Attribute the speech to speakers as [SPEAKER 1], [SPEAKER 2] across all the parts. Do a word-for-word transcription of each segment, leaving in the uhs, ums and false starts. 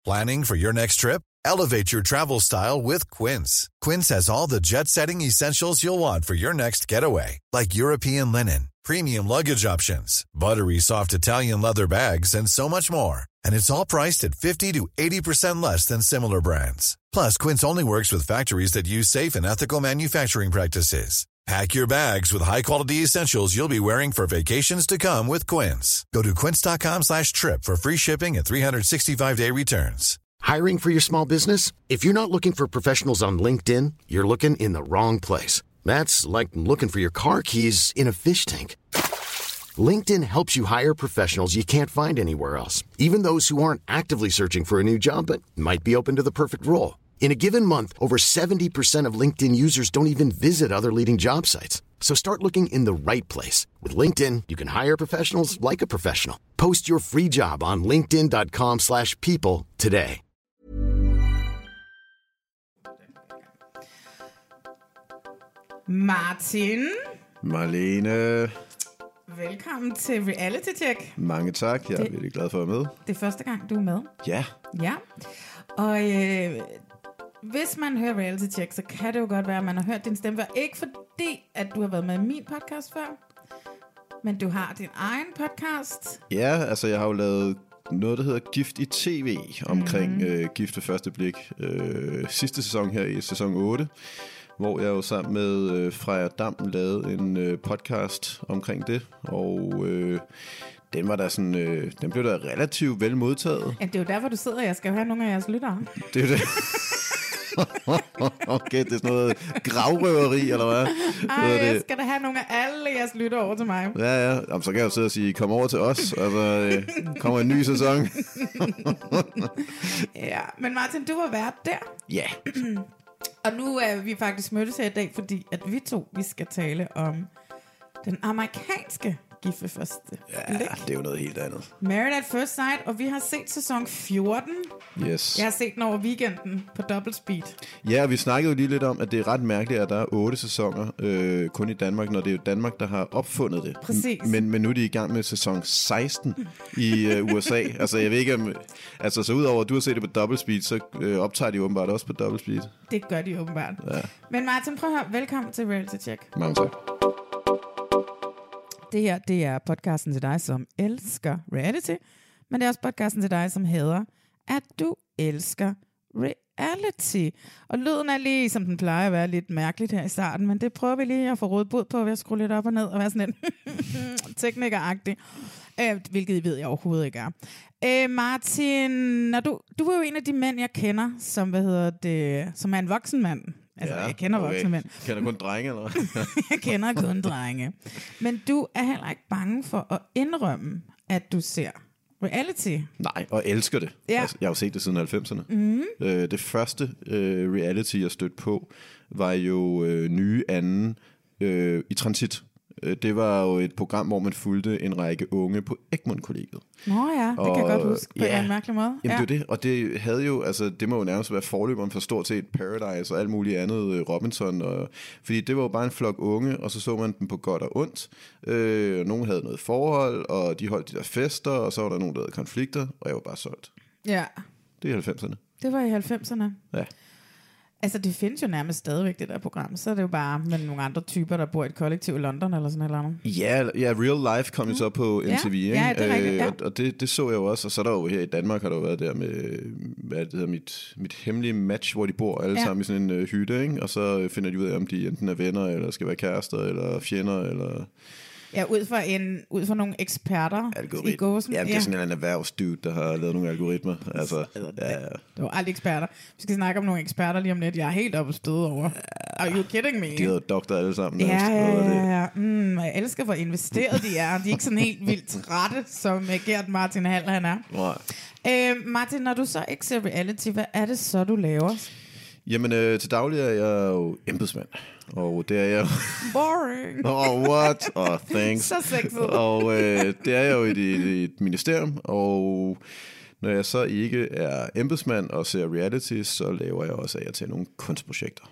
[SPEAKER 1] Planning for your next trip? Elevate your travel style with Quince. Quince has all the jet-setting essentials you'll want for your next getaway, like European linen, premium luggage options, buttery soft Italian leather bags, and so much more. And it's all priced at fifty to eighty percent less than similar brands. Plus, Quince only works with factories that use safe and ethical manufacturing practices. Pack your bags with high-quality essentials you'll be wearing for vacations to come with Quince. Go to quince.com slash trip for free shipping and three sixty-five day returns.
[SPEAKER 2] Hiring for your small business? If you're not looking for professionals on LinkedIn, you're looking in the wrong place. That's like looking for your car keys in a fish tank. LinkedIn helps you hire professionals you can't find anywhere else, even those who aren't actively searching for a new job but might be open to the perfect role. In a given month, over seventy percent of LinkedIn users don't even visit other leading job sites. So start looking in the right place. With LinkedIn, you can hire professionals like a professional. Post your free job on linkedin.com slash people today.
[SPEAKER 3] Martin.
[SPEAKER 4] Marlene.
[SPEAKER 3] Velkommen til Reality Check.
[SPEAKER 4] Mange tak, jeg er det, virkelig glad for at være med.
[SPEAKER 3] Det er første gang, du er med.
[SPEAKER 4] Ja.
[SPEAKER 3] Ja, og øh, hvis man hører Reality Check, så kan det jo godt være, at man har hørt din stemme før. Ikke fordi, at du har været med i min podcast før, men du har din egen podcast.
[SPEAKER 4] Ja, altså jeg har jo lavet noget, der hedder Gift i T V, omkring mm-hmm. øh, Gift ved første blik. Øh, sidste sæson her i sæson otte, hvor jeg jo sammen med øh, Freja Dam lavede en øh, podcast omkring det, og øh, den var der sådan, øh, den blev der relativt vel modtaget.
[SPEAKER 3] Ja, det er jo derfor, du sidder. Jeg skal jo have nogle af jeres lyttere.
[SPEAKER 4] Det er jo det. Okay, det er sådan noget gravrøveri, eller hvad?
[SPEAKER 3] Ej, jeg skal da have nogle af alle jeres lyttere over til mig.
[SPEAKER 4] Ja, ja. Jamen, så kan jeg jo sidde og sige, kom over til os. Altså, øh, kommer en ny sæson.
[SPEAKER 3] Ja, men Martin, du var vært der.
[SPEAKER 4] Ja.
[SPEAKER 3] Og nu er vi faktisk mødtes her i dag, fordi at vi to, vi skal tale om den amerikanske Gift ved første
[SPEAKER 4] Ja,
[SPEAKER 3] blik.
[SPEAKER 4] det er jo noget helt andet.
[SPEAKER 3] Married at First Sight, og vi har set sæson fjorten.
[SPEAKER 4] Yes.
[SPEAKER 3] Jeg har set den over weekenden på double speed.
[SPEAKER 4] Ja, og vi snakkede jo lige lidt om, at det er ret mærkeligt, at der er otte sæsoner øh, kun i Danmark, når det er jo Danmark, der har opfundet det.
[SPEAKER 3] Præcis.
[SPEAKER 4] Men, men nu er de i gang med sæson seksten i øh, U S A. Altså, jeg ved ikke om... Altså, så udover at du har set det på double speed, så øh, optager de åbenbart også på double speed.
[SPEAKER 3] Det gør de åbenbart.
[SPEAKER 4] Ja.
[SPEAKER 3] Men Martin, prøv at høre. Velkommen til Reality Check.
[SPEAKER 4] Mange tak.
[SPEAKER 3] Det her, det er podcasten til dig, som elsker reality, men det er også podcasten til dig, som hedder, at du elsker reality. Og lyden er lige, som den plejer at være, lidt mærkeligt her i starten, men det prøver vi lige at få rådet bod på, ved at skrue lidt op og ned og være sådan en teknikeragtig, øh, hvilket I ved, jeg overhovedet ikke er. Øh, Martin, når du, du er jo en af de mænd, jeg kender, som, hvad hedder det, som er en voksen mand. Altså, ja, jeg kender okay. voksne mænd.
[SPEAKER 4] Kender kun drenge, eller
[SPEAKER 3] Jeg kender kun drenge. Men du er heller ikke bange for at indrømme, at du ser reality.
[SPEAKER 4] Nej, og elsker det.
[SPEAKER 3] Ja.
[SPEAKER 4] Altså, jeg har jo set det siden halvfemserne.
[SPEAKER 3] Mm.
[SPEAKER 4] Øh, det første øh, reality, jeg stødte på, var jo øh, Nye Anden øh, i Transit. Det var jo et program, hvor man fulgte en række unge på Egmont-kollegiet.
[SPEAKER 3] Nå ja, det og, kan jeg godt huske på
[SPEAKER 4] ja,
[SPEAKER 3] en mærkelig måde.
[SPEAKER 4] Jamen
[SPEAKER 3] ja.
[SPEAKER 4] det er det, og det havde jo, altså det må jo nærmest være forløberen for stort set Paradise og alt muligt andet, Robinson, og, fordi det var jo bare en flok unge, og så så man dem på godt og ondt. Øh, nogle havde noget forhold, og de holdt de der fester, og så var der nogle, der havde konflikter, og jeg var bare solgt.
[SPEAKER 3] Ja.
[SPEAKER 4] Det er i halvfemserne.
[SPEAKER 3] Det var i halvfemserne.
[SPEAKER 4] Ja.
[SPEAKER 3] Altså, det findes jo nærmest stadigvæk, det der program. Så er det jo bare med nogle andre typer, der bor i et kollektiv i London eller sådan noget.
[SPEAKER 4] Ja, ja, Real Life kom jo mm. så på M T V,
[SPEAKER 3] ja,
[SPEAKER 4] ikke?
[SPEAKER 3] Ja, det er rigtigt, ja.
[SPEAKER 4] Og, og det, det så jeg jo også. Og så er der jo her i Danmark, har der jo været der med, hvad det hedder, mit, mit hemmelige match, hvor de bor alle ja. sammen i sådan en uh, hytte, ikke? Og så finder de ud af, om de enten er venner, eller skal være kærester, eller fjender, eller...
[SPEAKER 3] Ja, ud fra, en, ud fra nogle eksperter
[SPEAKER 4] Algoritme.
[SPEAKER 3] i gåsen.
[SPEAKER 4] Ja, det er sådan en erhvervsdude, der har lavet nogle algoritmer. Altså, ja, ja.
[SPEAKER 3] Det var aldrig eksperter. Vi skal snakke om nogle eksperter lige om lidt. Jeg er helt oppe støde over. Are you kidding me?
[SPEAKER 4] De havde doktor alle sammen.
[SPEAKER 3] Ja, ja, ja. ja. Mm, jeg elsker, hvor investeret de er. De er ikke sådan helt vildt trætte, som Gert Martin Hall han er.
[SPEAKER 4] Nej.
[SPEAKER 3] Øh, Martin, når du så ikke ser reality, hvad er det så, du laver?
[SPEAKER 4] Jamen, øh, til daglig er jeg jo embedsmand. Og det er jeg...
[SPEAKER 3] Boring.
[SPEAKER 4] Oh, what? Oh, thanks.
[SPEAKER 3] Så sexet.
[SPEAKER 4] Og øh, det er jeg jo i et, i et ministerium, og når jeg så ikke er embedsmand og ser reality, så laver jeg også af og til nogle kunstprojekter.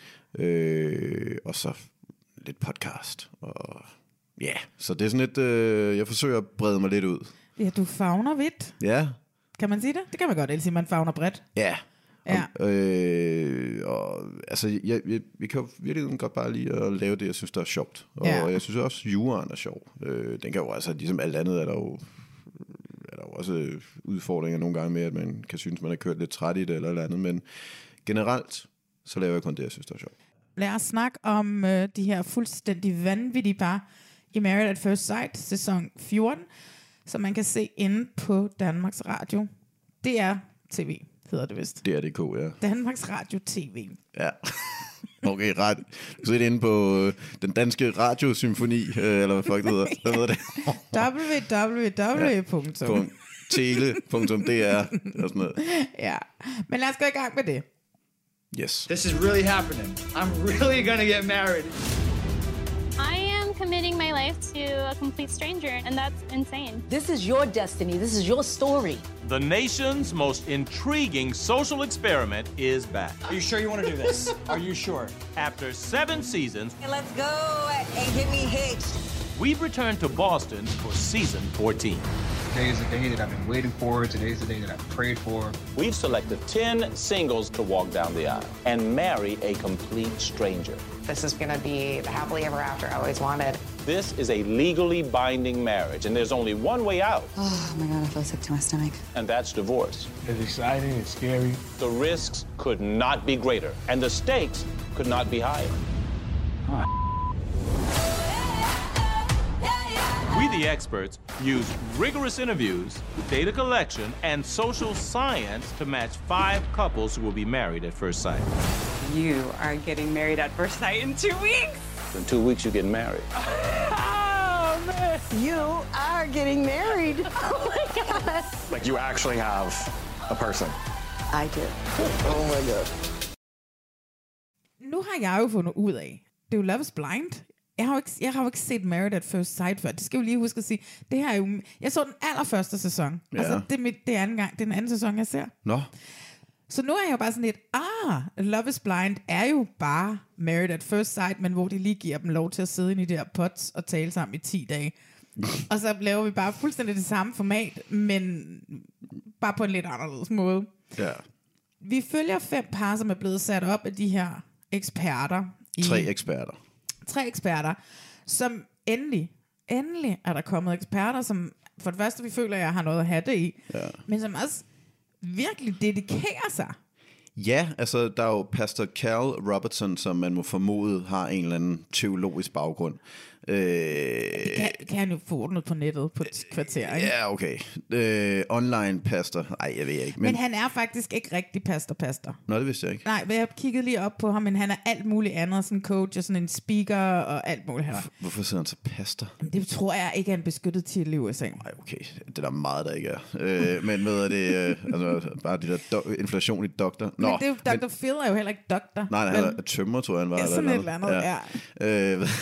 [SPEAKER 4] Øh, og så lidt podcast. Og ja, yeah. Så det er sådan lidt... Øh, jeg forsøger at brede mig lidt ud.
[SPEAKER 3] Ja, du favner vidt.
[SPEAKER 4] Ja,
[SPEAKER 3] Kan man sige det? Det kan man godt, ellers man favner bredt.
[SPEAKER 4] Ja.
[SPEAKER 3] Ja.
[SPEAKER 4] Og, øh, og, altså, jeg, jeg, jeg kan jo virkelig godt bare lide at lave det, jeg synes, der er sjovt. Og
[SPEAKER 3] Ja.
[SPEAKER 4] jeg synes også, juraen er sjov. Øh, den kan jo altså, ligesom alt andet, er der jo, er der jo også udfordringer nogle gange med, at man kan synes, man har kørt lidt træt i det eller eller andet. Men generelt, så laver jeg kun det, jeg synes, der er sjovt.
[SPEAKER 3] Lad os snakke om øh, de her fuldstændig vanvittige par i Married at First Sight, sæson fjorten, som man kan se inde på Danmarks Radio. Det er T V, hedder det vist.
[SPEAKER 4] Det er det K, ja.
[SPEAKER 3] Danmarks Radio T V.
[SPEAKER 4] Ja. Okay, ret. Du sidder inde på øh, den danske radiosymfoni, øh, eller hvad fuck det hedder. Hvad hedder det?
[SPEAKER 3] w w w punktum
[SPEAKER 4] tele punktum d r og sådan noget.
[SPEAKER 3] Ja, men lad os gå i gang med det.
[SPEAKER 4] Yes.
[SPEAKER 5] This is really happening. I'm really gonna get married.
[SPEAKER 6] I am committing my life to a complete stranger, and that's insane.
[SPEAKER 7] This is your destiny. This is your story.
[SPEAKER 8] The nation's most intriguing social experiment is back.
[SPEAKER 5] Are you sure you want to do this? Are you sure?
[SPEAKER 8] After seven seasons,
[SPEAKER 9] Let's go and get me hitched.
[SPEAKER 8] we've returned to Boston for season fourteen.
[SPEAKER 10] Today is the day that I've been waiting for. Today is the day that I've prayed for.
[SPEAKER 11] We've selected ten singles to walk down the aisle and marry a complete stranger.
[SPEAKER 12] This is going to be the happily ever after I always wanted.
[SPEAKER 11] This is a legally binding marriage, and there's only one way out,
[SPEAKER 12] Oh my God, I feel sick to my stomach.
[SPEAKER 11] and that's divorce.
[SPEAKER 10] It's exciting, it's scary.
[SPEAKER 11] The risks could not be greater, and the stakes could not be higher.
[SPEAKER 8] We, the experts, use rigorous interviews, data collection, and social science to match five couples who will be married at first sight.
[SPEAKER 13] You are getting married at first sight in two weeks.
[SPEAKER 11] In two weeks, you get married.
[SPEAKER 13] Oh, man.
[SPEAKER 7] You are getting married.
[SPEAKER 13] Oh, my God.
[SPEAKER 14] Like you actually have a person.
[SPEAKER 7] I do.
[SPEAKER 4] Oh my god.
[SPEAKER 3] Nu har jeg jo fundet ud af, det er jo Love is Blind. Jeg har jo ikke, jeg har jo ikke set Married at First Sight før. Det skal jo lige huske at sige. Det her er jo, jeg så den allerførste sæson.
[SPEAKER 4] Ja.
[SPEAKER 3] Altså, det er, mit, det, er anden gang, det er den anden sæson, jeg ser.
[SPEAKER 4] Nå.
[SPEAKER 3] Så nu er jeg jo bare sådan lidt, ah, Love is Blind er jo bare Married at First Sight, men hvor de lige giver dem lov til at sidde inde i det her pots og tale sammen i ti dage. Og så laver vi bare fuldstændig det samme format, men bare på en lidt anderledes måde.
[SPEAKER 4] Ja.
[SPEAKER 3] Vi følger fem par, som er blevet sat op af de her eksperter. I,
[SPEAKER 4] Tre eksperter.
[SPEAKER 3] tre eksperter, som endelig, endelig er der kommet eksperter, som for det første, vi føler, at jeg har noget at have det i,
[SPEAKER 4] Ja.
[SPEAKER 3] men som også virkelig dedikerer sig.
[SPEAKER 4] Ja, altså der er jo pastor Cal Robertson, som man må formode har en eller anden teologisk baggrund. Øh,
[SPEAKER 3] Kan, kan han jo få ordnet på nettet på et kvarter, ikke?
[SPEAKER 4] ja, okay. Øh, online pastor. Ej, jeg ved ikke. Men,
[SPEAKER 3] Men han er faktisk ikke rigtig pastor-pastor.
[SPEAKER 4] Nå, det vidste jeg ikke.
[SPEAKER 3] Nej, jeg kiggede lige op på ham, men han er alt muligt andet, sådan en coach og sådan en speaker og alt muligt her.
[SPEAKER 4] Hvorfor sidder han så pastor?
[SPEAKER 3] Jamen, det tror jeg ikke er en beskyttet titel i U S A.
[SPEAKER 4] Nej, okay. Det er der meget, der ikke er. Øh, men hvad er det? Øh, altså, bare de der do- inflation i doktor. Nå,
[SPEAKER 3] Men det er jo, doktor Phil er jo heller ikke doktor.
[SPEAKER 4] Nej, han er tømmer, tror jeg, han var.
[SPEAKER 3] Ja, sådan et eller andet, ja.
[SPEAKER 4] ja. Øh,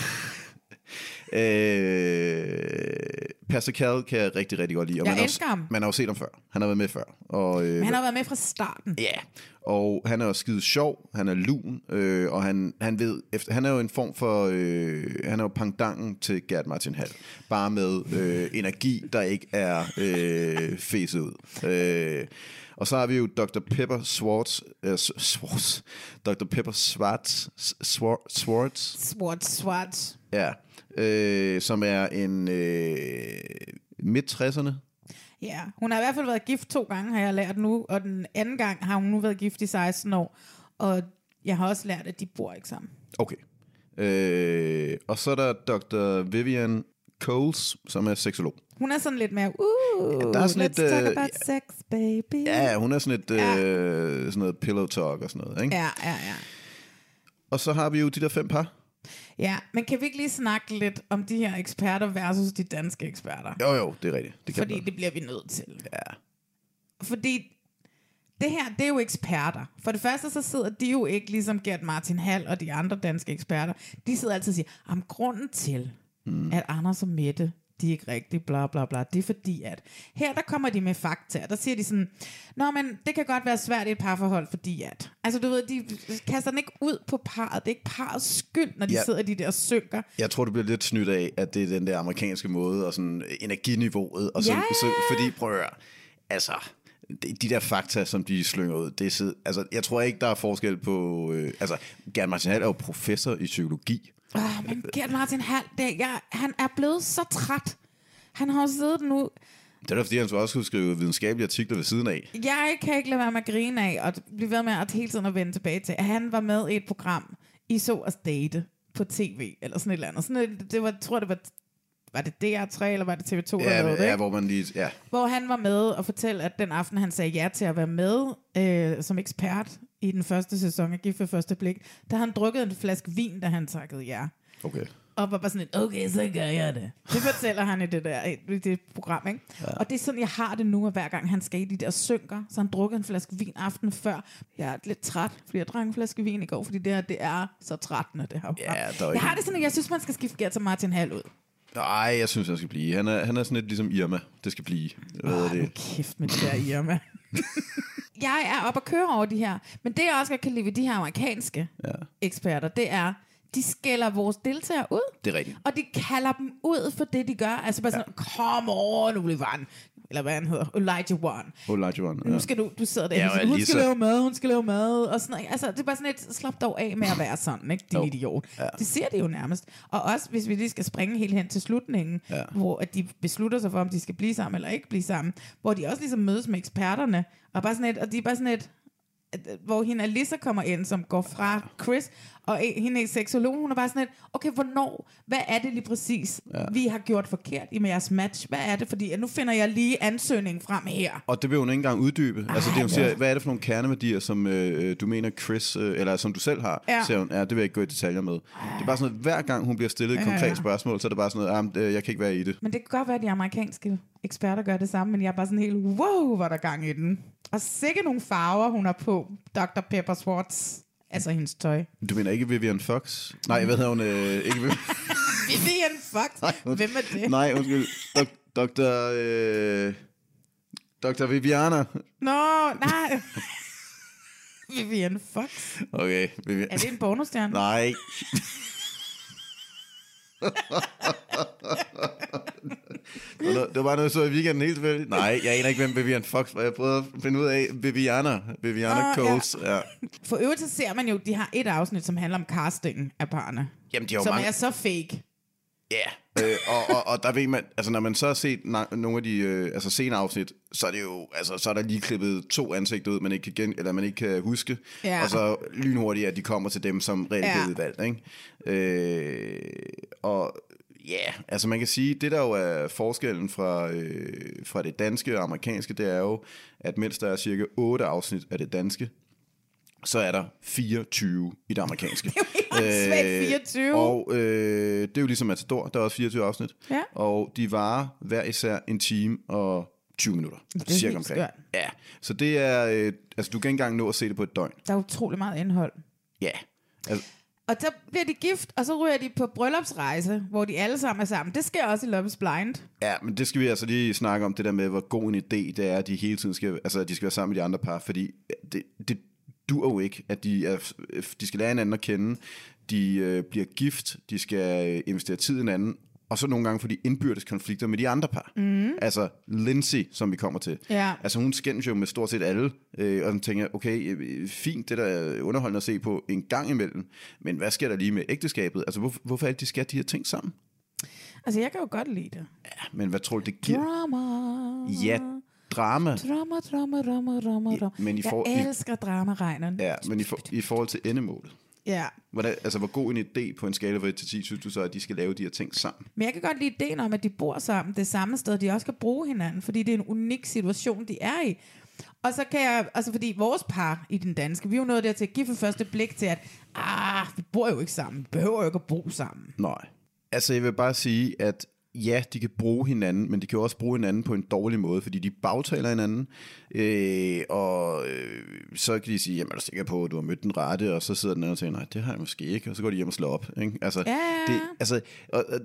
[SPEAKER 4] Øh, Pastor Cal kan jeg rigtig, rigtig godt lide. Og
[SPEAKER 3] Jeg
[SPEAKER 4] man
[SPEAKER 3] elsker
[SPEAKER 4] har,
[SPEAKER 3] ham.
[SPEAKER 4] Man har jo set ham før. Han har været med før. Og, øh,
[SPEAKER 3] Men han har været med fra starten.
[SPEAKER 4] Ja, og han er jo skide sjov, han er lun, øh, og han, han ved, efter, han er jo en form for, øh, han er jo pangdangen til Gert Martin Hall, bare med øh, energi, der ikke er øh, fæset ud. Øh, og så har vi jo doktor Pepper Schwartz, øh, Schwartz, doktor Pepper Schwartz, Schwartz, Schwartz,
[SPEAKER 3] Schwartz, Schwartz.
[SPEAKER 4] ja, øh, som er en øh, midt tresserne.
[SPEAKER 3] Ja, hun har i hvert fald været gift to gange, har jeg lært nu, og den anden gang har hun nu været gift i seksten år, og jeg har også lært, at de bor ikke sammen.
[SPEAKER 4] Okay. Øh, og så er der doktor Vivian Coles, som er seksolog.
[SPEAKER 3] Hun er sådan lidt mere, uh,
[SPEAKER 4] ja, der er sådan
[SPEAKER 3] let's
[SPEAKER 4] et,
[SPEAKER 3] talk
[SPEAKER 4] øh,
[SPEAKER 3] about
[SPEAKER 4] ja,
[SPEAKER 3] sex, baby.
[SPEAKER 4] Ja, hun er sådan et
[SPEAKER 3] Ja.
[SPEAKER 4] øh, sådan noget pillow talk og sådan noget, ikke?
[SPEAKER 3] Ja, ja, ja.
[SPEAKER 4] Og så har vi jo de der fem par.
[SPEAKER 3] Ja, men kan vi ikke lige snakke lidt om de her eksperter versus de danske eksperter?
[SPEAKER 4] Jo, jo, det er rigtigt. Det kan
[SPEAKER 3] Fordi
[SPEAKER 4] man.
[SPEAKER 3] det bliver vi nødt til.
[SPEAKER 4] Ja.
[SPEAKER 3] Fordi det her, det er jo eksperter. For det første, så sidder de jo ikke ligesom Gert Martin Hall og de andre danske eksperter. De sidder altid og siger, om grunden til, mm. at Anders og Mette, de er ikke rigtig bla bla bla, det er fordi at, her der kommer de med fakta, der siger de sådan, nå, men det kan godt være svært i et parforhold, fordi at, altså du ved, de kaster den ikke ud på parret, det er ikke parrets skyld, når de
[SPEAKER 4] Ja.
[SPEAKER 3] sidder de der og synker.
[SPEAKER 4] Jeg tror, det bliver lidt snydt af, at det er den der amerikanske måde, og sådan energiniveauet, og så,
[SPEAKER 3] Ja.
[SPEAKER 4] så, fordi, prøv at høre, altså, de, de der fakta, som de slynger ud, det er, altså, jeg tror ikke, der er forskel på... Øh, altså, Gert Martin Hall er jo professor i psykologi.
[SPEAKER 3] Oh, men Gert Martin Hall, det, jeg, han er blevet så træt. Han har jo siddet nu...
[SPEAKER 4] Det er da fordi, han så også kunne skrive videnskabelige artikler ved siden af.
[SPEAKER 3] Jeg kan ikke lade være med at grine af, og blive ved med at hele tiden at vende tilbage til, at han var med i et program, I så at date på tv, eller sådan et eller andet. Sådan et, det var, tror det var... Var det D R tre, eller var det T V to?
[SPEAKER 4] Ja,
[SPEAKER 3] eller noget,
[SPEAKER 4] ja, hvor man lige... Ja.
[SPEAKER 3] Hvor han var med og fortælle, at den aften, han sagde ja til at være med øh, som ekspert i den første sæson af Gift ved første blik, der han drukket en flaske vin, da han takkede ja.
[SPEAKER 4] Okay.
[SPEAKER 3] Og var bare sådan et, okay, så gør jeg det. Det fortæller han i det der i det program, ikke? Ja. Og det er sådan, jeg har det nu, at hver gang han skal i de der synker, så han drukker en flaske vin aften før. Jeg er lidt træt, fordi jeg drak en flaske vin i går, fordi det her, det er så trættende, det her.
[SPEAKER 4] Ja, der
[SPEAKER 3] jeg
[SPEAKER 4] ikke...
[SPEAKER 3] har det sådan, at jeg synes, man skal skifte Gert Martin Hall ud.
[SPEAKER 4] Nej, jeg synes, han skal blive. Han er, han er sådan lidt ligesom Irma. Det skal blive. Hvad
[SPEAKER 3] oh,
[SPEAKER 4] er det?
[SPEAKER 3] Kæft med det der Irma. Jeg er oppe at køre over de her. Men det, jeg også kan lide ved de her amerikanske ja. eksperter, det er, de skælder vores deltagere ud.
[SPEAKER 4] Det er rigtigt.
[SPEAKER 3] Og de kalder dem ud for det, de gør. Altså bare sådan, ja. Come on, Olivan. Eller hvad han hedder, Elijah One.
[SPEAKER 4] Elijah One, ja.
[SPEAKER 3] Nu skal du, du sidder der,
[SPEAKER 4] ja,
[SPEAKER 3] og siger, hun skal lave mad, hun skal lave mad, og sådan noget. Altså, det er bare sådan et, slap dog af med at være sådan, ikke? Din oh. idiot. Ja. Det siger det jo nærmest. Og også, hvis vi lige skal springe helt hen til slutningen, ja. hvor at de beslutter sig for, om de skal blive sammen eller ikke blive sammen, hvor de også ligesom mødes med eksperterne, og, bare sådan et, og de er bare sådan et, hvor hende Alissa kommer ind, som går fra Chris, og hende er seksolog, hun er bare sådan et, okay, hvornår, hvad er det lige præcis, ja. vi har gjort forkert i med jeres match? Hvad er det? Fordi nu finder jeg lige ansøgningen frem her.
[SPEAKER 4] Og det vil hun ikke engang uddybe. Ej, altså det hun siger, hvad er det for nogle kerneværdier, som øh, du mener Chris, øh, eller som du selv har, ja. siger hun, ja, det vil jeg ikke gå i detaljer med. Det er bare sådan noget, hver gang hun bliver stillet et ja, konkret ja. spørgsmål, så er det bare sådan noget, ah, jeg kan ikke være i det.
[SPEAKER 3] Men det kan godt være, at de amerikanske eksperter gør det samme, men jeg er bare sådan helt, wow, hvor der gang i den. Og sikke nogle farver, hun har på, doktor Pepper Schwartz. Altså hendes tøj.
[SPEAKER 4] Du mener ikke Vivian Fox? Nej, hvad hedder hun? Øh, ikke Vivian...
[SPEAKER 3] Vivian Fox? Nej, Hvem er det?
[SPEAKER 4] Nej, undskyld. Dok- doktor... Øh, doktor Viviana.
[SPEAKER 3] Nå, nej. Vivian Fox.
[SPEAKER 4] Okay. Vivian.
[SPEAKER 3] Er det en pornostjerne?
[SPEAKER 4] Nej. Det var bare noget, så i weekenden helt tilfældigt. Nej, jeg aner ikke, hvem Vivian Fox var. Jeg prøvede at finde ud af Viviana. Viviana oh, Coles. Ja. Ja.
[SPEAKER 3] For øvrigt så ser man jo, de har et afsnit, som handler om castingen af parerne.
[SPEAKER 4] Jamen, de har
[SPEAKER 3] som
[SPEAKER 4] mange...
[SPEAKER 3] er så fake.
[SPEAKER 4] Ja, yeah. øh, og, og, og der ved man, altså når man så har set na- nogle af de øh, altså sene afsnit, så er det jo, altså så er der lige klippet to ansigter ud, man ikke kan gen, eller man ikke kan huske, ja. Og så lynhurtigt, at de kommer til dem som reelt ja. udvalgt, ikke? Øh, og ja, yeah, altså man kan sige, det der jo er forskellen fra, øh, fra det danske og amerikanske, det er jo, at mens der er cirka otte afsnit af det danske, så er der fireogtyve i det amerikanske.
[SPEAKER 3] Det er jo fireogtyve.
[SPEAKER 4] Og øh, det er jo ligesom Matador, der er også fireogtyve afsnit.
[SPEAKER 3] Ja.
[SPEAKER 4] Og de varer hver især en time og tyve minutter.
[SPEAKER 3] Det er
[SPEAKER 4] cirka omkring. Ja, så det er, øh, altså du kan ikke engang nå at se det på et døgn.
[SPEAKER 3] Der er utrolig meget indhold.
[SPEAKER 4] Ja. Altså,
[SPEAKER 3] og så bliver de gift, og så ryger de på bryllupsrejse, hvor de alle sammen er sammen. Det sker også i Love is Blind.
[SPEAKER 4] Ja, men det skal vi altså lige snakke om, det der med, hvor god en idé det er, at de hele tiden skal, altså, de skal være sammen med de andre par, fordi det, det duer jo ikke, at de, er, de skal lære hinanden at kende, de øh, bliver gift, de skal øh, investere tid i hinanden, og så nogle gange får de indbyrdes konflikter med de andre par. Mm. Altså Lindsay, som vi kommer til.
[SPEAKER 3] Ja.
[SPEAKER 4] Altså hun skændes jo med stort set alle, øh, og så tænker jeg, okay, fint, det der er underholdende at se på en gang imellem, men hvad sker der lige med ægteskabet? Altså hvor, hvorfor er det, de skal de her ting sammen?
[SPEAKER 3] Altså jeg kan jo godt lide det.
[SPEAKER 4] Ja, men hvad tror du, det giver?
[SPEAKER 3] Drama.
[SPEAKER 4] Ja, drama.
[SPEAKER 3] Drama, drama, drama, drama. Ja,
[SPEAKER 4] men I for,
[SPEAKER 3] jeg elsker drama, Reiner.
[SPEAKER 4] Ja, men i, for, i forhold til endemålet.
[SPEAKER 3] Ja.
[SPEAKER 4] Hvordan, altså, hvor god en idé på en skala fra et til ti, synes du så, at de skal lave de her ting sammen?
[SPEAKER 3] Men jeg kan godt lide ideen om, at de bor sammen det samme sted, de også kan bruge hinanden, fordi det er en unik situation, de er i. Og så kan jeg, altså fordi vores par i den danske, vi er jo nået der til at give for første blik til, at ah, vi bor jo ikke sammen, vi behøver jo ikke at bo sammen.
[SPEAKER 4] Nej. Altså, jeg vil bare sige, at ja, de kan bruge hinanden, men de kan også bruge hinanden på en dårlig måde, fordi de bagtaler hinanden, øh, og øh, så kan de sige, jamen er du sikker på, at du har mødt den rette, og så sidder den anden og tænker, nej, det har jeg måske ikke, og så går de hjem og slår op. Ikke? Altså,
[SPEAKER 3] ja.
[SPEAKER 4] det, altså, og, og,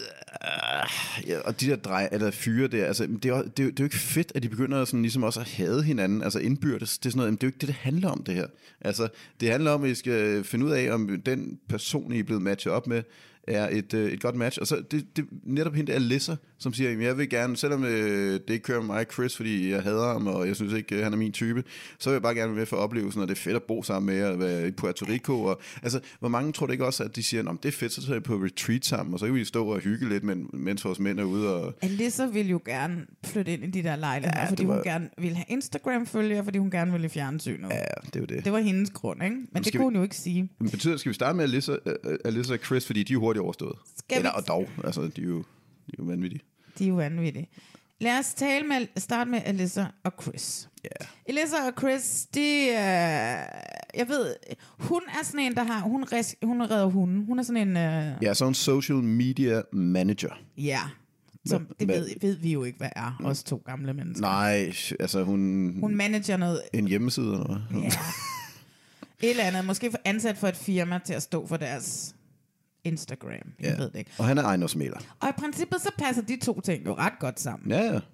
[SPEAKER 4] øh, ja, og de der drej, eller fyre der, altså, det er, jo, det, er jo, det er jo ikke fedt, at de begynder sådan, ligesom også at hade hinanden, altså indbyrdes, det er sådan noget, men det er jo ikke det, det handler om det her. Altså, det handler om, at I skal finde ud af, om den person, I er blevet matchet op med, er et, øh, et godt match. Og så det, det netop hende Alyssa, som siger, at jeg vil gerne, selvom øh, det ikke kører med mig og Chris, fordi jeg hader ham, og jeg synes ikke, øh, han er min type, så vil jeg bare gerne være med for oplevelsen, og det er fedt at bo sammen med, og være i Puerto Rico. Og, altså, hvor mange tror det ikke også, at de siger, at det er fedt, så tager vi på retreat sammen, og så kan vi stå og hygge lidt, men, mens vores mænd er ude. Og
[SPEAKER 3] Alyssa ville jo gerne flytte ind i de der lejligheder, ja, fordi var... hun gerne ville have Instagram-følgere, fordi hun gerne ville i fjernsynet.
[SPEAKER 4] Ja, det var det.
[SPEAKER 3] Det var hendes grund, ikke? Men det kunne hun jo ikke sige.
[SPEAKER 4] Men betyder, skal vi starte med Alyssa, uh, Alyssa og Chris, fordi de er hurtigt overstået? Skal Eller, vi... og dog, altså, de er, jo, de er jo vanvittige.
[SPEAKER 3] De er jo vanvittige. Lad os tale med, starte med Alyssa og Chris.
[SPEAKER 4] Ja. Yeah.
[SPEAKER 3] Alyssa og Chris, de, øh, jeg ved, hun er sådan en, der har, hun, res, hun redder hunden. Hun er sådan en... Øh,
[SPEAKER 4] ja, sådan en social media manager.
[SPEAKER 3] Ja, som, det ved, ved vi jo ikke, hvad er, os to gamle mennesker.
[SPEAKER 4] Nej, altså hun...
[SPEAKER 3] Hun manager noget...
[SPEAKER 4] En hjemmeside eller hvad?
[SPEAKER 3] Ja. Et eller andet, måske ansat for et firma til at stå for deres Instagram. Jeg
[SPEAKER 4] ja.
[SPEAKER 3] ved det ikke.
[SPEAKER 4] Og han er ejendomsmægler.
[SPEAKER 3] Og i princippet så passer de to ting jo ret godt sammen.
[SPEAKER 4] Ja, ja.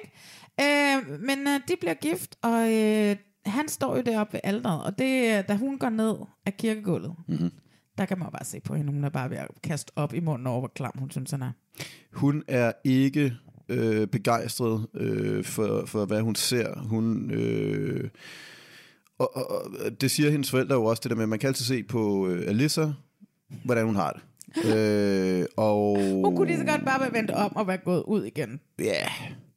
[SPEAKER 3] Øh, men øh, de bliver gift, og øh, han står jo deroppe ved alderet, og det, da hun går ned af kirkegulvet, mm-hmm. der kan man jo bare se på hende. Hun er bare ved at kaste op i munden over, hvor klam hun synes, han er.
[SPEAKER 4] Hun er ikke øh, begejstret øh, for, for, hvad hun ser. Hun... Øh, og, og, og det siger hendes forældre jo også, det der med, at man kan altid se på øh, Alyssa, hvordan hun har det. øh, og...
[SPEAKER 3] Hun kunne lige så godt bare være vendt om og være gået ud igen.
[SPEAKER 4] Ja... Yeah.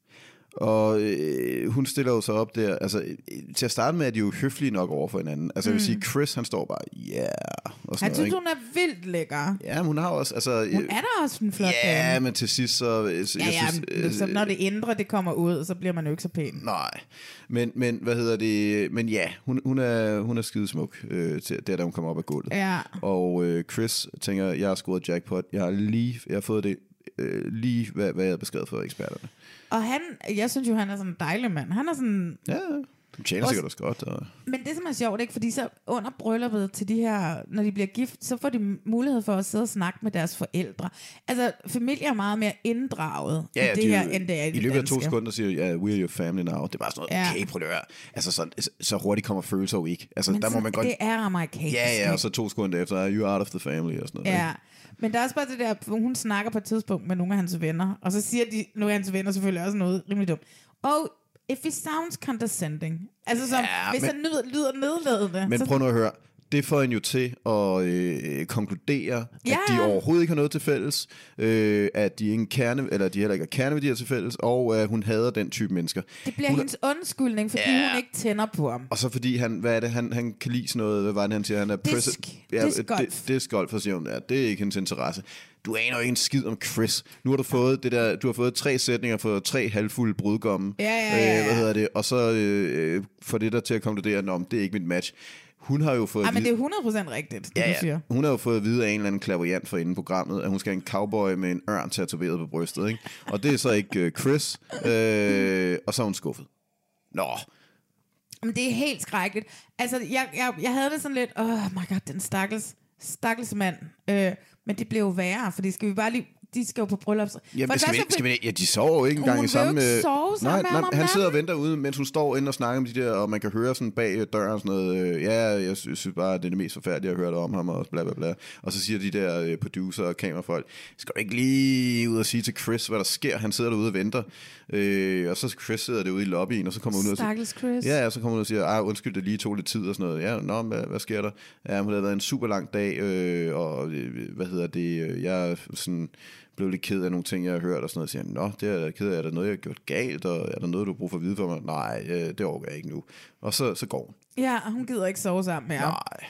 [SPEAKER 4] Og øh, hun stiller jo så op der. Altså, til at starte med er de jo høflige nok over for hinanden. Altså, mm. jeg vil sige, Chris, han står bare, ja. Yeah,
[SPEAKER 3] han synes, hun er vildt lækker.
[SPEAKER 4] Ja, men hun har også... Altså,
[SPEAKER 3] hun er da også en flot
[SPEAKER 4] Ja,
[SPEAKER 3] dame.
[SPEAKER 4] men til sidst så...
[SPEAKER 3] Ja,
[SPEAKER 4] jeg
[SPEAKER 3] ja,
[SPEAKER 4] synes,
[SPEAKER 3] så når det indre, det kommer ud, så bliver man jo ikke så pæn.
[SPEAKER 4] Nej, men, men hvad hedder det... Men ja, hun, hun er, hun er skidesmuk, øh, til, der da hun kommer op af gulvet.
[SPEAKER 3] Ja. Og
[SPEAKER 4] øh, Chris tænker, jeg har scoret jackpot. Jeg har lige... Jeg har fået det øh, lige, hvad, hvad jeg havde beskrevet for eksperterne.
[SPEAKER 3] Og han, jeg synes jo, han er sådan en dejlig mand. Han er sådan...
[SPEAKER 4] Ja, du tjener sikkert også godt. Og...
[SPEAKER 3] Men det som er sjovt, ikke? Fordi så under brylluppet til de her, når de bliver gift, så får de mulighed for at sidde og snakke med deres forældre. Altså, familie er meget mere inddraget
[SPEAKER 4] ja, ja,
[SPEAKER 3] i det
[SPEAKER 4] de,
[SPEAKER 3] her, end det er i
[SPEAKER 4] I løbet af to sekunder siger ja, yeah, we're your family now. Det er bare sådan noget,
[SPEAKER 3] ja.
[SPEAKER 4] okay, prøv at altså, så, så hurtigt kommer følelser jo ikke. Altså,
[SPEAKER 3] men
[SPEAKER 4] der
[SPEAKER 3] så,
[SPEAKER 4] må man godt...
[SPEAKER 3] det er amerikansk.
[SPEAKER 4] Ja, ja, og så to sekunder efter, you're out of the family og sådan noget.
[SPEAKER 3] Ja. Ikke? Men der er også bare det der, hun snakker på et tidspunkt med nogle af hans venner, og så siger de, nogle af hans venner selvfølgelig også noget rimelig dumt. Oh, if he sounds condescending. Altså som, ja, hvis men, han lyder, lyder nedladende.
[SPEAKER 4] Men
[SPEAKER 3] så,
[SPEAKER 4] prøv nu at høre, det får en jo til at øh, konkludere,
[SPEAKER 3] ja.
[SPEAKER 4] at de overhovedet ikke har noget til fælles, øh, at de ikke kerne, eller de heller ikke har kerneværdier til fælles, og at øh, hun hader den type mennesker.
[SPEAKER 3] Det bliver
[SPEAKER 4] hun,
[SPEAKER 3] hendes undskyldning, fordi ja. hun ikke tænder på ham.
[SPEAKER 4] Og så fordi han, hvad er det, han, han kan lide sådan noget, hvad var det, han siger, han er
[SPEAKER 3] Disk.
[SPEAKER 4] Ja,
[SPEAKER 3] Discgolf.
[SPEAKER 4] Discgolf, så siger hun, ja, det er ikke hendes interesse. Du aner jo ikke en skid om Chris. Nu har du fået det der, du har fået tre sætninger for tre halvfulde brudgomme.
[SPEAKER 3] Ja, ja, ja, ja.
[SPEAKER 4] Øh, hvad hedder det? Og så øh, får det der til at konkludere, om det er ikke mit match. Hun har jo fået
[SPEAKER 3] ja, men det er hundrede procent rigtigt, det
[SPEAKER 4] ja,
[SPEAKER 3] du siger.
[SPEAKER 4] Hun har jo fået at vide af en eller anden klaverjant for inden programmet, at hun skal have en cowboy med en ørn tatoveret på brystet, ikke? Og det er så ikke uh, Chris, øh, og så er hun skuffet. Nå.
[SPEAKER 3] Men det er helt skrækkeligt. Altså, jeg, jeg, jeg havde det sådan lidt, åh oh my god, den stakkels, stakkels mand. Øh, men det blev jo værre, fordi skal vi bare lige... De skal jo på bryllups.
[SPEAKER 4] Jamen, skal vi, skal vi, ja, de sover jo ikke engang
[SPEAKER 3] hun
[SPEAKER 4] i samme... Hun
[SPEAKER 3] vil jo ikke sove sammen
[SPEAKER 4] nej,
[SPEAKER 3] med
[SPEAKER 4] nej,
[SPEAKER 3] ham.
[SPEAKER 4] Han sidder og venter ude, mens hun står inde og snakker om de der, og man kan høre sådan bag døren sådan noget, ja, jeg synes, synes bare, det er det mest forfærdelige, jeg har hørt om ham, og bla bla bla. Og så siger de der producer og kamerafolk, skal du ikke lige ud og sige til Chris, hvad der sker? Han sidder derude og venter. Øh, og så Chris sidder derude i lobbyen, og så kommer hun ud og siger...
[SPEAKER 3] Stakkels Chris.
[SPEAKER 4] Ja, og så kommer hun ud og siger, ah, undskyld, det lige tog lidt tid og sådan noget. Ja, nå, hvad, hvad sker der? Ja, hun har været en super lang dag, øh, og hvad hedder det, jeg er sådan... blev lidt ked af nogle ting, jeg har hørt, og sådan noget, og siger, nå, det er jeg ked af, er der noget, jeg har gjort galt, og er der noget, du har brug for at vide for mig? Nej, øh, det overgår jeg ikke nu. Og så, så går hun.
[SPEAKER 3] Ja, og hun gider ikke sove sammen med ham.
[SPEAKER 4] Nej.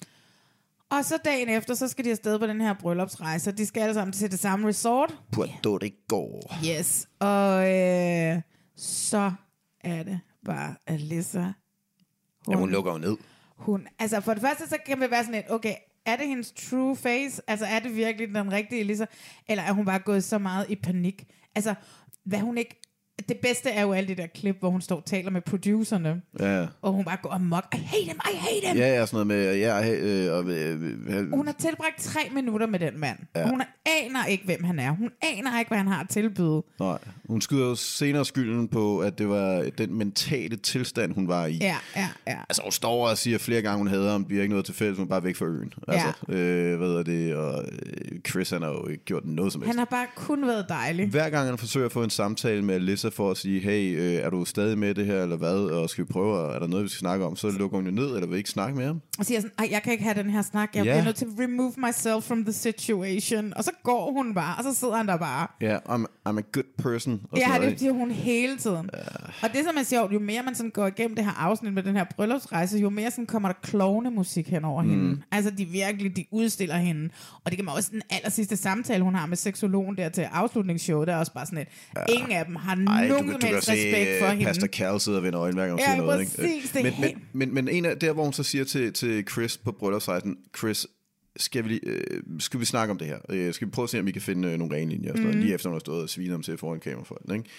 [SPEAKER 3] Og så dagen efter, så skal de afsted på den her bryllupsrejse, og de skal alle sammen til det samme resort.
[SPEAKER 4] Puerto Rico.
[SPEAKER 3] Yes, og øh, så er det bare Alyssa.
[SPEAKER 4] Hun, ja, hun lukker jo ned.
[SPEAKER 3] Hun, altså for det første, så kan vi være sådan et, okay, er det hendes true face? Altså er det virkelig den rigtige Alyssa? Eller er hun bare gået så meget i panik? Altså, hvad hun ikke... Det bedste er jo alle de der klip, hvor hun står og taler med producerne. Ja. Og hun bare går amok. I hate him, I hate him.
[SPEAKER 4] Ja, ja, sådan noget med... Ja, øh, og, øh, øh,
[SPEAKER 3] hun har tilbragt tre minutter med den mand. Ja. Og hun har aner ikke, hvem han er. Hun aner ikke, hvad han har at tilbyde.
[SPEAKER 4] Nej, hun skyder jo senere skylden på, at det var den mentale tilstand, hun var i.
[SPEAKER 3] Ja, ja, ja.
[SPEAKER 4] Altså, hun står og siger flere gange, hun hader ham, bliver ikke noget til fælles, hun er bare væk fra øen. Altså,
[SPEAKER 3] ja.
[SPEAKER 4] øh, hvad er det, og Chris, han har jo ikke gjort noget som helst.
[SPEAKER 3] Han har bare kun været dejlig.
[SPEAKER 4] Hver gang han forsøger at få en samtale med Alyssa for at sige, hey, øh, er du stadig med det her, eller hvad, og skal vi prøve, er der noget, vi skal snakke om, så lukker hun jo ned, eller vil ikke snakke med ham.
[SPEAKER 3] Og siger sådan, jeg kan ikke have den her snak, jeg
[SPEAKER 4] ja.
[SPEAKER 3] bliver nødt til at remove myself from the situation. Og så går hun bare, og så sidder han der bare.
[SPEAKER 4] Ja, yeah, I'm, I'm a good person. Og
[SPEAKER 3] ja, det siger hun hele tiden. Ja. Og det, som er sjovt, jo mere man sådan går igennem det her afsnit med den her bryllupsrejse, jo mere sådan kommer der klovnemusik hen over mm. hende. Altså, de virkelig, de udstiller hende. Og det kan man også, den aller sidste samtale, hun har med seksologen der til afslutningsshow, der er også bare sådan et, ja. ingen af dem har Ej, nogen som helst respekt for hende.
[SPEAKER 4] Pastor Cal sidder og vender øjne, hver gang hun
[SPEAKER 3] ja,
[SPEAKER 4] siger noget.
[SPEAKER 3] Præcis,
[SPEAKER 4] ikke? Men, men, men, men en af der, hvor hun så siger til, til Chris på bryllupsrejsen, Chris, skal vi, lige, øh, skal vi snakke om det her? Øh, skal vi prøve at se, om vi kan finde øh, nogle rene linjer, mm. lige efter hun har stået og svinet om til foran kamerafolk, ikke?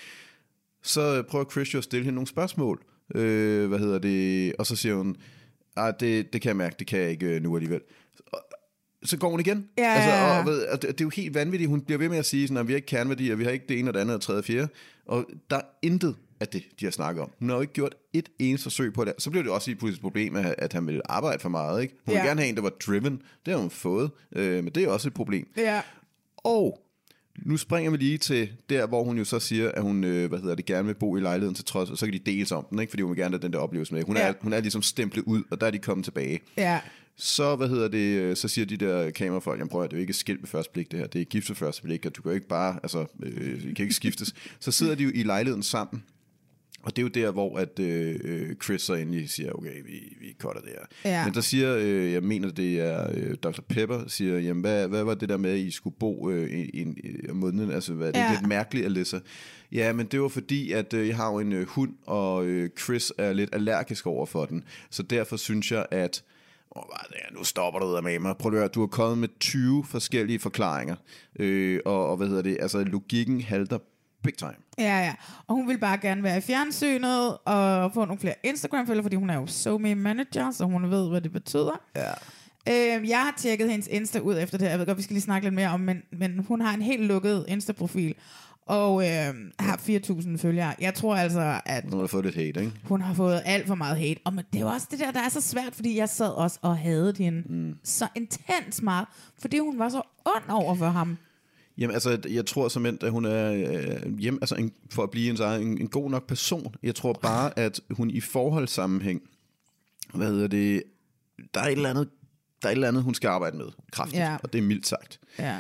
[SPEAKER 4] Så prøver Chris jo at stille hende nogle spørgsmål. Øh, hvad hedder det? Og så siger hun, ah, det, det kan jeg mærke, det kan jeg ikke øh, nu alligevel. Og, så går hun igen.
[SPEAKER 3] Ja,
[SPEAKER 4] altså,
[SPEAKER 3] ja, ja.
[SPEAKER 4] Og, og det, det er jo helt vanvittigt. Hun bliver ved med at sige, sådan, at vi har ikke kerneværdier, vi har ikke det ene og det andet og tredje og fjerde. Og der er intet af det, de har snakket om. Hun har jo ikke gjort et eneste forsøg på det. Så blev det også et politisk problem, at han ville arbejde for meget. Ikke? Hun ja. ville gerne have en, der var driven. Det har hun fået. Øh, men det er også et problem.
[SPEAKER 3] Ja.
[SPEAKER 4] Og nu springer vi lige til der, hvor hun jo så siger, at hun øh, hvad hedder det, gerne vil bo i lejligheden til trods, og så kan de deles om den, ikke? Fordi hun vil gerne have den der oplevelse med. Hun, ja. er, hun er ligesom stemplet ud, og der er de kommet tilbage.
[SPEAKER 3] Ja.
[SPEAKER 4] Så, hvad hedder det, så siger de der kamerafolk, jamen prøv at det er jo ikke skilt ved første blik det her, det er gift ved første blik, og du kan jo ikke bare, altså, øh, I kan ikke skiftes. Så sidder de jo i lejligheden sammen, og det er jo der, hvor at øh, Chris så endelig siger, okay, vi, vi cutter det her.
[SPEAKER 3] Ja.
[SPEAKER 4] Men der siger, øh, jeg mener det er øh, doktor Pepper, siger, jamen hvad, hvad var det der med, at I skulle bo øh, i en måned, altså hvad, det er ja. lidt mærkeligt, Alyssa. Ja, men det var fordi, at øh, jeg har jo en øh, hund, og øh, Chris er lidt allergisk over for den, så derfor synes jeg, at oh, nu stopper du ud med mig. Prøv at høre, du har kommet med tyve forskellige forklaringer, øh, og, og hvad hedder det, altså logikken halter big time.
[SPEAKER 3] Ja, ja. Og hun vil bare gerne være i fjernsynet og få nogle flere Instagram-følgere, fordi hun er jo SoMe manager, så hun ved, hvad det betyder.
[SPEAKER 4] Ja.
[SPEAKER 3] Øh, jeg har tjekket hendes Insta ud efter det her. Jeg ved godt, vi skal lige snakke lidt mere om, men, men hun har en helt lukket Insta-profil, og øh, har fire tusind følgere. Jeg tror altså, at
[SPEAKER 4] hun har fået lidt hate, ikke?
[SPEAKER 3] Hun har fået alt for meget hate. Og men det er jo også det der, der er så svært, fordi jeg sad også og hadede hende mm. så intens meget, fordi hun var så ond over for ham.
[SPEAKER 4] Jamen altså, jeg tror simpelthen, at hun er øh, hjem, altså en, for at blive en, en, en god nok person. Jeg tror bare, at hun i forholdssammenhæng, hvad hedder det, der er et eller andet, der er et eller andet, hun skal arbejde med kraftigt, ja. Og det er mildt sagt.
[SPEAKER 3] Ja.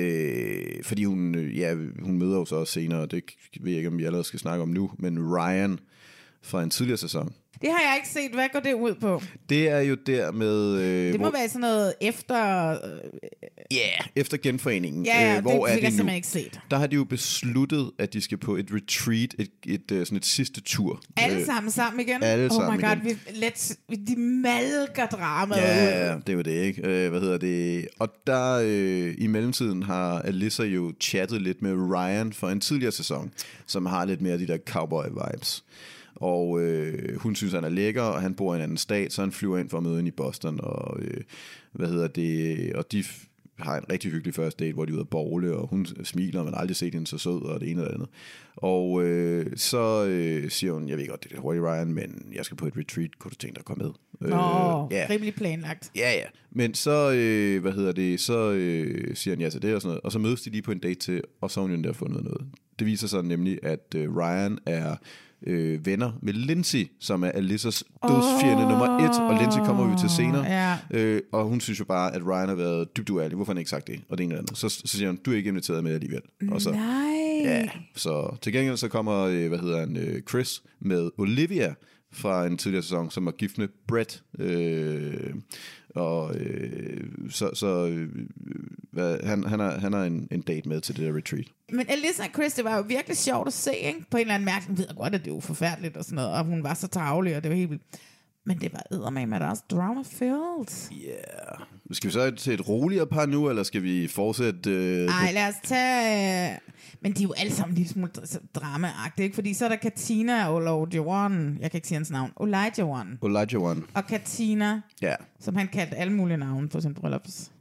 [SPEAKER 4] Øh, fordi hun, ja, hun møder jo så også senere, det ved jeg ikke, om vi allerede skal snakke om nu, men Ryan fra en tidligere sæson.
[SPEAKER 3] Det har jeg ikke set. Hvad går det ud på?
[SPEAKER 4] Det er jo der med... Øh,
[SPEAKER 3] det må hvor, være sådan noget efter...
[SPEAKER 4] Ja, yeah, efter genforeningen.
[SPEAKER 3] Ja, ja
[SPEAKER 4] øh, hvor
[SPEAKER 3] det
[SPEAKER 4] er
[SPEAKER 3] fik jeg
[SPEAKER 4] de
[SPEAKER 3] simpelthen ikke set.
[SPEAKER 4] Der har de jo besluttet, at de skal på et retreat, et, et, et, sådan et sidste tur.
[SPEAKER 3] Alle øh, sammen sammen igen?
[SPEAKER 4] Alle
[SPEAKER 3] oh
[SPEAKER 4] sammen
[SPEAKER 3] my god,
[SPEAKER 4] igen.
[SPEAKER 3] Vi, let's, de malker dramaet.
[SPEAKER 4] Ja, ja, det er jo det, ikke? Øh, hvad hedder det? Og der øh, i mellemtiden har Alyssa jo chattet lidt med Ryan for en tidligere sæson, som har lidt mere af de der cowboy-vibes. Og øh, hun synes, han er lækker, og han bor i en anden stat, så han flyver ind for at møde hende i Boston, og øh, hvad hedder det, og de har en rigtig hyggelig første date, hvor de er ude at bowle, og hun smiler, og man har aldrig set hende så sød, og det ene eller andet. Og øh, så øh, siger hun, jeg ved godt, det er lidt hurtigt, Ryan, men jeg skal på et retreat, kunne du tænke dig at komme med?
[SPEAKER 3] Nå, øh, ja. Rimelig planlagt.
[SPEAKER 4] Ja, ja. Men så, øh, hvad hedder det, så øh, siger han ja til det og sådan noget, og så mødes de lige på en date til, og så har hun jo der fundet noget. Det viser sig nemlig, at øh, Ryan er øh, venner med Lindsay, som er Alyssas dødsfjende oh, nummer et, og Lindsay kommer vi til senere.
[SPEAKER 3] Ja.
[SPEAKER 4] Øh, og hun synes jo bare, at Ryan har været dybt uærlig. Hvorfor har han ikke sagt det? Og det ene eller andet. Så, så siger hun, du er ikke inviteret med alligevel. Og så,
[SPEAKER 3] nej.
[SPEAKER 4] Ja, så til gengæld så kommer, øh, hvad hedder han, øh, Chris med Olivia fra en tidligere sæson, som er gift med Brett. Øh, og øh, så, så øh, hvad, han, han har, han har en, en date med til det der retreat.
[SPEAKER 3] Men Alyssa og Chris, det var jo virkelig sjovt at se, ikke? På en eller anden mærke. Jeg ved godt, at det var forfærdeligt og sådan noget, og hun var så tarvelig, og det var helt vildt. Men det var eddermame, at der også drama-filled.
[SPEAKER 4] Ja. Yeah. Skal vi så til et roligere par nu, eller skal vi fortsætte? Øh,
[SPEAKER 3] Nej, lad os tage... Men de er jo alle sammen lidt smule drama-agtige, ikke? Fordi så er der Katina og Olajuwon. Jeg kan ikke sige hans navn. Olajuwon.
[SPEAKER 4] Olajuwon.
[SPEAKER 3] Og Katina,
[SPEAKER 4] ja.
[SPEAKER 3] som han kaldte alle mulige navne på sin bryllups.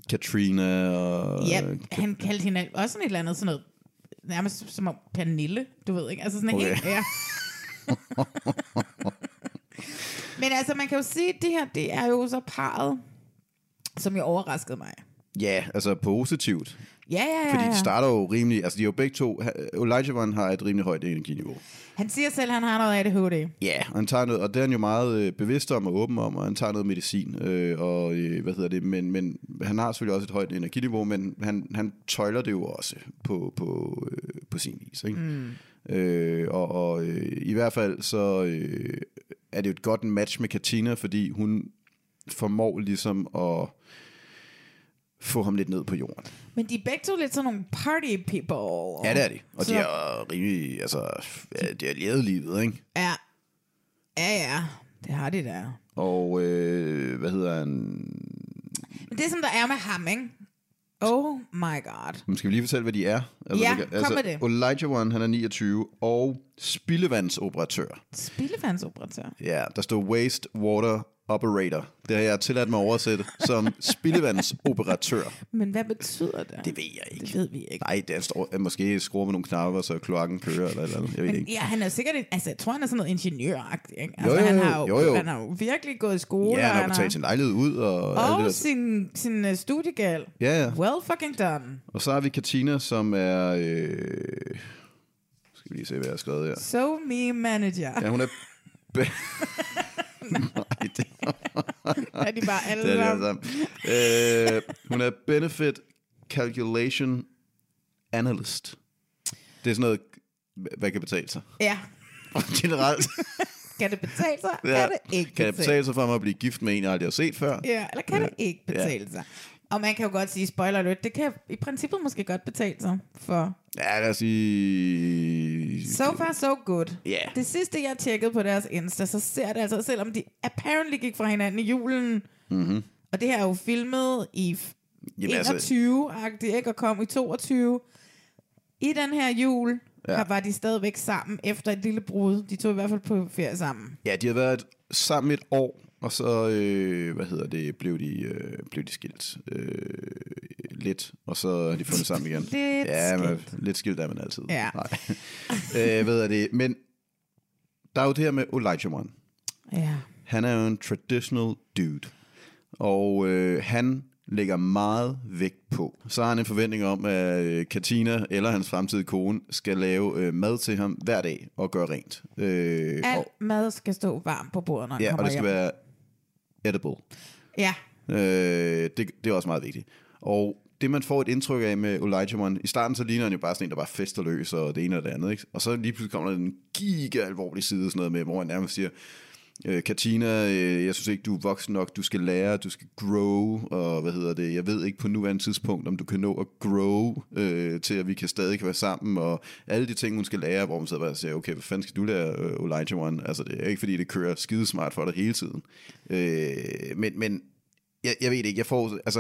[SPEAKER 4] Katrina og...
[SPEAKER 3] Ja, han kaldte hende også sådan et eller andet, sådan noget, nærmest som om Pernille, du ved ikke, altså sådan okay. helt, ja. Men altså, man kan jo sige, at det her, det er jo så parret, som jo overraskede mig.
[SPEAKER 4] Ja, altså positivt.
[SPEAKER 3] Ja, ja, ja.
[SPEAKER 4] Fordi
[SPEAKER 3] ja.
[SPEAKER 4] de starter jo rimelig... Altså, de er jo begge to... Olajuwon har et rimelig højt energiniveau.
[SPEAKER 3] Han siger selv, at han har noget A D H D.
[SPEAKER 4] Ja, og han tager noget... Og det er han jo meget øh, bevidst om og åben om, og han tager noget medicin. Øh, og øh, hvad hedder det? Men, men han har selvfølgelig også et højt energiniveau, men han, han tøjler det jo også på, på, øh, på sin vis, ikke? Mm. Øh, og og øh, i hvert fald så øh, er det jo et godt match med Katina, fordi hun formår ligesom at få ham lidt ned på jorden.
[SPEAKER 3] Men de er begge to lidt sådan nogle party people.
[SPEAKER 4] Ja, det er de. Og
[SPEAKER 3] så...
[SPEAKER 4] de er rimelig, altså, ja, de har levet livet, ikke?
[SPEAKER 3] Ja. Ja, ja. Det har de der.
[SPEAKER 4] Og, øh, hvad hedder han?
[SPEAKER 3] Men det, som der er med ham, ikke? Oh my god.
[SPEAKER 4] Men skal vi lige fortælle, hvad de er? Altså,
[SPEAKER 3] ja,
[SPEAKER 4] det, altså,
[SPEAKER 3] kom med det.
[SPEAKER 4] Olajuwon, han er niogtyve, og spildevandsoperatør.
[SPEAKER 3] Spildevandsoperatør?
[SPEAKER 4] Ja, der står waste water operator. Det har jeg tilladt mig at oversætte som spildevandsoperatør.
[SPEAKER 3] Men hvad betyder det?
[SPEAKER 4] Det ved jeg ikke.
[SPEAKER 3] Det ved vi ikke.
[SPEAKER 4] Nej, det står måske skruer med nogle knapper, så kloakken kører eller eller andet. Jeg ved
[SPEAKER 3] Men,
[SPEAKER 4] ikke.
[SPEAKER 3] ja, han er sikkert, altså jeg tror, han er sådan noget ingeniøragtig, ikke? Altså,
[SPEAKER 4] jo, jo,
[SPEAKER 3] han, har jo,
[SPEAKER 4] jo, jo.
[SPEAKER 3] han har jo virkelig gået i skole.
[SPEAKER 4] Ja, han har
[SPEAKER 3] han
[SPEAKER 4] betalt sin lejlighed ud. Og,
[SPEAKER 3] og
[SPEAKER 4] det
[SPEAKER 3] sin, sin uh, studiegæld.
[SPEAKER 4] Ja, ja.
[SPEAKER 3] Well fucking done.
[SPEAKER 4] Og så har vi Katina, som er... Øh... Skal vi lige se, hvad jeg har skrevet her.
[SPEAKER 3] So me manager.
[SPEAKER 4] Ja, hun er... Be- Nej, det
[SPEAKER 3] er de bare alle
[SPEAKER 4] det er de sammen. øh, hun er Benefit Calculation Analyst. Det er sådan noget, hvad kan betale sig?
[SPEAKER 3] Ja.
[SPEAKER 4] Generelt.
[SPEAKER 3] Kan det betale sig?
[SPEAKER 4] Ja.
[SPEAKER 3] Kan det ikke betale sig?
[SPEAKER 4] Kan det betale sig for mig at blive gift med en, jeg aldrig har set før?
[SPEAKER 3] Ja, eller kan ja. det ikke betale
[SPEAKER 4] ja.
[SPEAKER 3] sig? Og man kan jo godt sige, spoiler alert, det kan i princippet måske godt betale sig for...
[SPEAKER 4] Ja, lad os sige...
[SPEAKER 3] So far, so good.
[SPEAKER 4] Yeah.
[SPEAKER 3] Det sidste, jeg tjekkede på deres Insta, så ser det altså, selvom de apparently gik fra hinanden i julen,
[SPEAKER 4] mm-hmm.
[SPEAKER 3] og det her er jo filmet i enogtyve-agtigt, ikke? Og kom i toogtyve. I den her jul, ja. var de stadigvæk sammen efter et lille brud. De tog i hvert fald på ferie sammen.
[SPEAKER 4] Ja, de har været sammen et år, og så, øh, hvad hedder det, blev de, øh, blev de skilt øh, lidt, og så har de fundet sammen igen.
[SPEAKER 3] lidt
[SPEAKER 4] ja, men,
[SPEAKER 3] skilt.
[SPEAKER 4] Lidt skilt er man altid.
[SPEAKER 3] Ja.
[SPEAKER 4] Nej. øh, ved jeg det. Men der er jo det her med Olajuwon.
[SPEAKER 3] Ja.
[SPEAKER 4] Han er jo en traditional dude, og øh, han lægger meget vægt på. Så har han en forventning om, at øh, Katina eller hans fremtidige kone skal lave øh, mad til ham hver dag og gøre rent. Øh,
[SPEAKER 3] Alt
[SPEAKER 4] og,
[SPEAKER 3] mad skal stå varmt på bordet, når han
[SPEAKER 4] ja,
[SPEAKER 3] kommer
[SPEAKER 4] og det skal
[SPEAKER 3] hjem.
[SPEAKER 4] være edible.
[SPEAKER 3] Ja.
[SPEAKER 4] Øh, det, det er også meget vigtigt. Og det man får et indtryk af med Olajuwon, i starten så ligner han jo bare sådan en, der bare fester løs og det ene og det andet, ikke? Og så lige pludselig kommer der en giga alvorlig side sådan noget med, hvor han nærmest siger, øh, Katina, øh, jeg synes ikke, du er voksen nok, du skal lære, du skal grow, og hvad hedder det, jeg ved ikke på nuværende tidspunkt, om du kan nå at grow, øh, til at vi kan stadig være sammen, og alle de ting, hun skal lære, hvor man sidder bare og siger, okay, hvad fanden skal du lære, øh, Olajuwon? Altså, det er ikke fordi, det kører skidesmart for dig hele tiden. Øh, men, men jeg, jeg ved ikke, jeg får, altså,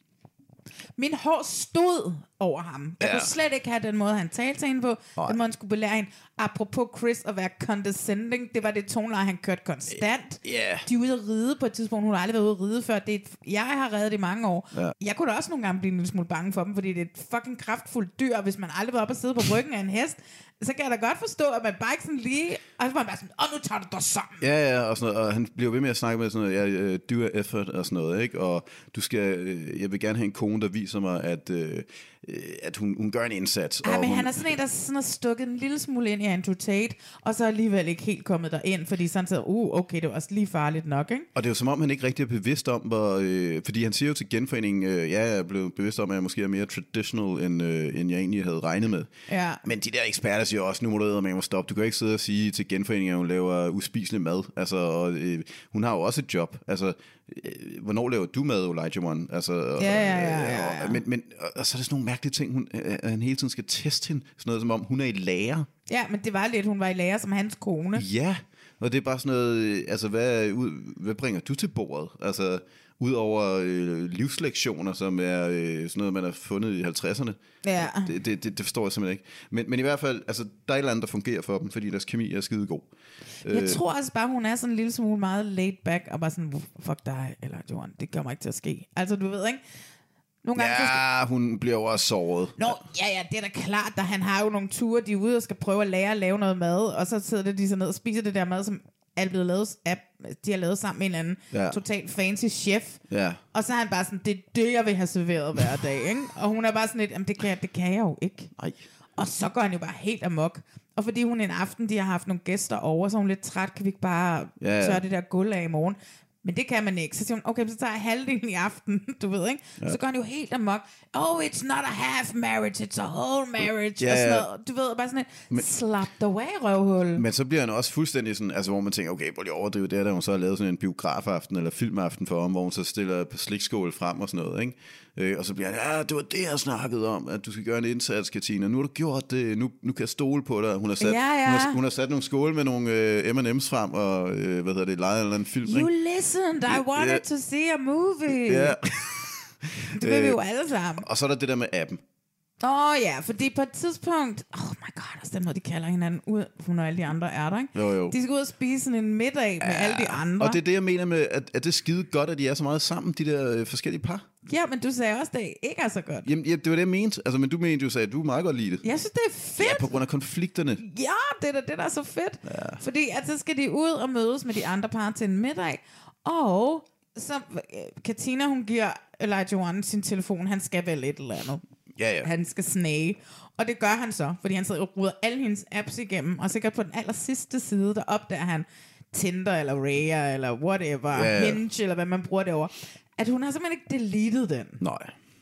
[SPEAKER 3] min hår stod over ham. Jeg ja. kunne slet ikke have den måde, han talte til hende på. Ej. Den måde, han skulle belære hende. Apropos Chris at være condescending, det var det toneleje, han kørte konstant.
[SPEAKER 4] Yeah.
[SPEAKER 3] De er ude at ride på et tidspunkt. Hun har aldrig været ude at ride før. Det er et, jeg har reddet i mange år. Ja. Jeg kunne da også nogle gange blive en lille smule bange for dem, fordi det er et fucking kraftfuldt dyr. Hvis man aldrig var oppe og sidde på ryggen af en hest, så kan jeg da godt forstå, at man bare ikke sådan lige... Og så var man bare sådan, åh, nu tager du dig sammen.
[SPEAKER 4] Ja, ja, og, sådan noget, og han bliver ved med at snakke med sådan noget, ja, do a effort og sådan noget, ikke? Og du skal, jeg vil gerne have en kone, der viser mig, at, at hun, hun gør en indsats.
[SPEAKER 3] Ja,
[SPEAKER 4] og
[SPEAKER 3] men
[SPEAKER 4] hun,
[SPEAKER 3] han er sådan en, der sådan har stukket en lille smule ind i Andrew Tate, og så alligevel ikke helt kommet derind, fordi sådan så, uh, okay, det var også lige farligt nok, ikke?
[SPEAKER 4] Og det er jo som om, han ikke rigtig er bevidst om, hvor, øh, fordi han siger jo til Genforeningen, øh, ja, jeg er blevet bevidst om, at jeg måske er mere traditional, end, øh, end jeg egentlig havde regnet med.
[SPEAKER 3] Ja.
[SPEAKER 4] Men de der eksperter siger også, nu må du æde, man må stoppe. Du kan ikke sidde og sige til Genforeningen, at hun laver uspiselig mad. Altså, og, øh, hun har jo også et job. Altså, øh, hvornår laver du mad, Olajuwon? Altså,
[SPEAKER 3] ja, ja, ja, ja, ja.
[SPEAKER 4] Og, men, men, og så er der sådan nogle mærkelige ting, hun, øh, han hele tiden skal teste hende. Sådan noget som om, hun er i lære.
[SPEAKER 3] Ja, men det var lidt, hun var i lære som hans kone.
[SPEAKER 4] Ja, og det er bare sådan noget, altså hvad, hvad bringer du til bordet? Altså, udover øh, livslektioner, som er øh, sådan noget, man har fundet i halvtredserne.
[SPEAKER 3] Ja.
[SPEAKER 4] Det, det, det, det forstår jeg simpelthen ikke. Men, men i hvert fald, altså, der er et eller andet, der fungerer for dem, fordi deres kemi er skide god.
[SPEAKER 3] Jeg øh. tror altså bare, hun er sådan en lille smule meget laid back, og bare sådan, fuck dig, eller Johan, det kommer ikke til at ske. Altså, du ved ikke, Nogle gange,
[SPEAKER 4] ja,
[SPEAKER 3] skal...
[SPEAKER 4] hun bliver jo også såret.
[SPEAKER 3] Nå, ja, ja, det er da klart, at han har jo nogle ture, de er ude og skal prøve at lære at lave noget mad, og så sidder de så ned og spiser det der mad, som er blevet lavet, de har lavet sammen med en anden ja. totalt fancy chef.
[SPEAKER 4] Ja.
[SPEAKER 3] Og så er han bare sådan, det er det, jeg vil have serveret hver dag, ikke? Og hun er bare sådan lidt, jamen det kan, det kan jeg jo ikke.
[SPEAKER 4] Nej.
[SPEAKER 3] Og så går han jo bare helt amok. Og fordi hun en aften, de har haft nogle gæster over, så er hun lidt træt, kan vi ikke bare ja, ja. tørre det der gulv af i morgen? Men det kan man ikke. Så siger hun, okay, så tager jeg halvdelen i aften, du ved, ikke? Ja. Så går han jo helt amok. Oh, it's not a half marriage, it's a whole marriage. Ja, og sådan noget. Du ved, bare sådan et, men, slap dig away, røvhul.
[SPEAKER 4] Men så bliver han også fuldstændig sådan, altså hvor man tænker, okay, hvor de overdriver det, der hun så har lavet sådan en biografaften eller filmaften for ham, hvor hun så stiller på slikskål frem og sådan noget, ikke? Øh, og så bliver han, ja, det var det, jeg snakkede om, at du skal gøre en indsats, Katina. Nu har du gjort det, nu, nu kan jeg stole på dig. Hun har sat,
[SPEAKER 3] ja, ja.
[SPEAKER 4] Hun har, hun har sat nogle skåle med nogle øh, M and M's frem, og øh, hvad hedder det, lejet eller en film,
[SPEAKER 3] you
[SPEAKER 4] ikke?
[SPEAKER 3] listened, I wanted yeah. to see a movie.
[SPEAKER 4] Ja.
[SPEAKER 3] Det vil vi jo alle sammen.
[SPEAKER 4] Og så er der det der med appen.
[SPEAKER 3] Åh oh, ja, fordi på et tidspunkt, oh my god, også den måde, de kalder hinanden ud, hun og alle de andre er der, ikke?
[SPEAKER 4] Jo, jo.
[SPEAKER 3] De skal ud og spise sådan en middag med ja, alle de andre.
[SPEAKER 4] Og det er det, jeg mener med, at, at det er skide godt, at de er så meget sammen, de der øh, forskellige par.
[SPEAKER 3] Ja, men du sagde også, at det ikke er så godt.
[SPEAKER 4] Jamen, ja, det var det, jeg mente. Altså, men du mente jo, at du meget godt lide det.
[SPEAKER 3] Jeg synes, det er fedt.
[SPEAKER 4] Ja, på grund af konflikterne.
[SPEAKER 3] Ja, det er da det, der er så fedt.
[SPEAKER 4] Ja.
[SPEAKER 3] Fordi at så skal de ud og mødes med de andre par til en middag, og så Katina, hun giver Elijah Wan sin telefon, han skal vel et eller andet.
[SPEAKER 4] Ja, ja.
[SPEAKER 3] Han skal snage. Og det gør han så, fordi han sidder og ruder alle hendes apps igennem, og sikkert på den aller sidste side, der opdager han Tinder, eller Raya, eller whatever, ja, ja. Hinge, eller hvad man bruger det over, at hun har simpelthen ikke deleted den.
[SPEAKER 4] Nej.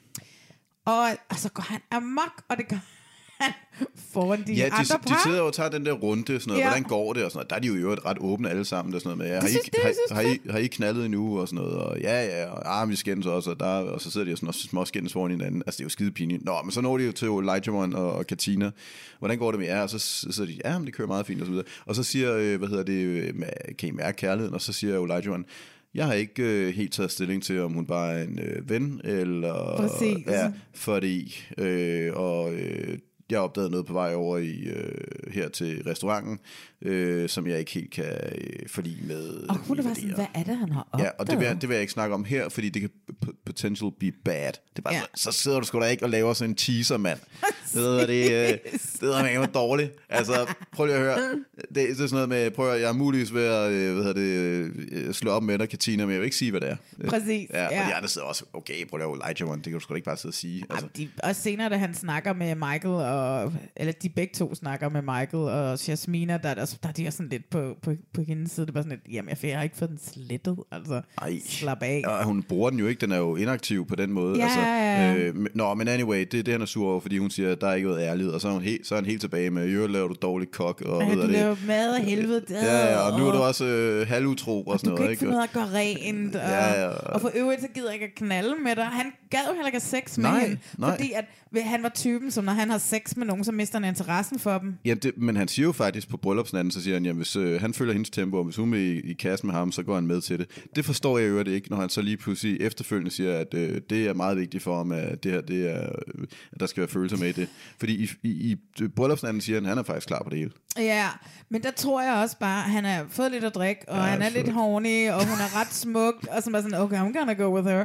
[SPEAKER 3] Og, og så går han amok, og det gør han foran de
[SPEAKER 4] ja,
[SPEAKER 3] andre
[SPEAKER 4] de,
[SPEAKER 3] par.
[SPEAKER 4] de sidder og tager den der runde, sådan noget, ja. Hvordan går det, og sådan noget. Der er de jo i øvrigt ret åbne alle sammen, og sådan noget med, ja, har,
[SPEAKER 3] synes,
[SPEAKER 4] I,
[SPEAKER 3] det,
[SPEAKER 4] har, har, I, har I knaldet endnu, og sådan noget, og ja, ja, og ah, vi skændes også, og, der, og så sidder de og sådan også små skændes foran hinanden. Altså, det er jo skide pinligt. Nå, men så når de jo til Elijah Wan og, og Katina. Hvordan går det med jer? Og så sidder de, ja, men det kører meget fint, og så videre. Og så siger, øh, hvad hedder det, kan I mærke kærligheden? Og så siger Elijah Wan, jeg har ikke øh, helt taget stilling til, om hun bare er en øh, ven, eller...
[SPEAKER 3] Præcis.
[SPEAKER 4] Ja, fordi... Øh, og... Øh, jeg opdagede noget på vej over i øh, her til restauranten, øh, som jeg ikke helt kan øh, forlige med.
[SPEAKER 3] Og hun var sådan, hvad er det, han har opdaget?
[SPEAKER 4] Ja, og det vil, det vil jeg ikke snakke om her, fordi det kan p- potential be bad. Det er bare ja. så, så sidder du sgu da ikke og laver sådan en teaser, mand. Det ved det, øh, det er ikke dårligt. Altså, prøv lige at høre. Det, det er sådan noget med, prøv at, jeg er muligvis ved at øh, hvad det, øh, slå op med dig, Katina, men jeg vil ikke sige, hvad det er.
[SPEAKER 3] Præcis.
[SPEAKER 4] Ja, og
[SPEAKER 3] ja.
[SPEAKER 4] de andre sidder også, okay, prøv at lave Elijah Wan, det kan du sgu da ikke bare sidde og sige. Altså.
[SPEAKER 3] Ja, de, og senere, da han snakker med Michael, og, eller de begge to snakker med Michael og Jasmina, der, der, der er de sådan lidt på, på, på hendes side, det er bare sådan lidt, jamen jeg har ikke fået den slettet, altså Ej. slap af.
[SPEAKER 4] Og hun bruger den jo ikke, den er jo inaktiv på den måde.
[SPEAKER 3] Ja,
[SPEAKER 4] altså,
[SPEAKER 3] ja.
[SPEAKER 4] Øh, nå, men anyway, det er det, han er sur over, fordi hun siger, at der er ikke noget ærlighed, og så er, hun helt, så er han helt tilbage med, jo, laver du dårlig kok, og
[SPEAKER 3] ja,
[SPEAKER 4] ved
[SPEAKER 3] du
[SPEAKER 4] det.
[SPEAKER 3] laver mad af helvede.
[SPEAKER 4] Ja, ja, og nu er du også øh, halvutro og, og sådan noget.
[SPEAKER 3] Du kan
[SPEAKER 4] ikke
[SPEAKER 3] finde ud af at gøre rent, og,
[SPEAKER 4] ja, ja.
[SPEAKER 3] og for øvrigt, så gider jeg ikke at knalde med dig. Han gad jo heller ikke have sex med
[SPEAKER 4] nej,
[SPEAKER 3] hende,
[SPEAKER 4] nej.
[SPEAKER 3] fordi at han var typen, som når han har sex med nogen, så mister han interessen for dem.
[SPEAKER 4] Ja, det, men han siger jo faktisk på bryllupsnatten, så siger han, jamen hvis øh, han følger hendes tempo, og hvis hun er i, i kassen med ham, så går han med til det. Det forstår jeg jo det ikke, når han så lige pludselig efterfølgende siger, at øh, det er meget vigtigt for ham, at det her, det er, øh, at der skal være følelser med i det. Fordi i, i, i bryllupsnatten siger han, at han er faktisk klar på det hele.
[SPEAKER 3] Ja, men der tror jeg også bare, at han har fået lidt at drikke, og ja, han er lidt horny, og hun er ret smuk, og så bare sådan, okay, I'm gonna go with her.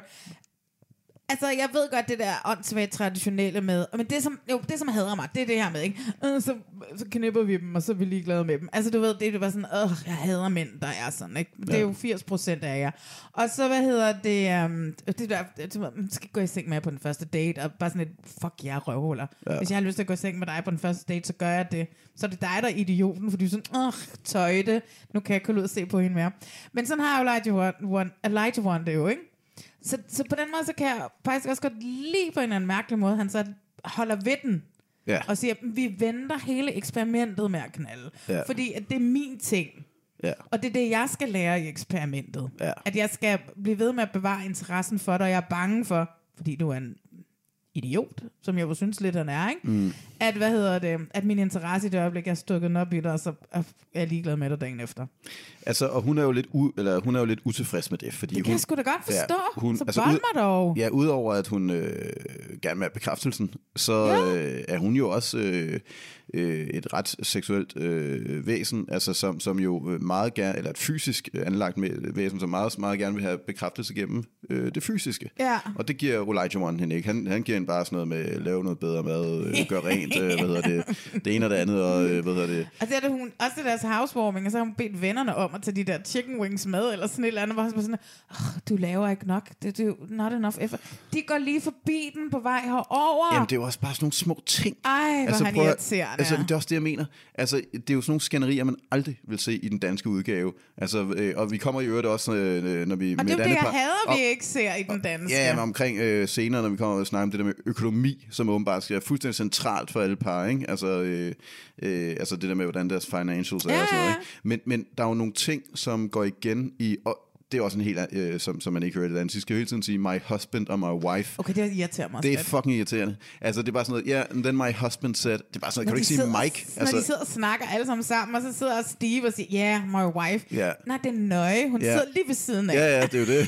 [SPEAKER 3] Altså, jeg ved godt det der åndssvagt traditionelle med, men det som, jo, det som hader mig, det er det her med, ikke? Øh, så, så knipper vi dem, og så er vi ligeglade med dem. Altså, du ved, det er bare sådan, åh, jeg hader mænd, der er sådan, ikke? Det er jo firs procent af jer. Og så, hvad hedder det, um, det der, det, man skal gå i seng med på den første date, og bare sådan et, fuck jer, røvhuller. Ja. Hvis jeg har lyst til at gå i seng med dig på den første date, så gør jeg det. Så er det dig, der er idioten, fordi du er sådan, åh, tøjte, nu kan jeg ikke ud og se på hende mere. Men sådan har Elijah Wan, Elijah Wan det jo, ikke? Så, så på den måde, så kan jeg faktisk også godt lide på en eller anden mærkelig måde, han så holder ved den, ja. Og siger, vi venter hele eksperimentet med at knalde. Ja. Fordi at det er min ting. Ja. Og det er det, jeg skal lære i eksperimentet. Ja. At jeg skal blive ved med at bevare interessen for dig, og jeg er bange for, fordi du er en idiot, som jeg jo synes lidt, han er, ikke? Mm. at, hvad hedder det, at min interesse i det øjeblik er stukket op i dig, og så er jeg ligeglad med dig dagen efter.
[SPEAKER 4] Altså, og hun er jo lidt, u, eller, hun er jo lidt utilfreds med det, fordi
[SPEAKER 3] det kan
[SPEAKER 4] hun,
[SPEAKER 3] jeg sgu da godt forstå, ja,
[SPEAKER 4] hun,
[SPEAKER 3] så
[SPEAKER 4] altså,
[SPEAKER 3] bold
[SPEAKER 4] ud,
[SPEAKER 3] mig dog.
[SPEAKER 4] Ja, udover at hun øh, gerne vil have bekræftelsen, så ja. øh, er hun jo også øh, øh, et ret seksuelt øh, væsen, altså som, som jo meget gerne, eller et fysisk anlagt med, væsen, som meget, meget gerne vil have bekræftelse gennem øh, det fysiske.
[SPEAKER 3] Ja.
[SPEAKER 4] Og det giver Elijah One hende ikke. Han, han giver hende bare sådan noget med at lave noget bedre mad, øh, gøre rent, øh, hvad hedder det, det ene og det andet, og øh, hvad hedder det.
[SPEAKER 3] Og det er det, hun, også det deres housewarming, og så har hun bedt vennerne om at tage de der chicken wings med, eller sådan et eller andet, hvor hun sådan, oh, du laver ikke nok, det, det er not enough effort. De går lige forbi den på vej herover.
[SPEAKER 4] Jamen, det er jo også bare sådan nogle små ting.
[SPEAKER 3] Ej, hvor
[SPEAKER 4] altså,
[SPEAKER 3] han
[SPEAKER 4] prøv,
[SPEAKER 3] irriterende.
[SPEAKER 4] Altså, det er også det, jeg mener. Altså, det er jo sådan nogle skænderier, man aldrig vil se i den danske udgave. Altså, øh, og vi kommer i øvrigt også, øh, når vi...
[SPEAKER 3] Og det er det, jeg hader, vi ikke ser i den danske.
[SPEAKER 4] Ja, men omkring øh, senere, når vi kommer og snakker om det der med økonomi, som åbenbart skal være fuldstændig centralt for alle par, ikke? Altså, øh, øh, altså det der med, hvordan deres financials er
[SPEAKER 3] ja.
[SPEAKER 4] og sådan noget, ikke? Men, men der er jo nogle ting, som går igen i... Og det er også en helt, øh, som, som man ikke hører i det andet. De skal jo hele tiden sige, my husband og my wife.
[SPEAKER 3] Okay, det irriterer mig.
[SPEAKER 4] Det er fucking irriterende. Altså, det er bare sådan noget, ja, yeah, and then my husband said, det er bare sådan noget, kan du ikke sige Mike?
[SPEAKER 3] Når
[SPEAKER 4] altså,
[SPEAKER 3] de sidder og snakker alle sammen sammen, og så sidder Steve og siger, yeah, my wife.
[SPEAKER 4] Yeah.
[SPEAKER 3] Nej, det er nøje. Hun
[SPEAKER 4] yeah.
[SPEAKER 3] sidder lige ved siden af.
[SPEAKER 4] Ja, ja, det er jo det.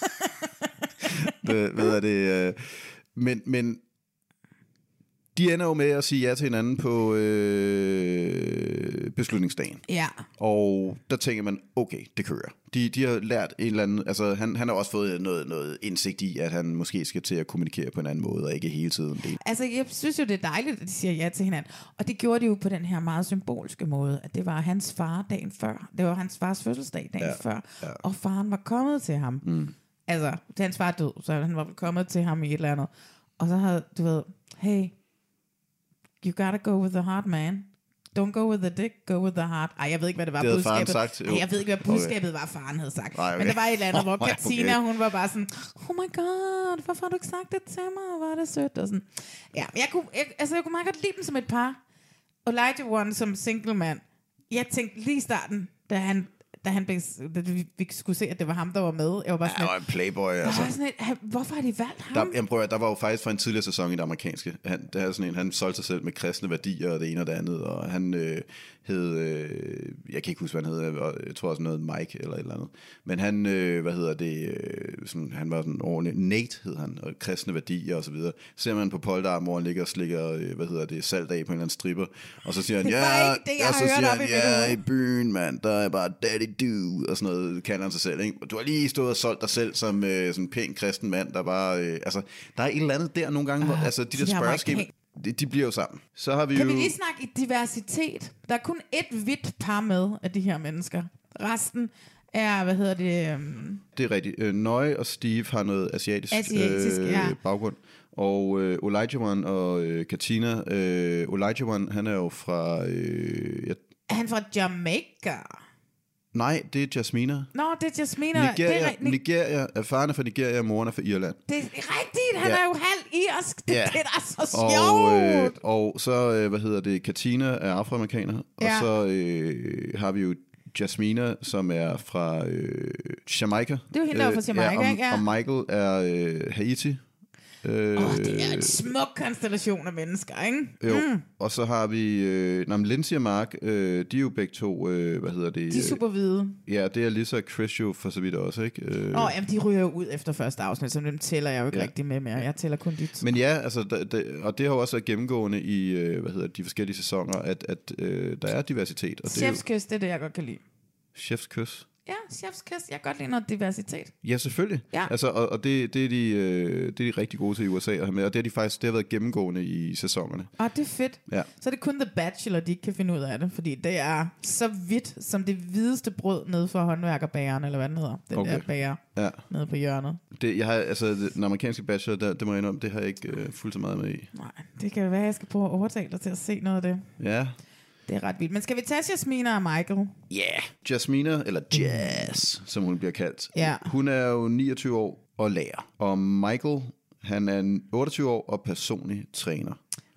[SPEAKER 4] det hvad er det? Øh, men, men de ender jo med at sige ja til hinanden på øh, beslutningsdagen.
[SPEAKER 3] Ja.
[SPEAKER 4] Og der tænker man, okay, det kører. De, de har lært en eller anden... Altså, han, han har også fået noget, noget indsigt i, at han måske skal til at kommunikere på en anden måde, og ikke hele tiden det.
[SPEAKER 3] Altså, jeg synes jo, det er dejligt, at de siger ja til hinanden. Og det gjorde de jo på den her meget symbolske måde, at det var hans far dagen før. Det var hans fars fødselsdag dagen ja. før. Ja. Og faren var kommet til ham. Mm. Altså, hans far død, så han var kommet til ham i et eller andet. Og så havde, du ved, hey... You gotta go with the heart, man. Don't go with the dick, go with the heart. Ej, jeg ved ikke, hvad det var
[SPEAKER 4] det
[SPEAKER 3] budskabet.
[SPEAKER 4] Sagt,
[SPEAKER 3] Ej, jeg ved ikke, hvad budskabet okay. var, faren havde sagt.
[SPEAKER 4] Nej, okay.
[SPEAKER 3] Men der var et eller andet, hvor
[SPEAKER 4] oh,
[SPEAKER 3] Katina,
[SPEAKER 4] okay.
[SPEAKER 3] hun var bare sådan, oh my god, hvorfor har du ikke sagt det til mig? Hvor er det sødt? Og sådan. Ja, jeg kunne, jeg, altså, jeg kunne meget godt lide dem som et par. Elijah One som single mand. Jeg tænkte lige i starten, da han... da han blev, da vi, vi skulle se, at det var ham, der var med. Jeg var bare sådan
[SPEAKER 4] ja, han var en playboy, altså.
[SPEAKER 3] Sådan et, hvorfor har de valgt ham?
[SPEAKER 4] Der, jamen, prøv, der var jo faktisk fra en tidligere sæson i det amerikanske. Han, der sådan en, han solgte sig selv med kristne værdier og det ene og det andet, og han øh, hed, øh, jeg kan ikke huske, hvad han hed, jeg tror også noget Mike eller et eller andet. Men han, øh, hvad hedder det, øh, sådan, han var sådan ordentlig, Nate hed han, og kristne værdier og så videre. Ser man på polterarm, hvor han ligger og slikker, øh, hvad hedder det, salt af på en eller anden stripper, og så siger han, ja, og så siger han, ja, i byen, mand, der er bare daddy do, og sådan noget, kalder han sig selv, ikke? Du har lige stået og solgt dig selv som øh, sådan en pæn kristen mand, der bare, øh, altså, der er et eller andet der nogle gange, uh, hvor, altså, de der spørgeskab, de, de bliver jo sammen. Så har vi
[SPEAKER 3] kan
[SPEAKER 4] jo...
[SPEAKER 3] vi lige snakke i diversitet? Der er kun et hvidt par med af de her mennesker. Resten er, hvad hedder det? Um...
[SPEAKER 4] Det er rigtigt. Øh, Nøje og Steve har noget asiatisk,
[SPEAKER 3] asiatisk
[SPEAKER 4] øh,
[SPEAKER 3] ja.
[SPEAKER 4] baggrund. Og øh, Elijah One og øh, Katina, øh, Elijah One, han er jo fra... Øh, jeg...
[SPEAKER 3] Er han fra Jamaica?
[SPEAKER 4] Nej, det er Jasmina.
[SPEAKER 3] Nå, det er Jasmina.
[SPEAKER 4] Nigeria,
[SPEAKER 3] det er,
[SPEAKER 4] Nigeria, er faren er fra Nigeria, og moren er fra Irland.
[SPEAKER 3] Det er rigtigt, han ja. er jo halv irsk. Det,
[SPEAKER 4] ja.
[SPEAKER 3] det er så
[SPEAKER 4] sjovt. Og, øh,
[SPEAKER 3] sjovt.
[SPEAKER 4] og så, øh, hvad hedder det, Katina er afroamerikaner. Ja. Og så øh, har vi jo Jasmina, som er fra øh, Jamaica.
[SPEAKER 3] Det er jo hende, der er fra Jamaica,
[SPEAKER 4] ja, og,
[SPEAKER 3] ikke? Ja.
[SPEAKER 4] Og Michael er øh, Haiti.
[SPEAKER 3] Åh, øh, oh, det er en smuk konstellation af mennesker, ikke?
[SPEAKER 4] Jo, mm. Og så har vi øh, nej, Lindsay og Mark, øh, de er jo begge to, øh, hvad hedder det?
[SPEAKER 3] De er super hvide.
[SPEAKER 4] Ja, det er Lisa og Chris jo for så vidt også, ikke? Åh,
[SPEAKER 3] øh. oh, jamen de ryger jo ud efter første afsnit, så dem tæller jeg jo ikke ja. rigtig med mere. Jeg tæller kun dit.
[SPEAKER 4] Men ja, altså, der, der, og det har jo også været gennemgående i, øh, hvad hedder de forskellige sæsoner, at, at øh, der er diversitet. Og
[SPEAKER 3] Chef's kys, det er det, jeg godt kan lide.
[SPEAKER 4] Chef's kys?
[SPEAKER 3] Ja, chef's kiss. Jeg kan godt lide noget diversitet.
[SPEAKER 4] Ja, selvfølgelig.
[SPEAKER 3] Ja.
[SPEAKER 4] Altså, og, og det, det, er de, øh, det er de rigtig gode til i U S A at have med, og det har de faktisk det har været gennemgående i sæsonerne.
[SPEAKER 3] Og det er fedt.
[SPEAKER 4] Ja.
[SPEAKER 3] Så er det kun The Bachelor, de ikke kan finde ud af det, fordi det er så hvidt som det hvideste brød nede for håndværkerbageren, eller hvad den hedder. Den okay. der bager
[SPEAKER 4] ja.
[SPEAKER 3] nede på hjørnet.
[SPEAKER 4] Det, jeg har, altså, den amerikanske Bachelor, der, det må jeg indrømme, det har jeg ikke øh, fuldt så meget med i.
[SPEAKER 3] Nej, det kan være, at jeg skal prøve at overtale dig til at se noget af det.
[SPEAKER 4] Ja.
[SPEAKER 3] Det er ret vildt. Men skal vi tage Jasmina og Michael?
[SPEAKER 4] Ja, yeah. Jasmina, eller Jazz, som hun bliver kaldt.
[SPEAKER 3] Ja.
[SPEAKER 4] Hun er jo niogtyve år og lærer. Og Michael, han er otteogtyve år og personlig træner.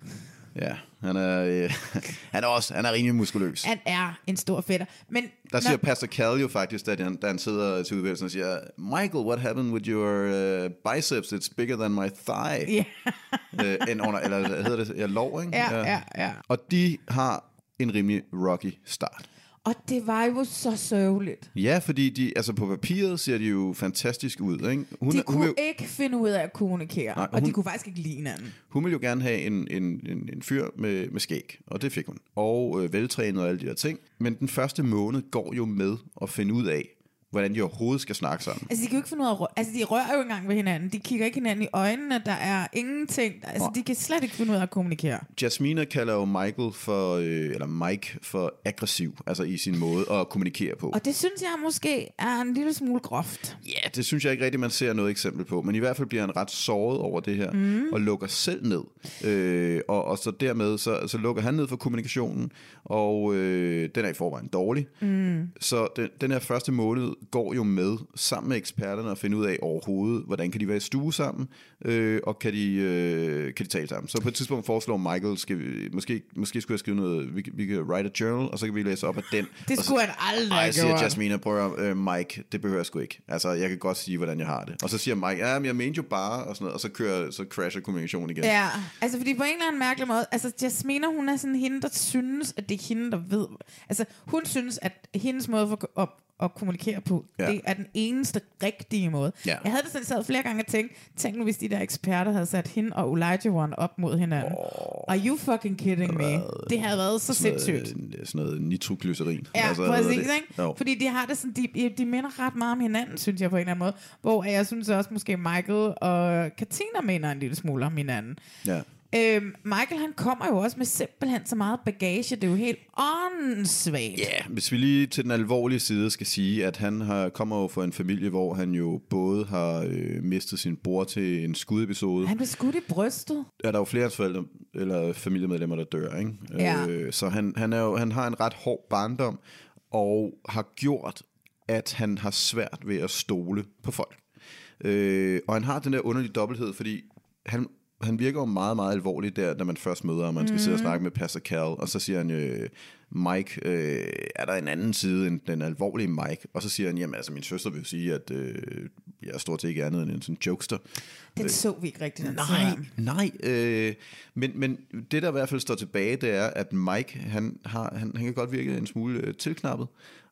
[SPEAKER 4] Ja, han er, øh, han er også han er rimelig muskuløs.
[SPEAKER 3] Han er en stor fætter. Men
[SPEAKER 4] der siger når... Pastor Cal jo faktisk, da han, da han sidder til udvælgelsen og siger, Michael, what happened with your uh, biceps? It's bigger than my thigh.
[SPEAKER 3] Yeah.
[SPEAKER 4] øh, end under, eller hedder det, ja, lov, ikke?
[SPEAKER 3] Ja, ja, ja.
[SPEAKER 4] Og de har en rimelig rocky start.
[SPEAKER 3] Og det var jo så sørgeligt.
[SPEAKER 4] Ja, fordi de, altså på papiret ser de jo fantastisk ud, ikke? Hun,
[SPEAKER 3] de kunne
[SPEAKER 4] hun vil,
[SPEAKER 3] ikke finde ud af at kommunikere,
[SPEAKER 4] nej,
[SPEAKER 3] og
[SPEAKER 4] hun,
[SPEAKER 3] de kunne faktisk ikke lide hinanden.
[SPEAKER 4] Hun ville jo gerne have en, en, en, en fyr med, med skæg, og det fik hun. Og øh, veltrænet og alle de der ting. Men den første måned går jo med at finde ud af, hvordan de overhovedet skal snakke sammen.
[SPEAKER 3] Altså, de kan jo ikke finde ud af, altså, de rører jo engang ved hinanden. De kigger ikke hinanden i øjnene. Der er ingenting. Altså, oh. de kan slet ikke finde ud af at kommunikere.
[SPEAKER 4] Jasmina kalder jo Michael for, øh, eller Mike for aggressiv, altså i sin måde at kommunikere på.
[SPEAKER 3] Og det synes jeg måske er en lille smule groft.
[SPEAKER 4] Ja, det synes jeg ikke rigtigt, man ser noget eksempel på. Men i hvert fald bliver han ret såret over det her, mm. og lukker selv ned. Øh, og, og så dermed, så, så lukker han ned for kommunikationen, og øh, den er i forvejen dårlig. Mm. Så den, den her første måned går jo med sammen med eksperterne at finde ud af overhovedet, hvordan kan de være i stue sammen, øh, og kan de, øh, kan de tale sammen. Så på et tidspunkt foreslår Michael, skal vi, måske, måske skulle jeg skrive noget, vi, vi kan write a journal, og så kan vi læse op af den.
[SPEAKER 3] Det
[SPEAKER 4] og
[SPEAKER 3] skulle
[SPEAKER 4] så,
[SPEAKER 3] han aldrig
[SPEAKER 4] gøre. Og jeg siger
[SPEAKER 3] gøre.
[SPEAKER 4] Jasmina, prøv at, øh, Mike, det behøver jeg sgu ikke. Altså, jeg kan godt sige, hvordan jeg har det. Og så siger Mike, ja, men jeg mente jo bare, og sådan noget, og så kører, så crasher kommunikationen igen.
[SPEAKER 3] Ja, altså fordi på en eller anden mærkelig måde, altså Jasmina, hun er sådan hende, der synes, at det er hende, der ved. Altså, hun synes, at hendes måde for at at kommunikere på, ja. Det er den eneste rigtige måde. Ja. Jeg havde det sådan sad flere gange og tænkt, tænk nu, hvis de der eksperter havde sat hende og Olajuwon op mod hinanden. Oh. Are you fucking kidding me? Det havde været så
[SPEAKER 4] sådan
[SPEAKER 3] sindssygt.
[SPEAKER 4] Noget, sådan noget nitroglycerin.
[SPEAKER 3] Ja,
[SPEAKER 4] altså,
[SPEAKER 3] præcis, ikke? Fordi de har det sådan, de, de minder ret meget om hinanden, synes jeg på en eller anden måde. Hvor jeg synes også, måske Michael og Katina minder en lille smule om hinanden. Ja. Øhm, Michael, han kommer jo også med simpelthen så meget bagage. Det er jo helt åndssvagt.
[SPEAKER 4] Ja, yeah, hvis vi lige til den alvorlige side skal sige, at han har, kommer jo fra en familie, hvor han jo både har øh, mistet sin bror til en skudepisode.
[SPEAKER 3] Han blev skudt i brystet.
[SPEAKER 4] Ja, der er jo flere forældre, eller familiemedlemmer, der dør, ikke?
[SPEAKER 3] Ja.
[SPEAKER 4] Øh, så han, han, er jo, han har en ret hård barndom, og har gjort, at han har svært ved at stole på folk. Øh, og han har den der underlige dobbelthed, fordi han... Han virker jo meget, meget alvorlig der, når man først møder ham. Man skal mm. sidde og snakke med Pastor Cal, og så siger han, øh, Mike, øh, er der en anden side end den alvorlige Mike? Og så siger han, jamen altså, min søster vil sige, at øh, jeg er stort set ikke andet end en sådan jokester.
[SPEAKER 3] Den øh, så vi ikke rigtigt.
[SPEAKER 4] Nej, nej. Øh, men, men det, der i hvert fald står tilbage, det er, at Mike, han, har, han, han kan godt virke en smule øh, tilknappet,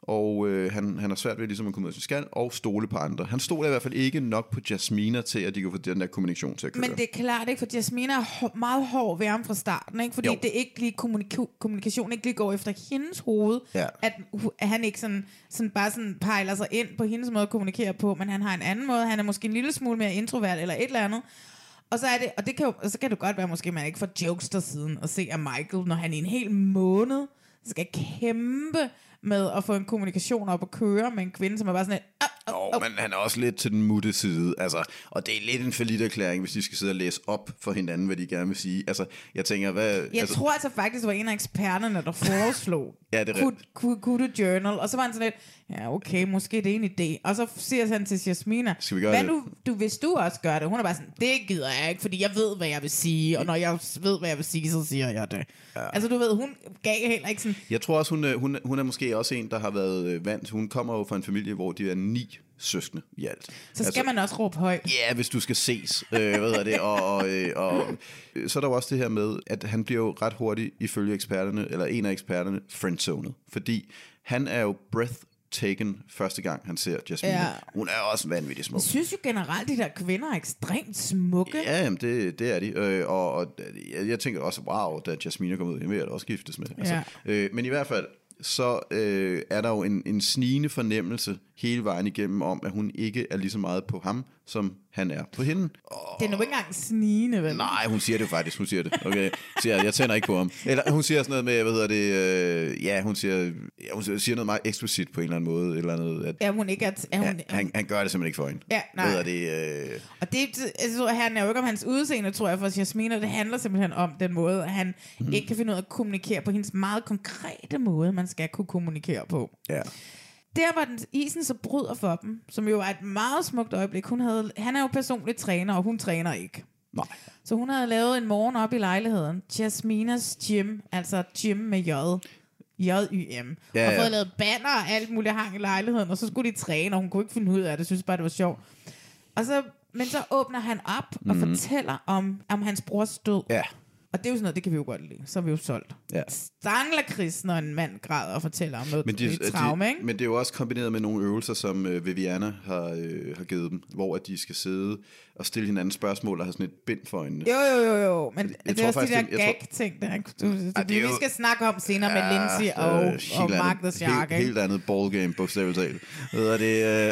[SPEAKER 4] og øh, han, han har svært ved ligesom at komme ud af sin skal, og stole på andre. Han stoler i hvert fald ikke nok på Jasmina til, at de kan få den der kommunikation til at køre.
[SPEAKER 3] Men det er klart ikke, for Jasmina er hår, meget hård ved ham fra starten, ikke? Fordi jo. det ikke lige kommunik- kommunikation ikke lige går efter hendes hoved, ja. at, at han ikke sådan, sådan bare sådan pejler sig ind på hendes måde at kommunikere på, men han har en anden måde. Han er måske en lille smule mere introvert eller et eller andet. Og så er det, og det kan jo, og så kan det godt være måske man ikke får jokester-siden og se af Michael, når han i en hel måned skal kæmpe med at få en kommunikation op og køre med en kvinde, som er bare sådan et...
[SPEAKER 4] Åh, oh, oh. Men han er også lidt til den mutte side, altså, og det er lidt en falliterklæring, hvis de skal sidde og læse op for hinanden, hvad de gerne vil sige. Altså, jeg tænker, hvad...
[SPEAKER 3] Jeg
[SPEAKER 4] altså,
[SPEAKER 3] tror altså faktisk, det var en af eksperterne, der foreslog
[SPEAKER 4] ja, det er
[SPEAKER 3] could, could, could a journal, og så var han sådan lidt, ja, okay, måske det er en idé. Og så siger han til Jasmina, hvad nu, du, hvis du også gør det? Hun er bare sådan, det gider jeg ikke, fordi jeg ved, hvad jeg vil sige, og når jeg ved, hvad jeg vil sige, så siger jeg det. Ja. Altså, du ved, hun gav heller ikke sådan...
[SPEAKER 4] Jeg tror også, hun, hun, hun er måske også en, der har været vant. Hun kommer jo fra en familie, hvor de er ni søskende i alt.
[SPEAKER 3] Så skal altså, man også råbe højt.
[SPEAKER 4] Ja, hvis du skal ses, øh, ved jeg det. Og, og, og, og så er der jo også det her med, at han bliver jo ret hurtigt, ifølge eksperterne, eller en af eksperterne, friendzonet. Fordi han er jo breathtaken første gang, han ser Jasmina. Ja. Hun er også vanvittig smuk.
[SPEAKER 3] Jeg synes jo generelt, de der kvinder er ekstremt smukke.
[SPEAKER 4] Ja, jamen, det, det er de. Øh, og, og jeg, jeg tænker også, wow, da Jasmina kommer ud, jeg vil også giftes med. Ja. Altså, øh, men i hvert fald, så øh, er der jo en, en snigende fornemmelse hele vejen igennem om, at hun ikke er lige så meget på ham, som han er på hende.
[SPEAKER 3] Det er nu ikke engang snigende, vel?
[SPEAKER 4] Nej, hun siger det faktisk, hun siger det. Okay, siger, jeg tænder ikke på ham. Eller hun siger sådan noget med, hvad hedder det, øh, ja, hun siger, ja, hun siger noget meget eksplicit på en eller anden måde, eller andet. At,
[SPEAKER 3] ja, hun ikke er... er hun,
[SPEAKER 4] ja, han, han gør det simpelthen ikke for hende.
[SPEAKER 3] Ja, nej.
[SPEAKER 4] Hvad hedder det? Øh,
[SPEAKER 3] Og det, altså, han er jo ikke om hans udseende, tror jeg, for Jasmina. Det handler simpelthen om den måde, at han mm. ikke kan finde ud af at kommunikere på hendes meget konkrete måde, man skal kunne kommunikere på.
[SPEAKER 4] Ja.
[SPEAKER 3] Der var den isen så bryder for dem, som jo er et meget smukt øjeblik. Hun havde, han er jo personligt træner, og hun træner ikke.
[SPEAKER 4] Nej.
[SPEAKER 3] Så hun havde lavet en morgen op i lejligheden. Jasminas Gym, altså gym med J. J-Y-M. Ja, og fået lavet banner og alt muligt hang i lejligheden, og så skulle de træne, og hun kunne ikke finde ud af det. Jeg synes bare, det var sjovt. Og så Men så åbner han op og
[SPEAKER 4] Mhm.
[SPEAKER 3] fortæller om, om hans brors død.
[SPEAKER 4] Ja.
[SPEAKER 3] Og det er jo sådan noget, det kan vi jo godt lide. Så er vi jo solgt.
[SPEAKER 4] Ja.
[SPEAKER 3] Stangler Chris, når en mand græder og fortæller om noget
[SPEAKER 4] Men, de,
[SPEAKER 3] det er traume,
[SPEAKER 4] de,
[SPEAKER 3] ikke?
[SPEAKER 4] men det er jo også kombineret med nogle øvelser, som øh, Viviana har, øh, har givet dem, hvor at de skal sidde og stille hinanden spørgsmål og have sådan et bind for øjnene.
[SPEAKER 3] Jo, jo, jo, jo. Men
[SPEAKER 4] Jeg
[SPEAKER 3] det
[SPEAKER 4] tror
[SPEAKER 3] er også de
[SPEAKER 4] faktisk,
[SPEAKER 3] der
[SPEAKER 4] det- jeg
[SPEAKER 3] gag-ting, der du, du,
[SPEAKER 4] Ej, det er
[SPEAKER 3] vi
[SPEAKER 4] jo-
[SPEAKER 3] skal snakke om senere med
[SPEAKER 4] Ja,
[SPEAKER 3] Lindsay
[SPEAKER 4] øh,
[SPEAKER 3] og,
[SPEAKER 4] helt
[SPEAKER 3] og Mark
[SPEAKER 4] andet-
[SPEAKER 3] the Shark,
[SPEAKER 4] helt,
[SPEAKER 3] ikke?
[SPEAKER 4] helt andet ballgame, bogstaveligt talt. Ved jeg det...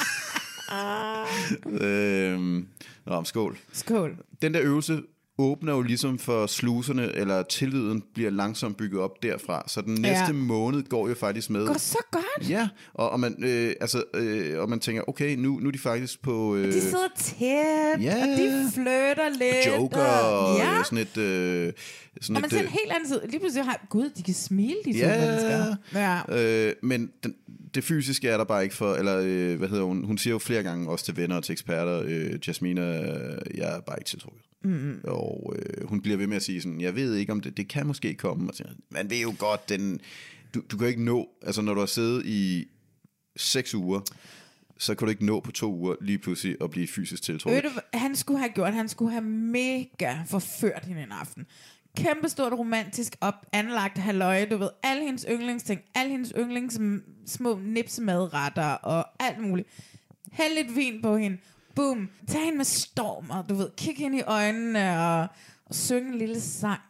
[SPEAKER 4] Øh, øhm, nå, skål.
[SPEAKER 3] Skål.
[SPEAKER 4] Den der øvelse åbner jo ligesom for sluserne, eller tilliden bliver langsomt bygget op derfra. Så den næste
[SPEAKER 3] Ja.
[SPEAKER 4] måned går jo faktisk med.
[SPEAKER 3] Går så godt.
[SPEAKER 4] Ja, og, og, man, øh, altså, øh, og man tænker, okay, nu, nu er de faktisk på... Øh,
[SPEAKER 3] De sidder tæt,
[SPEAKER 4] Ja.
[SPEAKER 3] og de flytter lidt.
[SPEAKER 4] Joker og
[SPEAKER 3] ja.
[SPEAKER 4] ja. sådan et... Øh, sådan
[SPEAKER 3] Og man
[SPEAKER 4] et,
[SPEAKER 3] ser en
[SPEAKER 4] øh,
[SPEAKER 3] helt anden side. Lige pludselig har Gud, de kan smile, de to
[SPEAKER 4] Ja,
[SPEAKER 3] mennesker. Ja.
[SPEAKER 4] øh, men den, det fysiske er der bare ikke for, eller øh, hvad hedder hun, hun siger jo flere gange også til venner og til eksperter, øh, Jasmina, jeg er bare ikke tiltrukket.
[SPEAKER 3] Mm-hmm.
[SPEAKER 4] Og øh, hun bliver ved med at sige sådan, jeg ved ikke om det, det kan måske komme, og siger, man ved jo godt, den, du, du kan ikke nå, altså når du har siddet i seks uger, så kan du ikke nå på to uger lige pludselig at blive fysisk tiltrukket.
[SPEAKER 3] Ved du, hvad han skulle have gjort? Han skulle have mega forført hende en aften. Kæmpe stort romantisk op, anlagt halløje, du ved, alle hendes yndlingsting, alle hendes yndlings m- små nipsemadretter og alt muligt. Hæld lidt vin på hende. Boom. Tag hende med storm, og du ved, kig hende i øjnene og, og synge en lille sang.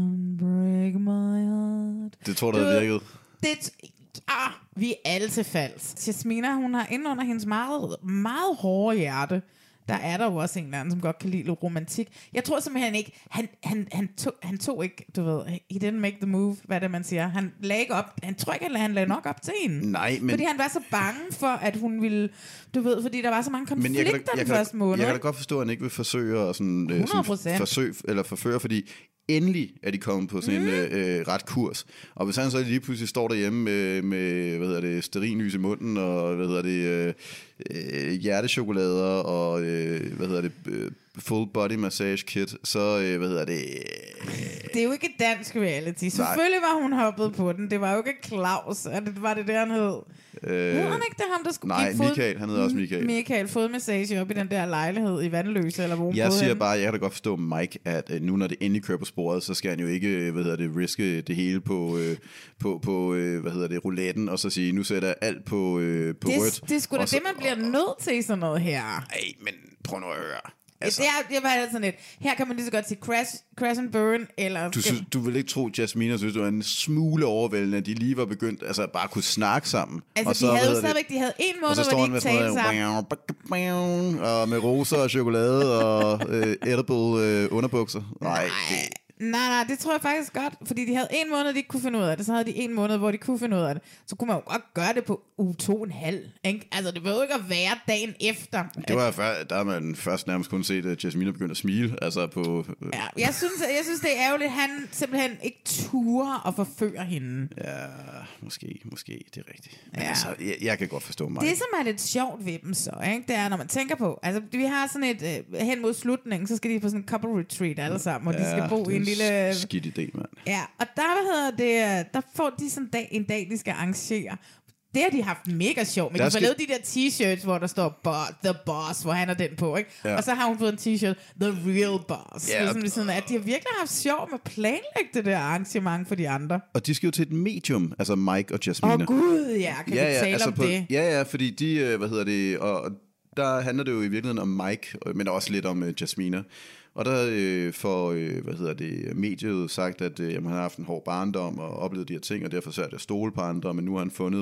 [SPEAKER 3] Unbreak my heart.
[SPEAKER 4] Det tror du,
[SPEAKER 3] Du
[SPEAKER 4] det
[SPEAKER 3] ved,
[SPEAKER 4] virkede?
[SPEAKER 3] Det, ah, vi er alle til falds. Jasmina, hun har inde under hendes meget, meget hårde hjerte, der er der jo også en eller anden, som godt kan lide lidt romantik. Jeg tror simpelthen ikke, han, han, han, tog, han tog ikke, du ved, he didn't make the move, hvad det man siger. Han lagde ikke op, han tror ikke, han lagde nok op til hende.
[SPEAKER 4] Nej, men...
[SPEAKER 3] Fordi han var så bange for, at hun ville, du ved, fordi der var så mange konflikter
[SPEAKER 4] Men jeg kan, da, jeg,
[SPEAKER 3] den
[SPEAKER 4] kan
[SPEAKER 3] første
[SPEAKER 4] da,
[SPEAKER 3] måned.
[SPEAKER 4] jeg kan da
[SPEAKER 3] ikke?
[SPEAKER 4] godt forstå, at han ikke vil forsøge at sådan, øh,
[SPEAKER 3] hundrede
[SPEAKER 4] sådan
[SPEAKER 3] procent.
[SPEAKER 4] forsøg, eller forføre, fordi endelig er de kommet på sådan mm. en øh, ret kurs. Og hvis han så lige pludselig står derhjemme med, med hvad hedder det, stearinlys i munden, og hvad hedder det, øh, øh, hjertechokolader, og øh, hvad hedder det, øh, full body massage kit, så øh, hvad hedder det... Øh,
[SPEAKER 3] Det er jo ikke dansk reality. Selvfølgelig var hun hoppet på den. Det var jo ikke Claus. Er det, var det der, han hed?
[SPEAKER 4] Øh,
[SPEAKER 3] Hedder han ikke det ham, der skulle
[SPEAKER 4] nej,
[SPEAKER 3] give fod...
[SPEAKER 4] Michael, han hedder også Michael.
[SPEAKER 3] Michael, fodmassage op i den der lejlighed i Vandløse, eller hvor hun
[SPEAKER 4] Jeg
[SPEAKER 3] boede
[SPEAKER 4] siger
[SPEAKER 3] henne.
[SPEAKER 4] bare, jeg kan da godt forstå Mike, at øh, nu når det endelig kører på sporet, så skal han jo ikke, øh, hvad hedder det, riske det hele på, øh, på, på øh, hvad hedder det, rouletten, og så sige, nu sætter jeg alt på, øh, på
[SPEAKER 3] det,
[SPEAKER 4] rødt.
[SPEAKER 3] det er sgu da
[SPEAKER 4] Og så-
[SPEAKER 3] det, man bliver nødt til i sådan noget her.
[SPEAKER 4] Ej, men prøv nu at høre.
[SPEAKER 3] Altså, det er, det er bare sådan lidt, her kan man lige så godt sige crash, crash and burn, eller...
[SPEAKER 4] Du, synes, du vil ikke tro, Jasmina synes, det var en smule overvældende, at de lige var begyndt, altså bare kunne snakke sammen.
[SPEAKER 3] Altså,
[SPEAKER 4] og
[SPEAKER 3] de
[SPEAKER 4] så,
[SPEAKER 3] havde
[SPEAKER 4] hvad
[SPEAKER 3] jo
[SPEAKER 4] hedder det,
[SPEAKER 3] stadigvæk, de havde en
[SPEAKER 4] og
[SPEAKER 3] måned,
[SPEAKER 4] så
[SPEAKER 3] hvor
[SPEAKER 4] står
[SPEAKER 3] de
[SPEAKER 4] han med
[SPEAKER 3] ikke
[SPEAKER 4] sådan
[SPEAKER 3] talte
[SPEAKER 4] noget,
[SPEAKER 3] sammen.
[SPEAKER 4] og med roser og chokolade og øh, edible øh, underbukser. Nej, det,
[SPEAKER 3] Nej, nej, det tror jeg faktisk godt, fordi de havde en måned, de ikke kunne finde ud af det, så havde de en måned, hvor de kunne finde ud af det. Så kunne man jo godt gøre det på uge to og en halv, ikke? Altså, det behøver ikke at være dagen efter.
[SPEAKER 4] det var før, der har man først nærmest kun set, at Jasmina begyndte at smile, altså på... Øh,
[SPEAKER 3] Ja, jeg synes, jeg synes, det er ærgerligt, at han simpelthen ikke turer og forfører hende.
[SPEAKER 4] Ja, måske, måske, det er rigtigt. Men
[SPEAKER 3] Ja.
[SPEAKER 4] altså, jeg, jeg kan godt forstå mig.
[SPEAKER 3] Det, som er lidt sjovt ved dem så, ikke, det er, når man tænker på, altså vi har sådan et, øh, hen mod slutningen, så skal de på sådan en couple retreat alle sammen, og de skal bo
[SPEAKER 4] det
[SPEAKER 3] i en
[SPEAKER 4] er
[SPEAKER 3] lille...
[SPEAKER 4] skidt idé, mand.
[SPEAKER 3] Ja, og der, hvad hedder det, der får de sådan en dag, en dag, de skal arrangere. Det har de haft mega sjovt. Men
[SPEAKER 4] Der
[SPEAKER 3] de får
[SPEAKER 4] skal-
[SPEAKER 3] lavet de der t-shirts, hvor der står Bo- The Boss, hvor han er den på, ikke?
[SPEAKER 4] Ja.
[SPEAKER 3] Og så har hun fået en t-shirt, The Real Boss.
[SPEAKER 4] Ja,
[SPEAKER 3] Ja, sådan, sådan, at de har virkelig haft sjov med at planlægge det der arrangement for de andre.
[SPEAKER 4] Og de skal jo til et medium, altså Mike og Jasmina.
[SPEAKER 3] Åh oh, gud, ja, kan ja, vi tale
[SPEAKER 4] altså
[SPEAKER 3] om
[SPEAKER 4] på,
[SPEAKER 3] det?
[SPEAKER 4] Ja, ja, fordi de, øh, hvad hedder det, og og der handler det jo i virkeligheden om Mike, øh, men også lidt om uh, Jasmina. Og der øh, får, øh, hvad hedder det, mediet sagt, at øh, jamen, han har haft en hård barndom og oplevet de her ting, og derfor så er det at stole på andre, men nu har han fundet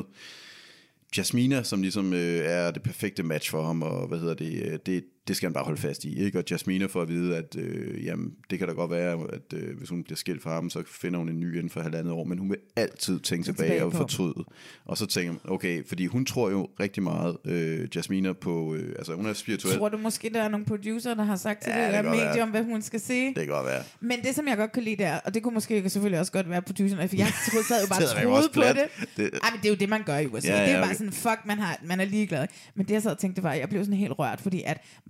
[SPEAKER 4] Jasmina, som ligesom øh, er det perfekte match for ham, og hvad hedder det, øh, det, det skal han bare holde fast i, ikke? Og Jasmina får at vide, at øh, jamen, det kan da godt være, at øh, hvis hun bliver skilt fra ham, så finder hun en ny inden for halvandet år, men hun vil altid tænke tilbage,
[SPEAKER 3] tilbage
[SPEAKER 4] og
[SPEAKER 3] på.
[SPEAKER 4] fortryde. Og så tænker man, okay, fordi hun tror jo rigtig meget, øh, Jasmina, på, øh, altså hun er spirituel.
[SPEAKER 3] Tror du måske, der er nogle producer, der har sagt til
[SPEAKER 4] Ja,
[SPEAKER 3] ja, det
[SPEAKER 4] det
[SPEAKER 3] der
[SPEAKER 4] kan godt
[SPEAKER 3] medie
[SPEAKER 4] være.
[SPEAKER 3] om, hvad hun skal sige?
[SPEAKER 4] Det kan godt være.
[SPEAKER 3] Men det, som jeg godt kan lide, det er, og det kunne måske selvfølgelig også godt være producerne, for jeg troede, sad jo bare
[SPEAKER 4] Det havde
[SPEAKER 3] og
[SPEAKER 4] været
[SPEAKER 3] troede
[SPEAKER 4] også
[SPEAKER 3] på
[SPEAKER 4] plat.
[SPEAKER 3] det.
[SPEAKER 4] Det-
[SPEAKER 3] Ej, men det er jo det, man gør i U S A.
[SPEAKER 4] Ja,
[SPEAKER 3] Det er
[SPEAKER 4] ja,
[SPEAKER 3] bare
[SPEAKER 4] okay.
[SPEAKER 3] sådan, fuck, man, har, man er ligeglad. Men det, jeg sad og tænkte, det var, jeg blev sådan helt rørt, fordi at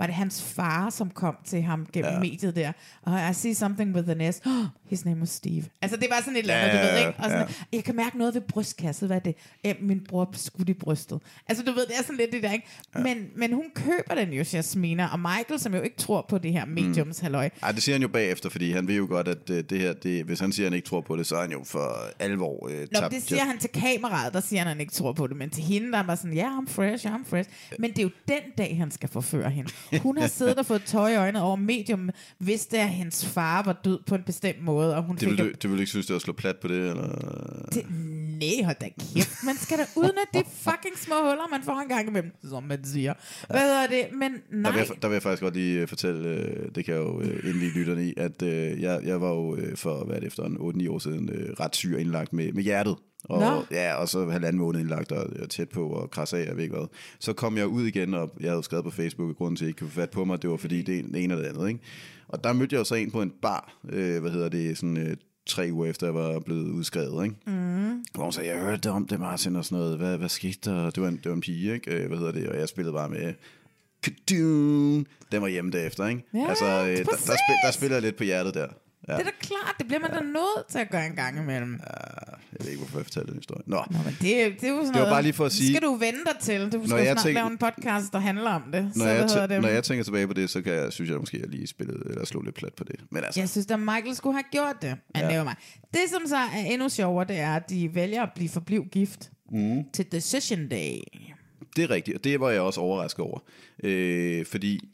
[SPEAKER 3] var det hans far, som kom til ham gennem ja. mediet der, og I see something with an S, oh, his name was Steve. Altså det var sådan et eller andet, ja, du ved ikke, og sådan, ja. jeg kan mærke noget ved brystkasset, hvad er det? Æ, min bror skudt i brystet. Altså du ved, det er sådan lidt det der, ikke? Ja. Men, men hun køber den jo, Jasmina, og Michael, som jo ikke tror på det her mediums halløj.
[SPEAKER 4] Ej, det siger han jo bagefter, fordi han ved jo godt, at uh, det her, det, hvis han siger, at han ikke tror på det, så er han jo for alvor uh,
[SPEAKER 3] Nå,
[SPEAKER 4] tabt.
[SPEAKER 3] det siger han til kameraet, der siger han, at han ikke tror på det, men til hende, der var sådan, ja, yeah, I'm fresh, I'm fresh. Men det er jo den dag, han skal forføre hende. Hun har siddet og fået tøj i øjnene over medium, hvis det er, hendes far var død på en bestemt måde, og hun
[SPEAKER 4] det vil
[SPEAKER 3] fik...
[SPEAKER 4] Du, du vil ikke synes, det var at slå plat på det, eller...
[SPEAKER 3] Det, nej, hold da kæft. Man skal da udnytte de fucking små huller, man får en gang imellem, som man siger. Hvad hedder det? Men nej.
[SPEAKER 4] Der vil, jeg, der vil jeg faktisk godt lige fortælle, det kan jeg jo indvige lytterne i, at øh, jeg, jeg var jo for, hvad er det, efter en otte ni år siden, øh, ret syg indlagt med, med hjertet. Og,
[SPEAKER 3] Nå.
[SPEAKER 4] ja, og så halvanden måned indlagt og, og tæt på og krasse af, jeg ved ikke hvad. Så kom jeg ud igen, og jeg havde skrevet på Facebook, at grunden til, at jeg ikke kunne få fat på mig, det var fordi det ene eller det andet, ikke? Og der mødte jeg jo så en på en bar, øh, hvad hedder det, sådan øh, tre uger efter, jeg var blevet udskrevet, ikke? Mm. Hvor hun sagde, jeg hørte om det, Martin, og sådan noget. Hvad, hvad skete der? Det var en, det var en pige, ikke? Øh, hvad hedder det? Og jeg spillede bare med... Den var hjemme derefter, ikke?
[SPEAKER 3] Ja,
[SPEAKER 4] altså, øh, der, der, spil, der spiller jeg lidt på hjertet der. Ja.
[SPEAKER 3] Det er da klart, det bliver man ja. da nødt til at gøre en gang imellem.
[SPEAKER 4] Ja, jeg ved ikke, hvorfor jeg fortalte den historie. Nå.
[SPEAKER 3] Nå, men det, det er jo sådan
[SPEAKER 4] det var
[SPEAKER 3] noget,
[SPEAKER 4] bare lige for at sige...
[SPEAKER 3] skal du vende dig til. Du skal snart tænker, lave en podcast, der handler om det.
[SPEAKER 4] Når,
[SPEAKER 3] så
[SPEAKER 4] jeg,
[SPEAKER 3] tæ-
[SPEAKER 4] det. når jeg tænker tilbage på det, så kan jeg, synes jeg måske, at jeg lige spillede, eller slog lidt plat på det. Men altså.
[SPEAKER 3] Jeg synes, at Michael skulle have gjort det. Men ja. det var mig. Det, som så er endnu sjovere, det er, at de vælger at blive forbliv gift mm. til Decision Day.
[SPEAKER 4] Det er rigtigt, og det var jeg også overrasket over. Øh, fordi...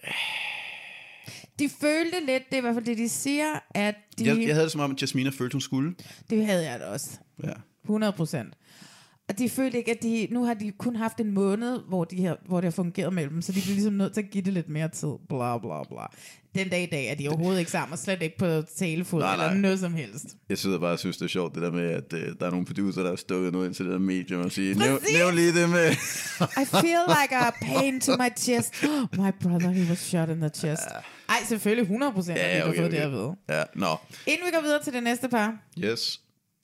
[SPEAKER 3] De følte lidt, det er i hvert fald det, de siger, at de...
[SPEAKER 4] Jeg, jeg havde det som om, at Jasmina følte, hun skulle.
[SPEAKER 3] Det havde jeg da også.
[SPEAKER 4] Ja.
[SPEAKER 3] hundrede procent. Og de følte ikke, at de... Nu har de kun haft en måned, hvor, de har, hvor det har fungeret mellem dem, så de blev ligesom nødt til at give det lidt mere tid. Bla, bla, bla. Den dag i dag er de overhovedet ikke sammen, og slet ikke på telefod nej, eller nej. noget som helst.
[SPEAKER 4] Jeg sidder bare og synes, det er sjovt, det der med, at uh, der er nogle producer, der har stukket noget ind til det der medium og siger, næv, næv lige det med.
[SPEAKER 3] I feel like a pain to my chest. Oh, my brother, he was shot in the chest. Ej, selvfølgelig hundrede procent,
[SPEAKER 4] ja,
[SPEAKER 3] at vi
[SPEAKER 4] okay,
[SPEAKER 3] har fået
[SPEAKER 4] okay.
[SPEAKER 3] det at vide.
[SPEAKER 4] Ja, nå. No.
[SPEAKER 3] Inden vi går videre til det næste par.
[SPEAKER 4] Yes.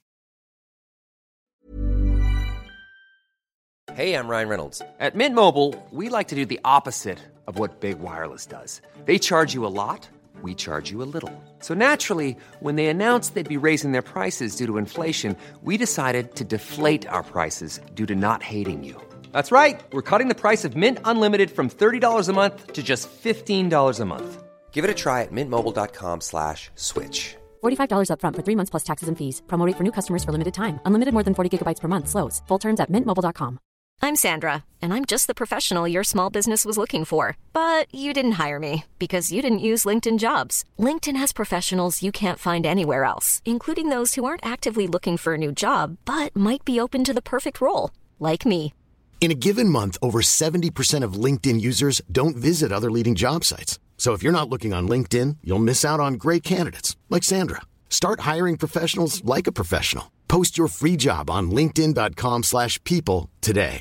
[SPEAKER 15] Hey, I'm Ryan Reynolds. At Mint Mobile, we like to do the opposite of what Big Wireless does. They charge you a lot, we charge you a little. So naturally, when they announced they'd be raising their prices due to inflation, we decided to deflate our prices due to not hating you. That's right. We're cutting the price of Mint Unlimited from thirty dollars a month to just fifteen dollars a month. Give it a try at mintmobile.com slash switch.
[SPEAKER 16] forty-five dollars up front for three months plus taxes and fees. Promo rate for new customers for limited time. Unlimited more than forty gigabytes per month. Slows full terms at mint mobile dot com.
[SPEAKER 17] I'm Sandra, and I'm just the professional your small business was looking for. But you didn't hire me because you didn't use LinkedIn Jobs. LinkedIn has professionals you can't find anywhere else, including those who aren't actively looking for a new job, but might be open to the perfect role, like me.
[SPEAKER 2] In a given month, over seventy percent of LinkedIn users don't visit other leading job sites. So if you're not looking on LinkedIn, you'll miss out on great candidates like Sandra. Start hiring professionals like a professional. Post your free job on linkedin.com slash people today.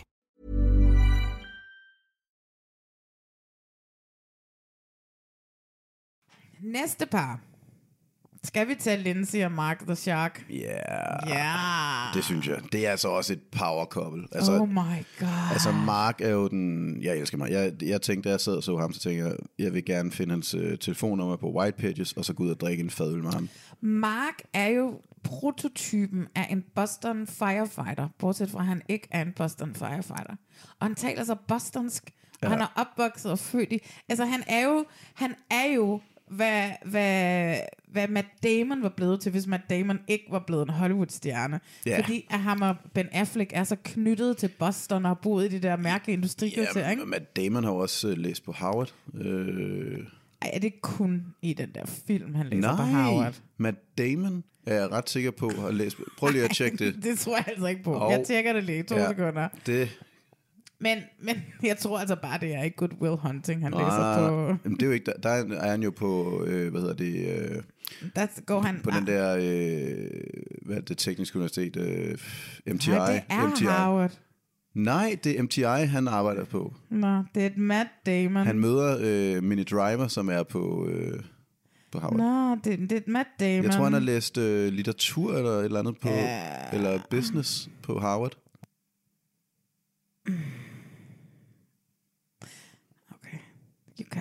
[SPEAKER 3] Næste par. Skal vi tage Lindsay og Mark the Shark?
[SPEAKER 4] Ja, yeah.
[SPEAKER 3] yeah.
[SPEAKER 4] Det synes jeg. Det er altså også et power couple. Altså,
[SPEAKER 3] oh my god.
[SPEAKER 4] Altså Mark er jo den... Jeg elsker mig. Jeg, jeg tænkte, da jeg sad og så ham, så tænkte jeg, jeg vil gerne finde hans uh, telefonnummer på White Pages, og så gå ud og drikke en fadøl med ham.
[SPEAKER 3] Mark er jo prototypen af en Boston firefighter, bortset fra, at han ikke er en Boston firefighter. Og han taler så bostonsk, og ja. Han er opvokset og født i... Altså han er jo... Han er jo Hvad, hvad, hvad Matt Damon var blevet til, hvis Matt Damon ikke var blevet en Hollywood-stjerne. Yeah. Fordi at ham og Ben Affleck er så knyttet til Boston og har boet i det der mærkelige industrikvarter,
[SPEAKER 4] ja,
[SPEAKER 3] ikke?
[SPEAKER 4] Matt Damon har også uh, læst på Harvard. Øh...
[SPEAKER 3] Ej, er det kun i den der film, han læser
[SPEAKER 4] Nej,
[SPEAKER 3] på Harvard?
[SPEAKER 4] Matt Damon er jeg ret sikker på har læst. Prøv lige at tjekke det.
[SPEAKER 3] Det tror jeg altså ikke på.
[SPEAKER 4] Og,
[SPEAKER 3] jeg tjekker det lige i to ja, sekunder.
[SPEAKER 4] Det...
[SPEAKER 3] Men, men jeg tror altså bare, det er ikke Good Will Hunting, han ah, læser på...
[SPEAKER 4] Jamen, det er jo ikke... Der, der er han jo på... Øh, hvad hedder det... Øh,
[SPEAKER 3] der går han...
[SPEAKER 4] På ah. den der... Øh, hvad er det tekniske universitet? Øh, M T I.
[SPEAKER 3] Nej, det er
[SPEAKER 4] M T I.
[SPEAKER 3] Harvard.
[SPEAKER 4] Nej, det er M T I, han arbejder på.
[SPEAKER 3] Nå, det er et Matt Damon.
[SPEAKER 4] Han møder øh, Minnie Driver, som er på... Øh, på Harvard.
[SPEAKER 3] Nå, det, det er et Matt Damon.
[SPEAKER 4] Jeg tror, han har læst øh, litteratur eller et eller andet på... Yeah. Eller business på Harvard.
[SPEAKER 3] You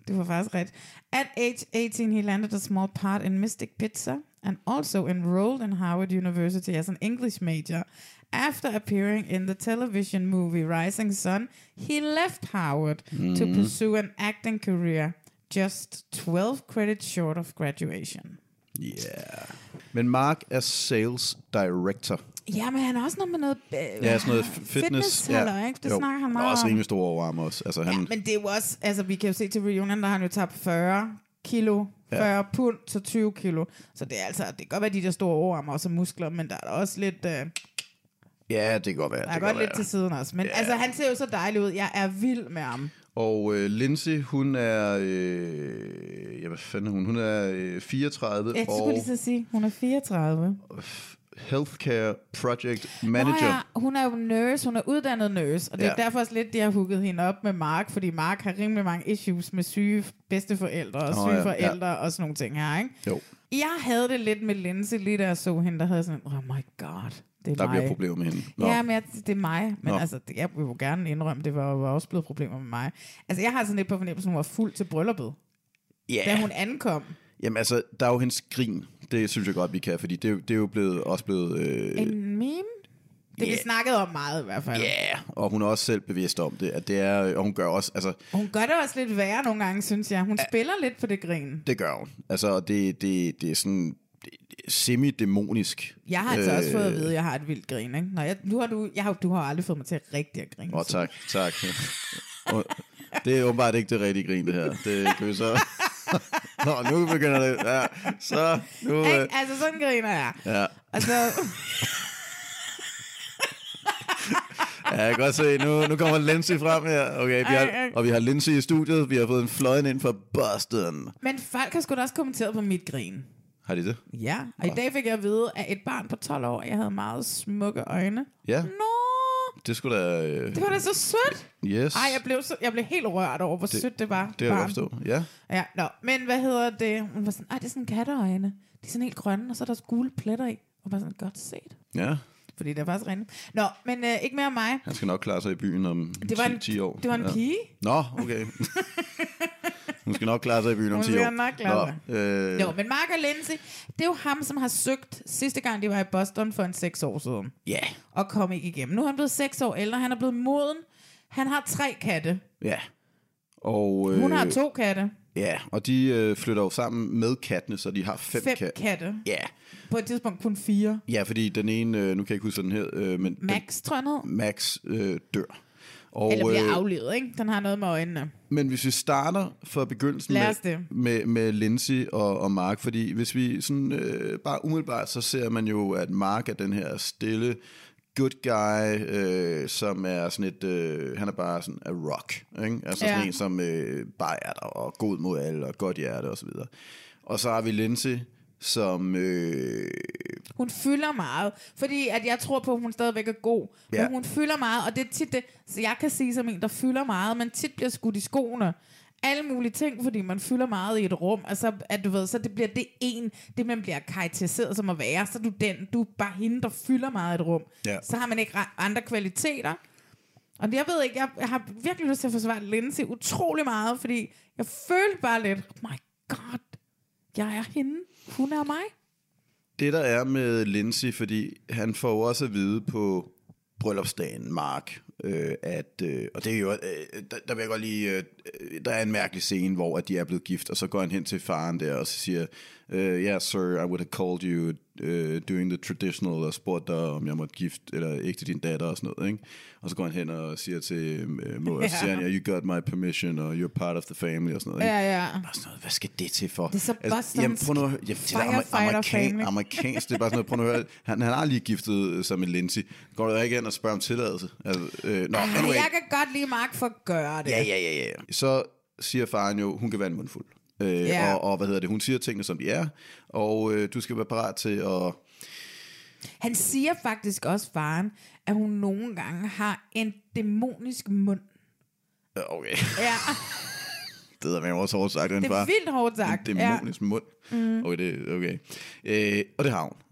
[SPEAKER 3] Det var faktisk ret. At age eighteen, he landed a small part in Mystic Pizza and also enrolled in Howard University as an English major. After appearing in the television movie Rising Sun, he left Howard mm. to pursue an acting career, just twelve credits short of graduation.
[SPEAKER 4] Yeah. Men Mark er sales director.
[SPEAKER 3] Ja, men han har også noget med noget... Øh,
[SPEAKER 4] ja, sådan noget fitness.
[SPEAKER 3] fitness ja. Ikke? Det
[SPEAKER 4] jo.
[SPEAKER 3] snakker han meget
[SPEAKER 4] om. Og også
[SPEAKER 3] om.
[SPEAKER 4] rimelig store overarme også. Altså, han...
[SPEAKER 3] Ja, men det er jo også... Altså, vi kan jo se til reunion, der har han jo tabt fyrre kilo, fyrre ja. pund, så tyve kilo. Så det er altså... Det kan godt være, de der store overarme også muskler, men der er også lidt... Øh,
[SPEAKER 4] ja, det kan godt være.
[SPEAKER 3] Der er
[SPEAKER 4] det
[SPEAKER 3] godt lidt
[SPEAKER 4] være.
[SPEAKER 3] til siden også. Men ja. altså, han ser jo så dejlig ud. Jeg er vild med ham.
[SPEAKER 4] Og øh, Lindsay, hun er... Øh, ja, hvad fanden er hun? Hun er øh, fireogtredive.
[SPEAKER 3] Jeg skulle lige så sige, hun er fireogtredive.
[SPEAKER 4] Healthcare Project Manager.
[SPEAKER 3] Nå ja, hun er jo nurse, hun er uddannet nurse, og det er
[SPEAKER 4] ja.
[SPEAKER 3] derfor også lidt, de har hooket hende op med Mark, fordi Mark har rimelig mange issues med syge bedsteforældre og syge oh, ja. forældre ja. og sådan nogle ting her, ikke?
[SPEAKER 4] Jo.
[SPEAKER 3] Jeg havde det lidt med Lindsay, lige da jeg så hende, der havde sådan, oh my god, det er
[SPEAKER 4] der
[SPEAKER 3] mig.
[SPEAKER 4] bliver problemer med hende. Nå.
[SPEAKER 3] Ja, men jeg, det er mig, men
[SPEAKER 4] Nå.
[SPEAKER 3] altså, jeg vil jo gerne indrømme, det var, var også blevet problemer med mig. Altså, jeg har sådan lidt på fornemmelsen, hun var fuld til brylluppet,
[SPEAKER 4] yeah.
[SPEAKER 3] da hun ankom.
[SPEAKER 4] Jamen altså, der er jo hendes grin. Det synes jeg godt, vi kan, fordi det, er jo, det er jo blevet, også blevet... Øh,
[SPEAKER 3] en meme? Det yeah. vi snakkede om meget i hvert fald.
[SPEAKER 4] Ja, yeah. Og hun er også selv bevidst om det, at det er, og hun gør også, altså...
[SPEAKER 3] Hun gør det også lidt værre nogle gange, synes jeg. Hun ja, spiller lidt på det grin.
[SPEAKER 4] Det gør hun. Altså, det, det, det er sådan semi-dæmonisk.
[SPEAKER 3] Jeg har altså øh, også fået at vide, at jeg har et vildt grin, ikke? Nå, jeg, nu har du, jeg har, du har aldrig fået mig til at rigtig at grine.
[SPEAKER 4] Åh, oh, tak, tak. Det er åbenbart ikke det rigtige grin, det her. Det kan vi så... Nå, nu begynder det. Ja, så nu...
[SPEAKER 3] Hey, altså, sådan griner jeg.
[SPEAKER 4] Ja.
[SPEAKER 3] Og så...
[SPEAKER 4] Ja, jeg kan godt se, nu, nu kommer Lindsay frem her. Okay, vi har, og vi har Lindsay i studiet. Vi har fået en fløjen ind fra Boston.
[SPEAKER 3] Men folk har sgu da også kommenteret på mit grin.
[SPEAKER 4] Har de det?
[SPEAKER 3] Ja, og Nå. i dag fik jeg at vide, at et barn på tolv år, jeg havde meget smukke øjne.
[SPEAKER 4] Ja.
[SPEAKER 3] Nå!
[SPEAKER 4] Det skulle da... Øh...
[SPEAKER 3] Det var da så sødt.
[SPEAKER 4] Yes.
[SPEAKER 3] Ej, jeg blev, så, jeg blev helt rørt over, hvor det, sødt det var.
[SPEAKER 4] Det er jeg forstå, ja.
[SPEAKER 3] Ja, nå, men hvad hedder det? Hun var sådan, ej, det er sådan katteøjne. De er sådan helt grønne, og så er der gule pletter i. Og bare sådan, godt set.
[SPEAKER 4] Ja.
[SPEAKER 3] Fordi det er faktisk rent. Nå, men øh, ikke mere om mig.
[SPEAKER 4] Han skal nok klare sig i byen om
[SPEAKER 3] det var
[SPEAKER 4] ti,
[SPEAKER 3] en,
[SPEAKER 4] ti år.
[SPEAKER 3] Det var en ja. pige.
[SPEAKER 4] Nå, okay. Hun skal nok klare sig i byen om ti år.
[SPEAKER 3] Hun skal nok klare sig. Øh... Jo, men Mark og Lindsay, det er jo ham, som har søgt sidste gang, de var i Boston for en seks år siden.
[SPEAKER 4] Ja. Yeah.
[SPEAKER 3] Og kom ikke igennem. Nu er han blevet seks år ældre, han er blevet moden. Han har tre katte.
[SPEAKER 4] Ja. Og,
[SPEAKER 3] øh... Hun har to katte.
[SPEAKER 4] Ja, og de øh, flytter jo sammen med kattene, så de har fem,
[SPEAKER 3] fem
[SPEAKER 4] katte.
[SPEAKER 3] katte.
[SPEAKER 4] Ja.
[SPEAKER 3] På et tidspunkt kun fire.
[SPEAKER 4] Ja, fordi den ene, øh, nu kan jeg ikke huske den her, øh, men
[SPEAKER 3] Max, tror jeg noget.
[SPEAKER 4] Max øh, dør. Og,
[SPEAKER 3] Eller bliver
[SPEAKER 4] øh,
[SPEAKER 3] aflevet, ikke? Den har noget med øjnene.
[SPEAKER 4] Men hvis vi starter fra begyndelsen med, med, med Lindsay og, og Mark, fordi hvis vi sådan øh, bare umiddelbart, så ser man jo, at Mark er den her stille good guy, øh, som er sådan et, øh, han er bare sådan a rock, ikke? Altså ja. Sådan en, som øh, bare er der, og god mod alle, og godt hjerte, og så videre. Og så har vi Lindsay, som... Øh...
[SPEAKER 3] Hun fylder meget, fordi at jeg tror på, at hun stadigvæk er god. Ja. Men hun fylder meget, og det er tit det, så jeg kan sige som en, der fylder meget, men tit bliver skudt i skoene. Alle mulige ting, fordi man fylder meget i et rum, altså at du ved, så det bliver det en, det man bliver karakteriseret som at være, så er du den, du er bare hende, der fylder meget i et rum. Ja. Så har man ikke andre kvaliteter. Og jeg ved ikke, jeg, jeg har virkelig lyst til at forsvare Lindsay utrolig meget, fordi jeg følte bare lidt, oh my god, jeg er hende, hun er mig.
[SPEAKER 4] Det der er med Lindsay, fordi han får jo også at vide på bryllupsdagen, Mark, øh, at, øh, og det er jo, øh, der, der vil jeg godt lige, øh, der er en mærkelig scene, hvor at de er blevet gift, og så går han hen til faren der, og så siger, uh, yeah sir, I would have called you uh, doing the traditional, og spurgte dig, om jeg måtte gift, eller ikke til din datter, og sådan noget, ikke? Og så går han hen og siger til uh, mor, og så siger han, yeah, you got my permission, og you're part of the family, og sådan noget, ikke?
[SPEAKER 3] Ja, ja.
[SPEAKER 4] Bare sådan noget, hvad skal det til for?
[SPEAKER 3] Det er så
[SPEAKER 4] altså, jamen, prøv nu at høre, jamen, det er amerikan, amerikansk, det er bare sådan noget, prøv nu at høre, han, han har lige giftet sig med Lindsay, går der ikke ind og spørger om tilladelse? Altså, øh, no,
[SPEAKER 3] anyway. Jeg kan godt lide Mark for at gøre det.
[SPEAKER 4] Ja, ja, ja, ja. Så siger faren jo, hun kan være en mundfuld. Øh, yeah. og, og hvad hedder det, hun siger tingene som de er, og øh, du skal være parat til at...
[SPEAKER 3] Han siger faktisk også, faren, at hun nogle gange har en dæmonisk mund.
[SPEAKER 4] Okay.
[SPEAKER 3] Ja.
[SPEAKER 4] Det er med også hårdt sagt.
[SPEAKER 3] Det er far. Vildt hårdt sagt.
[SPEAKER 4] En dæmonisk
[SPEAKER 3] ja.
[SPEAKER 4] mund. Mm. Okay, det, okay. Øh, og det har hun.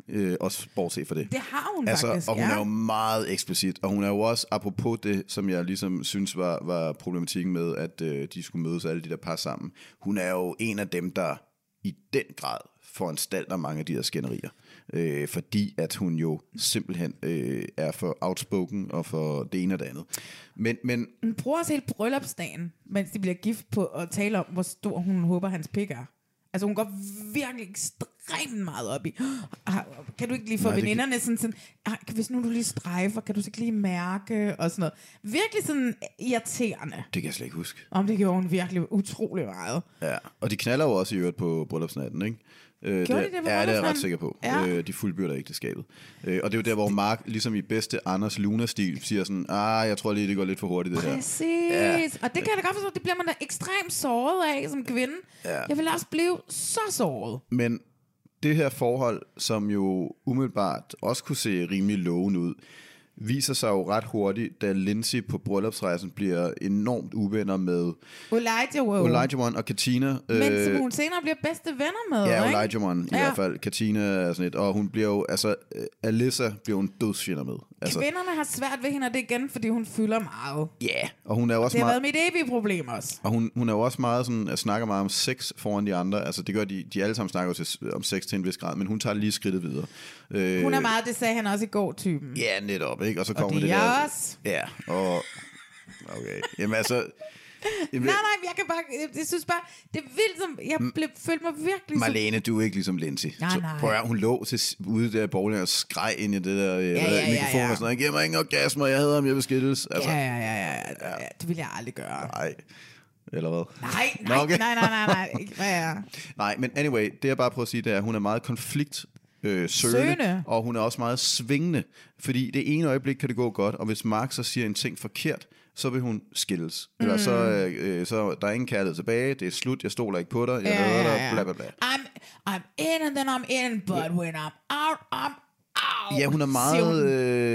[SPEAKER 4] Øh, også bortset for det.
[SPEAKER 3] Det har hun
[SPEAKER 4] altså,
[SPEAKER 3] faktisk,
[SPEAKER 4] og hun
[SPEAKER 3] ja.
[SPEAKER 4] er jo meget eksplicit, og hun er jo også, apropos det, som jeg ligesom synes var, var problematikken med, at øh, de skulle mødes alle de der par sammen. Hun er jo en af dem, der i den grad foranstalter mange af de her skænderier. Øh, fordi at hun jo simpelthen øh, er for outspoken og for det ene og det andet. Men, men
[SPEAKER 3] hun bruger også helt bryllupsdagen, mens de bliver gift, på at tale om, hvor stor hun håber, hans pik er. Altså hun går virkelig ekstremt meget op i. Kan du ikke lige få Nej, veninderne kan... sådan, sådan hvis nu du lige strejfer, kan du så ikke lige mærke og sådan noget. Virkelig sådan irriterende.
[SPEAKER 4] Det kan jeg slet ikke huske.
[SPEAKER 3] Om det gjorde hun virkelig utrolig meget.
[SPEAKER 4] Ja, og de knaller jo også i øvrigt på bryllupsnatten, ikke? Øh,
[SPEAKER 3] Gjorde
[SPEAKER 4] det,
[SPEAKER 3] de det på
[SPEAKER 4] ja, det er jeg ret sikker på.
[SPEAKER 3] Ja.
[SPEAKER 4] Øh, de fuldbyrder ægteskabet. Øh, og det er jo der, hvor Mark, ligesom i bedste Anders Luna-stil, siger sådan, ah, jeg tror lige, det går lidt for hurtigt, det her.
[SPEAKER 3] Præcis. Ja. Og det kan jeg da godt forstå, det bliver man da ekstremt såret af som kvinde. Ja. Jeg vil også blive så såret.
[SPEAKER 4] Men det her forhold, som jo umiddelbart også kunne se rimelig lovende ud, viser sig jo ret hurtigt, da Lindsay på bryllupsrejsen bliver enormt uvenner med
[SPEAKER 3] Elijah Wood
[SPEAKER 4] Elijah og Katina.
[SPEAKER 3] Men øh, som hun senere bliver bedste venner med,
[SPEAKER 4] ja,
[SPEAKER 3] ikke?
[SPEAKER 4] Elijah Wood, i ja. hvert fald. Katina er sådan et, og hun bliver jo, altså, Alyssa bliver hun dødsfjender med. Altså,
[SPEAKER 3] kvinderne har svært ved hende, og det igen, fordi hun fylder meget.
[SPEAKER 4] Ja, yeah. Og hun er også
[SPEAKER 3] det har
[SPEAKER 4] meget,
[SPEAKER 3] været mit evige problem også.
[SPEAKER 4] Og hun, hun er jo også meget sådan, at snakker meget om sex foran de andre. Altså det gør de, de alle sammen snakker til, om sex til en vis grad, men hun tager lige skridtet videre. Øh,
[SPEAKER 3] hun er meget, det sagde han også i går, typen.
[SPEAKER 4] Ja, netop, ikke? Og så kommer
[SPEAKER 3] det,
[SPEAKER 4] det
[SPEAKER 3] der.
[SPEAKER 4] Også. Ja, og okay. Jamen altså,
[SPEAKER 3] Jamen, nej, nej, jeg kan bare, jeg, jeg synes bare, det er vildt, som, jeg blev, følte mig virkelig...
[SPEAKER 4] Marlene, du er ikke ligesom Lindsay.
[SPEAKER 3] Nej, nej.
[SPEAKER 4] Prøv at, hun lå til, ude der i bowling og skreg ind i det der, ja, ja, ja, mikrofon ja, ja. og sådan noget. Giv mig ingen orgasmer, jeg hader ham, jeg vil skilles. Altså,
[SPEAKER 3] ja, ja, ja, ja, ja, ja, det vil jeg aldrig gøre.
[SPEAKER 4] Nej, eller hvad?
[SPEAKER 3] Nej, nej, okay. nej, nej, nej, nej, nej, hvad er
[SPEAKER 4] Nej, men anyway, det jeg bare prøver at sige, det er, at hun er meget konflikt Øh, søgende, søgende, og hun er også meget svingende, fordi det ene øjeblik kan det gå godt, og hvis Mark så siger en ting forkert, så vil hun skilles. Mm. Eller så, øh, så der er ingen kærlighed tilbage, det er slut, jeg stoler ikke på dig, jeg
[SPEAKER 3] ja,
[SPEAKER 4] hader dig,
[SPEAKER 3] ja, ja.
[SPEAKER 4] bla bla bla.
[SPEAKER 3] I'm, I'm in and then I'm in, but yeah. when I'm out, I'm out.
[SPEAKER 4] Ja, hun er meget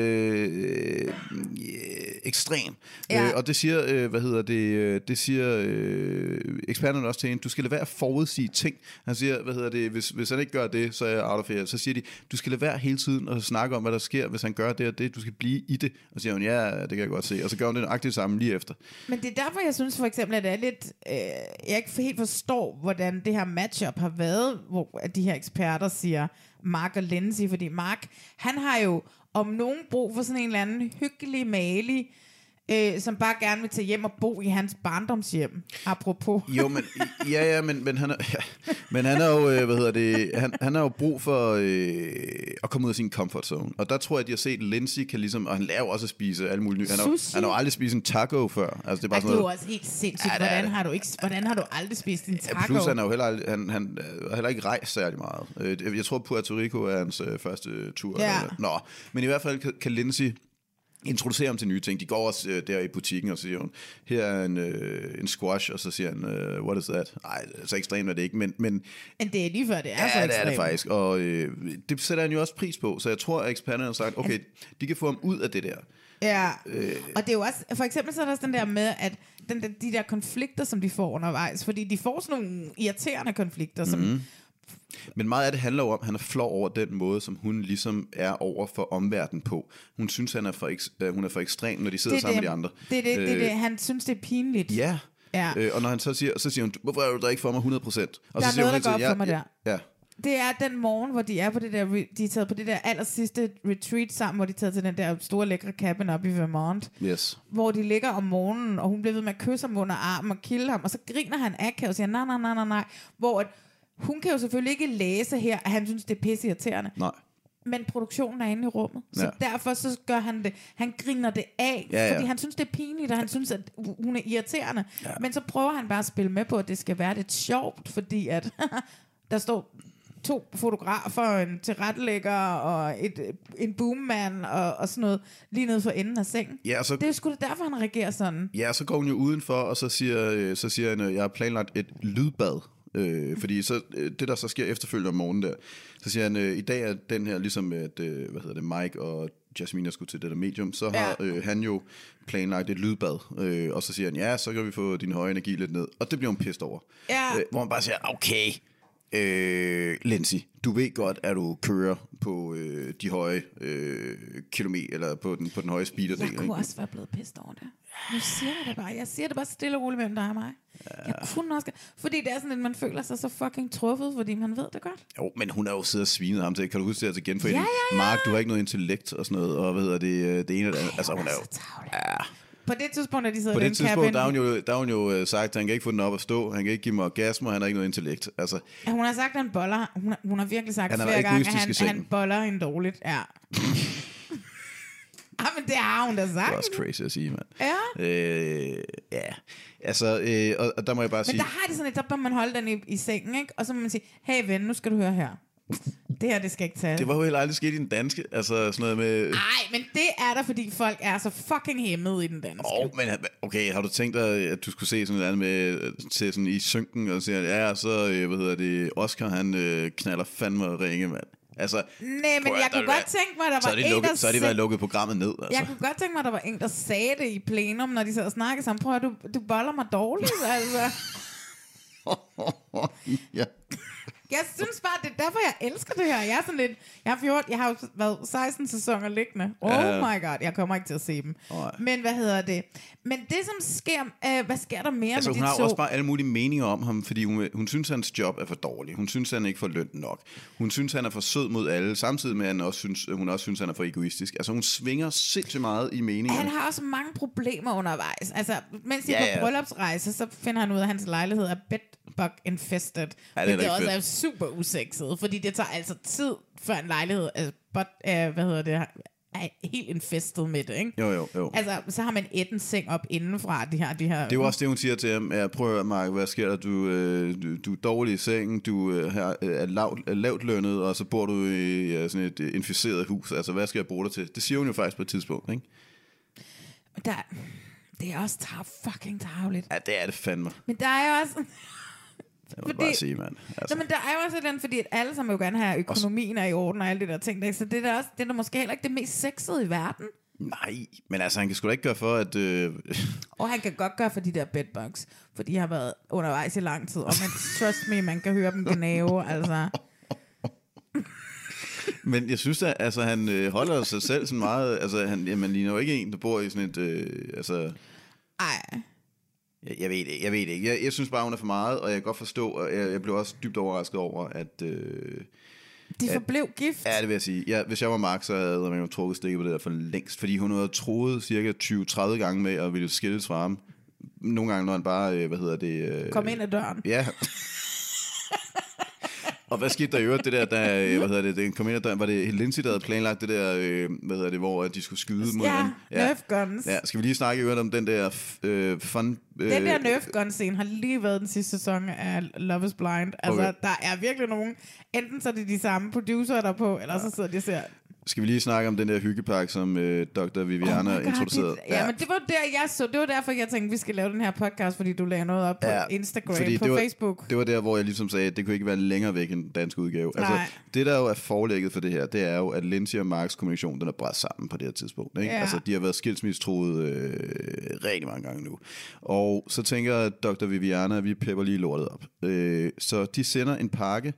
[SPEAKER 4] øh, øh, ekstrem. Ja. Øh, og det siger, øh, hvad hedder det, det siger øh, eksperterne også til hende, du skal lade være at forudsige ting. Han siger, hvad hedder det, hvis, hvis han ikke gør det, så er jeg out of here. Så siger de, du skal lade være hele tiden at snakke om, hvad der sker, hvis han gør det og det, du skal blive i det. Og så siger hun, ja, det kan jeg godt se. Og så gør hun det nøjagtigt samme lige efter.
[SPEAKER 3] Men det er derfor, jeg synes for eksempel, at det er lidt, øh, jeg ikke helt forstår, hvordan det her matchup har været, hvor de her eksperter siger, Mark og Lindsay, fordi Mark, han har jo om nogen brug for sådan en eller anden hyggelig malig, øh, som bare gerne vil tage hjem og bo i hans barndomshjem, apropos.
[SPEAKER 4] Jo, men, ja, ja, men, men han er, ja, men han er jo, øh, hvad hedder det, han, han har jo brug for øh, at komme ud af sin comfort zone, og der tror jeg, at de har set, Lindsay kan ligesom, og han lærer jo også at spise alle mulige, han har, han har jo aldrig spist en taco før. Altså, det er bare sådan
[SPEAKER 3] det er
[SPEAKER 4] noget,
[SPEAKER 3] jo også helt sindssygt, ja, hvordan, har du ikke, hvordan har du aldrig spist en taco?
[SPEAKER 4] Ja, plus han har jo heller, aldrig, han, han har heller ikke rejst særlig meget. Jeg tror, Puerto Rico er hans øh, første tur.
[SPEAKER 3] Ja.
[SPEAKER 4] Eller, nå, men i hvert fald kan, kan Lindsay introducerer ham til nye ting. De går også øh, der i butikken, og så siger hun, her er en, øh, en squash, og så siger han, øh, what is that? Nej, så ekstremt er det ikke, men... Men,
[SPEAKER 3] men det er lige før, det er
[SPEAKER 4] ja,
[SPEAKER 3] så ekstremt.
[SPEAKER 4] Ja, det er det faktisk, og øh, det sætter han jo også pris på, så jeg tror, at eksperterne har sagt, okay, de kan få ham ud af det der.
[SPEAKER 3] Ja, øh. og det er jo også, for eksempel så er der også den der med, at den der, de der konflikter, som de får undervejs, fordi de får sådan nogle irriterende konflikter, som... Mm.
[SPEAKER 4] Men meget af det handler jo om, at han er flov over den måde, som hun ligesom er over for omverdenen på. Hun synes, han er for ek- hun er for ekstrem, når de sidder sammen
[SPEAKER 3] det.
[SPEAKER 4] med de andre.
[SPEAKER 3] Det er det, det, det. Han synes, det er pinligt.
[SPEAKER 4] Ja,
[SPEAKER 3] ja.
[SPEAKER 4] Øh, og når han så siger, så siger hun, hvorfor er du der ikke for mig hundrede procent? Og
[SPEAKER 3] der
[SPEAKER 4] så siger
[SPEAKER 3] er noget,
[SPEAKER 4] hun,
[SPEAKER 3] der går op for mig der.
[SPEAKER 4] Ja.
[SPEAKER 3] Det er den morgen, hvor de er på det der, de er taget på det der aller sidste retreat sammen, hvor de er taget til den der store lækre cabin op i Vermont.
[SPEAKER 4] Yes.
[SPEAKER 3] Hvor de ligger om morgenen, og hun bliver ved med at kysse ham under armen og kilde ham, og så griner han akavet og siger, nej, nej, nej, nej, nej. Hvor at, hun kan jo selvfølgelig ikke læse her, at han synes, det er pisseirriterende.
[SPEAKER 4] Nej.
[SPEAKER 3] Men produktionen er inde i rummet. Så ja. Derfor så gør han det. Han griner det af,
[SPEAKER 4] ja, ja.
[SPEAKER 3] fordi han synes, det er pinligt, og han synes, at hun er irriterende. Ja. Men så prøver han bare at spille med på, at det skal være lidt sjovt, fordi at der står to fotografer, en tilrettelægger og et, en boomman og, og sådan noget lige nede for enden af sengen.
[SPEAKER 4] Ja, så,
[SPEAKER 3] det er sgu da derfor, han reagerer sådan.
[SPEAKER 4] Ja, så går hun jo udenfor, og så siger, så siger han, jeg har planlagt et lydbad. Øh, fordi så, det der så sker efterfølgende om morgenen der, så siger han, øh, i dag er den her ligesom at, øh, hvad hedder det, Mike og Jasmine skulle til det der medium, så har ja. øh, han jo planlagt et lydbad, øh, og så siger han, ja, så kan vi få din høje energi lidt ned, og det bliver hun pissed over.
[SPEAKER 3] Ja.
[SPEAKER 4] Øh, hvor man bare siger, okay, Øh, Lindsay, du ved godt, at du kører på øh, de høje øh, kilometer, eller på den, på den høje speederdel.
[SPEAKER 3] Jeg kunne
[SPEAKER 4] ikke?
[SPEAKER 3] også være blevet pissed over det. Nu siger jeg det bare. Jeg siger det bare stille og roligt mellem dig og mig. Ja. Jeg kunne også... Fordi det er sådan, at man føler sig så fucking truffet, fordi man ved det godt.
[SPEAKER 4] Jo, men hun er jo siddet og svinet ham til. Kan du huske det til genforening?
[SPEAKER 3] Ja, ja, ja.
[SPEAKER 4] Mark, du har ikke noget intellekt og sådan noget, og hvad hedder det, det ene eller andet. Altså, hun er jo... Ja.
[SPEAKER 3] På det tidspunkt, at de sidder
[SPEAKER 4] På
[SPEAKER 3] i den
[SPEAKER 4] det tidspunkt,
[SPEAKER 3] cabin,
[SPEAKER 4] der har hun jo, der har hun jo sagt, at han kan ikke få den op at stå, han kan ikke give mig orgasme, han har ikke noget intellekt. Altså,
[SPEAKER 3] ja, hun har sagt, at han boller. Hun har, hun har virkelig sagt
[SPEAKER 4] han
[SPEAKER 3] flere gange, at han,
[SPEAKER 4] han
[SPEAKER 3] han boller hende dårligt. Ja. Ah, men det har hun da sagt.
[SPEAKER 4] Det er også crazy at sige, mand.
[SPEAKER 3] Ja.
[SPEAKER 4] Øh, ja, altså, øh, og, og der må jeg bare
[SPEAKER 3] men
[SPEAKER 4] sige...
[SPEAKER 3] Men der har de sådan et, der bør man holde den i, i sengen, ikke? Og så må man sige, hey ven, nu skal du høre her. Det her, det skal ikke tage.
[SPEAKER 4] Det var jo heller aldrig sket i den danske, altså sådan noget med...
[SPEAKER 3] Nej, men det er der, fordi folk er så fucking hæmmet i den danske.
[SPEAKER 4] Åh, oh, men okay, har du tænkt dig, at du skulle se sådan noget andet med, til sådan i synken, og sige, ja, så, øh, hvad hedder det, Oscar, han øh, knaller fandme og ringe, mand. Altså,
[SPEAKER 3] nej, men jeg kunne godt tænke mig, der
[SPEAKER 4] så
[SPEAKER 3] var
[SPEAKER 4] en,
[SPEAKER 3] lukket,
[SPEAKER 4] der så har de været lukket programmet ned, altså.
[SPEAKER 3] Jeg kunne godt tænke mig, der var en, der sagde det i plenum, når de sad og snakkede sammen. Prøv at du, du boller mig dårligt, altså.
[SPEAKER 4] Ja.
[SPEAKER 3] Jeg synes bare, det er derfor, jeg elsker det her. Jeg er sådan lidt... Jeg har, fjorten, jeg har jo været seksten sæsoner liggende. Oh uh, my god, jeg kommer ikke til at se dem. Uh. Men hvad hedder det? Men det, som sker... Øh, hvad sker der mere
[SPEAKER 4] altså,
[SPEAKER 3] med de
[SPEAKER 4] to? Hun har
[SPEAKER 3] to?
[SPEAKER 4] også bare alle mulige meninger om ham, fordi hun, hun synes, hans job er for dårlig. Hun synes, han ikke får løn nok. Hun synes, han er for sød mod alle, samtidig med, at han også synes, hun også synes, han er for egoistisk. Altså, hun svinger sindssygt meget i meningen.
[SPEAKER 3] Han har også mange problemer undervejs. Altså, mens de er
[SPEAKER 4] ja,
[SPEAKER 3] på
[SPEAKER 4] ja.
[SPEAKER 3] bryllupsrejse, så finder han ud af, at hans lejlighed er bedbug infested.
[SPEAKER 4] Ja, det er,
[SPEAKER 3] det er også
[SPEAKER 4] fedt.
[SPEAKER 3] er super usexet, fordi det tager altså tid, før en lejlighed er, but, uh, hvad hedder det, er helt infested med det, ikke?
[SPEAKER 4] Jo, jo, jo.
[SPEAKER 3] Altså, så har man et en seng op indenfra, de her, de her...
[SPEAKER 4] Det er jo også det, hun siger til ham. Ja, prøv at høre, Mark, hvad sker der? Du, øh, du, du er dårlig i sengen, du øh, er lavt, er lavt lønnet, og så bor du i ja, sådan et inficeret hus. Altså, hvad skal jeg bruge dig til? Det siger hun jo faktisk på et tidspunkt, ikke?
[SPEAKER 3] Der, det er også tar, fucking tarveligt.
[SPEAKER 4] Ja, det er det fandme.
[SPEAKER 3] Men der er jo også...
[SPEAKER 4] Det må bare sige, mand. Altså.
[SPEAKER 3] Men der er jo også den, fordi at alle sammen jo gerne have økonomien er i orden og alle det der ting. Der. Så det er da også, det er da måske heller ikke det mest sexede i verden.
[SPEAKER 4] Nej, men altså han kan sgu da ikke gøre for, at... Øh...
[SPEAKER 3] Og han kan godt gøre for de der bedbugs, for de har været undervejs i lang tid. Og man, trust me, man kan høre dem gnave, altså...
[SPEAKER 4] Men jeg synes at altså, han øh, holder sig selv sådan meget... Altså, han, jamen, ligner jo ikke en, der bor i sådan et... Øh, altså...
[SPEAKER 3] Ej...
[SPEAKER 4] Jeg, jeg ved det, jeg ved det ikke. Jeg, jeg synes bare, hun er for meget, og jeg kan godt forstå, og jeg, jeg blev også dybt overrasket over, at... Øh,
[SPEAKER 3] de forblev gift.
[SPEAKER 4] Ja, det vil jeg sige. Ja, hvis jeg var Mark, så havde jeg jo trukket stikket på det der for længst, fordi hun havde troet cirka tyve til tredive gange med at ville skilles fra ham. Nogle gange, når han bare, øh, hvad hedder det... Øh,
[SPEAKER 3] Kom ind ad døren.
[SPEAKER 4] Ja. Og hvad skete der i øvrigt, det der, der hvad hedder det, det kom ind ad døren, var det Lindsay, der havde planlagt det der, øh, hvad hedder det, hvor de skulle skyde mod
[SPEAKER 3] ja,
[SPEAKER 4] hinanden?
[SPEAKER 3] Ja, Nerf guns.
[SPEAKER 4] Ja, skal vi lige snakke i øvrigt om den der øh, fun... Øh,
[SPEAKER 3] den der Nerf gun scene har lige været den sidste sæson af Love is Blind. Altså, okay. Der er virkelig nogen, enten så er det de samme producer der på, eller så sidder de og ser...
[SPEAKER 4] Skal vi lige snakke om den der hyggepark, som øh, doktor Viviana oh introducerede?
[SPEAKER 3] Det, ja, ja, men det var der, jeg så. Det var derfor, jeg tænkte, vi skal lave den her podcast, fordi du lagde noget op på ja, Instagram, på
[SPEAKER 4] det var,
[SPEAKER 3] Facebook.
[SPEAKER 4] Det var der, hvor jeg ligesom sagde, at det kunne ikke være længere væk end den danske udgave. Altså, det, der jo er forelægget for det her, det er jo, at Lindsay og Marks kommunikation, den er bræt sammen på det her tidspunkt. Ikke? Ja. Altså, de har været skilsmissetroet øh, rigtig mange gange nu. Og så tænker doktor Viviana, at vi pepper lige lortet op. Øh, så de sender en pakke,